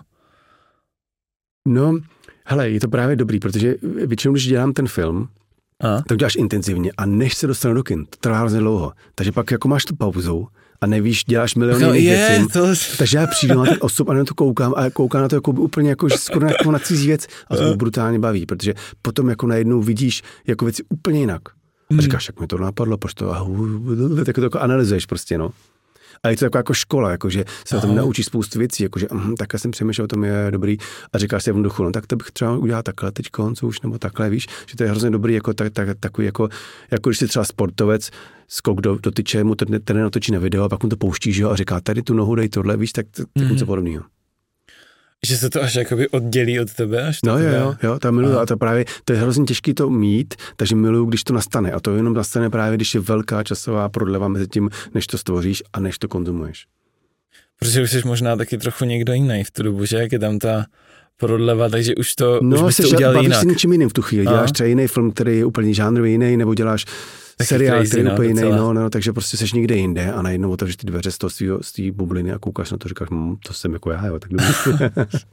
Speaker 3: No, hele, je to právě dobrý, protože většinou, když dělám ten film, tak děláš intenzivně a než se dostanu do kin, to trvá hrozně dlouho. Takže pak jako máš tu pauzu a nevíš, děláš miliony věcí. Takže já přijdu na ten osob a na to koukám a koukám na to jako úplně jako, že skoro jako na cizí věc a to mě brutálně baví, protože potom jako najednou vidíš jako věci úplně jinak. A říkáš, jak mi to napadlo, proč to tak to jako analyzuješ prostě, no. A je to taková jako škola, jakože se tam naučí spoustu věcí, jakože takhle jsem přemýšlel, to mi je dobrý a říkáš si v duchu, no tak to bych třeba udělal takhle teď koncu už, nebo takhle, víš, že to je hrozně dobrý, jako takový, jako když si třeba sportovec skok do tyče, mu ten natočí na video a pak mu to pouští, že jo, a říká, tady tu nohu dej tohle, víš, tak něco podobného.
Speaker 2: Že se to až jakoby oddělí od tebe? Až
Speaker 3: no jo, ta miluju a to právě, to je hrozně těžký to mít, takže miluju, když to nastane a to jenom nastane právě, když je velká časová prodleva mezi tím, než to stvoříš a než to konzumuješ.
Speaker 2: Protože už jsi možná taky trochu někdo jiný v tu dobu, že? Jak je tam ta prodleva, takže už to, už bys to udělal jinak. No,
Speaker 3: si něčím jiným v tu chvíli, děláš třeba jiný film, který je úplně žánrový jiný, nebo děláš seriál, který je úplně jiný, no, takže prostě seš někde jinde a najednou otevřeš ty dveře z té bubliny a koukáš na to, říkáš, to jsem jako já, jo, tak dobrý.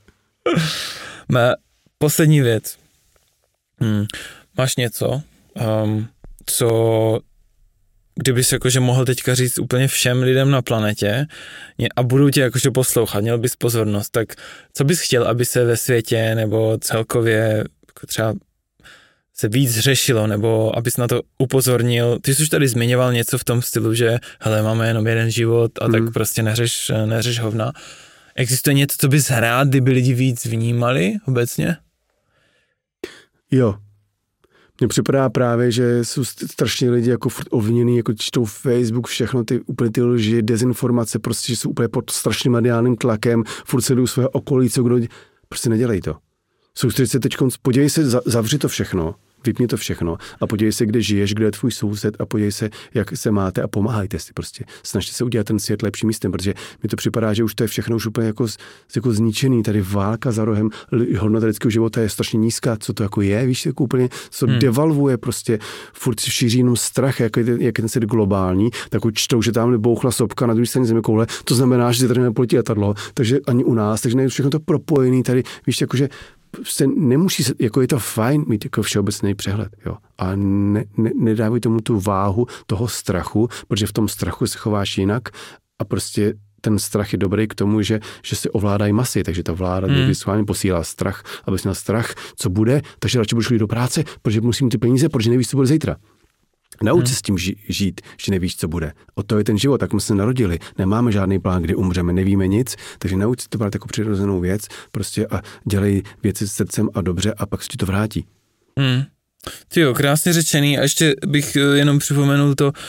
Speaker 2: Má poslední věc. Máš něco, co kdybys jakože mohl teďka říct úplně všem lidem na planetě a budou tě jakože poslouchat, měl bys pozornost, tak co bys chtěl, aby se ve světě nebo celkově jako třeba se víc řešilo, nebo abys na to upozornil. Ty jsi už tady zmiňoval něco v tom stylu, že hele, máme jenom jeden život a tak prostě neřeš hovna. Existuje něco, co bys rád, kdyby lidi víc vnímali obecně?
Speaker 3: Jo. Mně připadá právě, že jsou strašně lidi jako furt ovněný, jako čtou Facebook, všechno úplně ty lži, dezinformace, prostě, že jsou úplně pod strašným mediálním tlakem, furt se jdou své okolí, co kdo, prostě nedělej to. Soustředit se teď, podívej se, zavři to všechno, vypni to všechno a podívej se, kde žiješ, kde je tvůj soused a podívej se, jak se máte a pomáhajte si prostě. Snažte se udělat ten svět lepším místem, protože mi to připadá, že už to je všechno už úplně jako zničený. Tady válka za rohem, hodnota lidského života je strašně nízká, co to jako je, víš, jako úplně, co devalvuje prostě, furt si šíří jenom strach, jak je ten svět globální, tak čtou, že tam bouchla sopka na druhé straně zeměkoule, to znamená, že tady nepoletí letadlo, takže ani u nás, takže všechno to propojený tady, víš, jakože se nemusí, jako je to fajn mít jako všeobecný přehled, jo, ale nedávaj tomu tu váhu toho strachu, protože v tom strachu se chováš jinak a prostě ten strach je dobrý k tomu, že se ovládají masy, takže ta vláda vyslovně posílá strach, abys měl strach, co bude, takže radši budeš jít do práce, protože musím ty peníze, protože nevíš, co bude zítra. Nauč se s tím žít, že nevíš, co bude. O to je ten život, tak jsme se narodili. Nemáme žádný plán, kdy umřeme, nevíme nic, takže nauč se to brát jako přirozenou věc prostě a dělej věci s srdcem a dobře a pak se ti to vrátí.
Speaker 2: Tyjo, krásně řečený a ještě bych jenom připomenul to,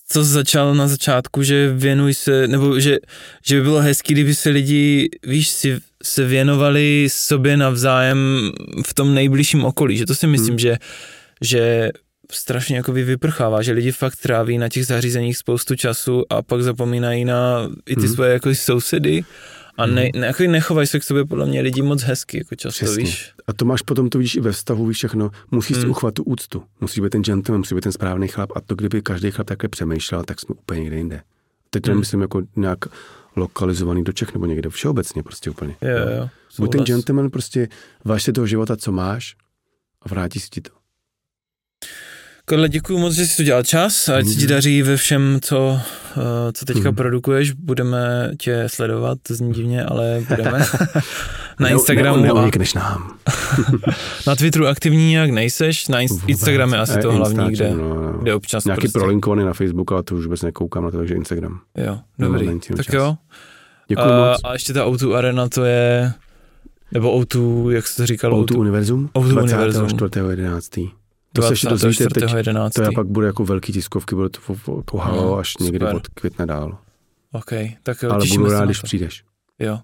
Speaker 2: co začal na začátku, že věnuj se, nebo že by bylo hezký, kdyby se lidi, víš, se věnovali sobě navzájem v tom nejbližším okolí, že to si myslím, že strašně jako vyprchává, že lidi fakt tráví na těch zařízeních spoustu času a pak zapomínají na i ty svoje jako sousedy a nechovají se k sobě podle mě lidi moc hezky, jako často,
Speaker 3: přesně.
Speaker 2: víš.
Speaker 3: A to máš potom, to víš i ve vztahu, víš všechno, musíš si uchovat tu úctu, musí být ten gentleman, musí být ten správný chlap a to, kdyby každý chlap takhle přemýšlel, tak jsme úplně někde jinde. Teď nemyslím jako nějak lokalizovaný do Čech nebo někde, všeobecně prostě úplně.
Speaker 2: Jo.
Speaker 3: Buď ten gentleman prostě, váž si toho života, co máš a vrátí si ti to.
Speaker 2: Karle, děkuju moc, že jsi udělal čas a ať se ti daří ve všem, co teďka produkuješ. Budeme tě sledovat, to zní divně, ale budeme. Na Instagramu.
Speaker 3: Neunikneš nám.
Speaker 2: Na Twitteru aktivní nějak nejseš, na Instagram je asi to hlavní, kde občas
Speaker 3: nějaký
Speaker 2: prostě.
Speaker 3: prolinkovaný na Facebooku, ale to už vůbec nekoukám na to, takže Instagram.
Speaker 2: Jo, dobrý. Tak jo.
Speaker 3: Děkuju moc.
Speaker 2: A ještě ta O2 Arena, to je, nebo O2, jak jsi to říkal?
Speaker 3: O2 Univerzum?
Speaker 2: O2 Univerzum.
Speaker 3: 24.11. To se ještě dozvíte teď, to je pak bude jako velký tiskovky, bude to jako halo až někdy od května dál.
Speaker 2: OK, tak jo,
Speaker 3: ale budu rád, když přijdeš.
Speaker 2: Jo.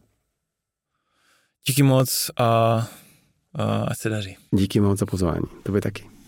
Speaker 2: Díky moc a ať se daří.
Speaker 3: Díky moc za pozvání, to by taky.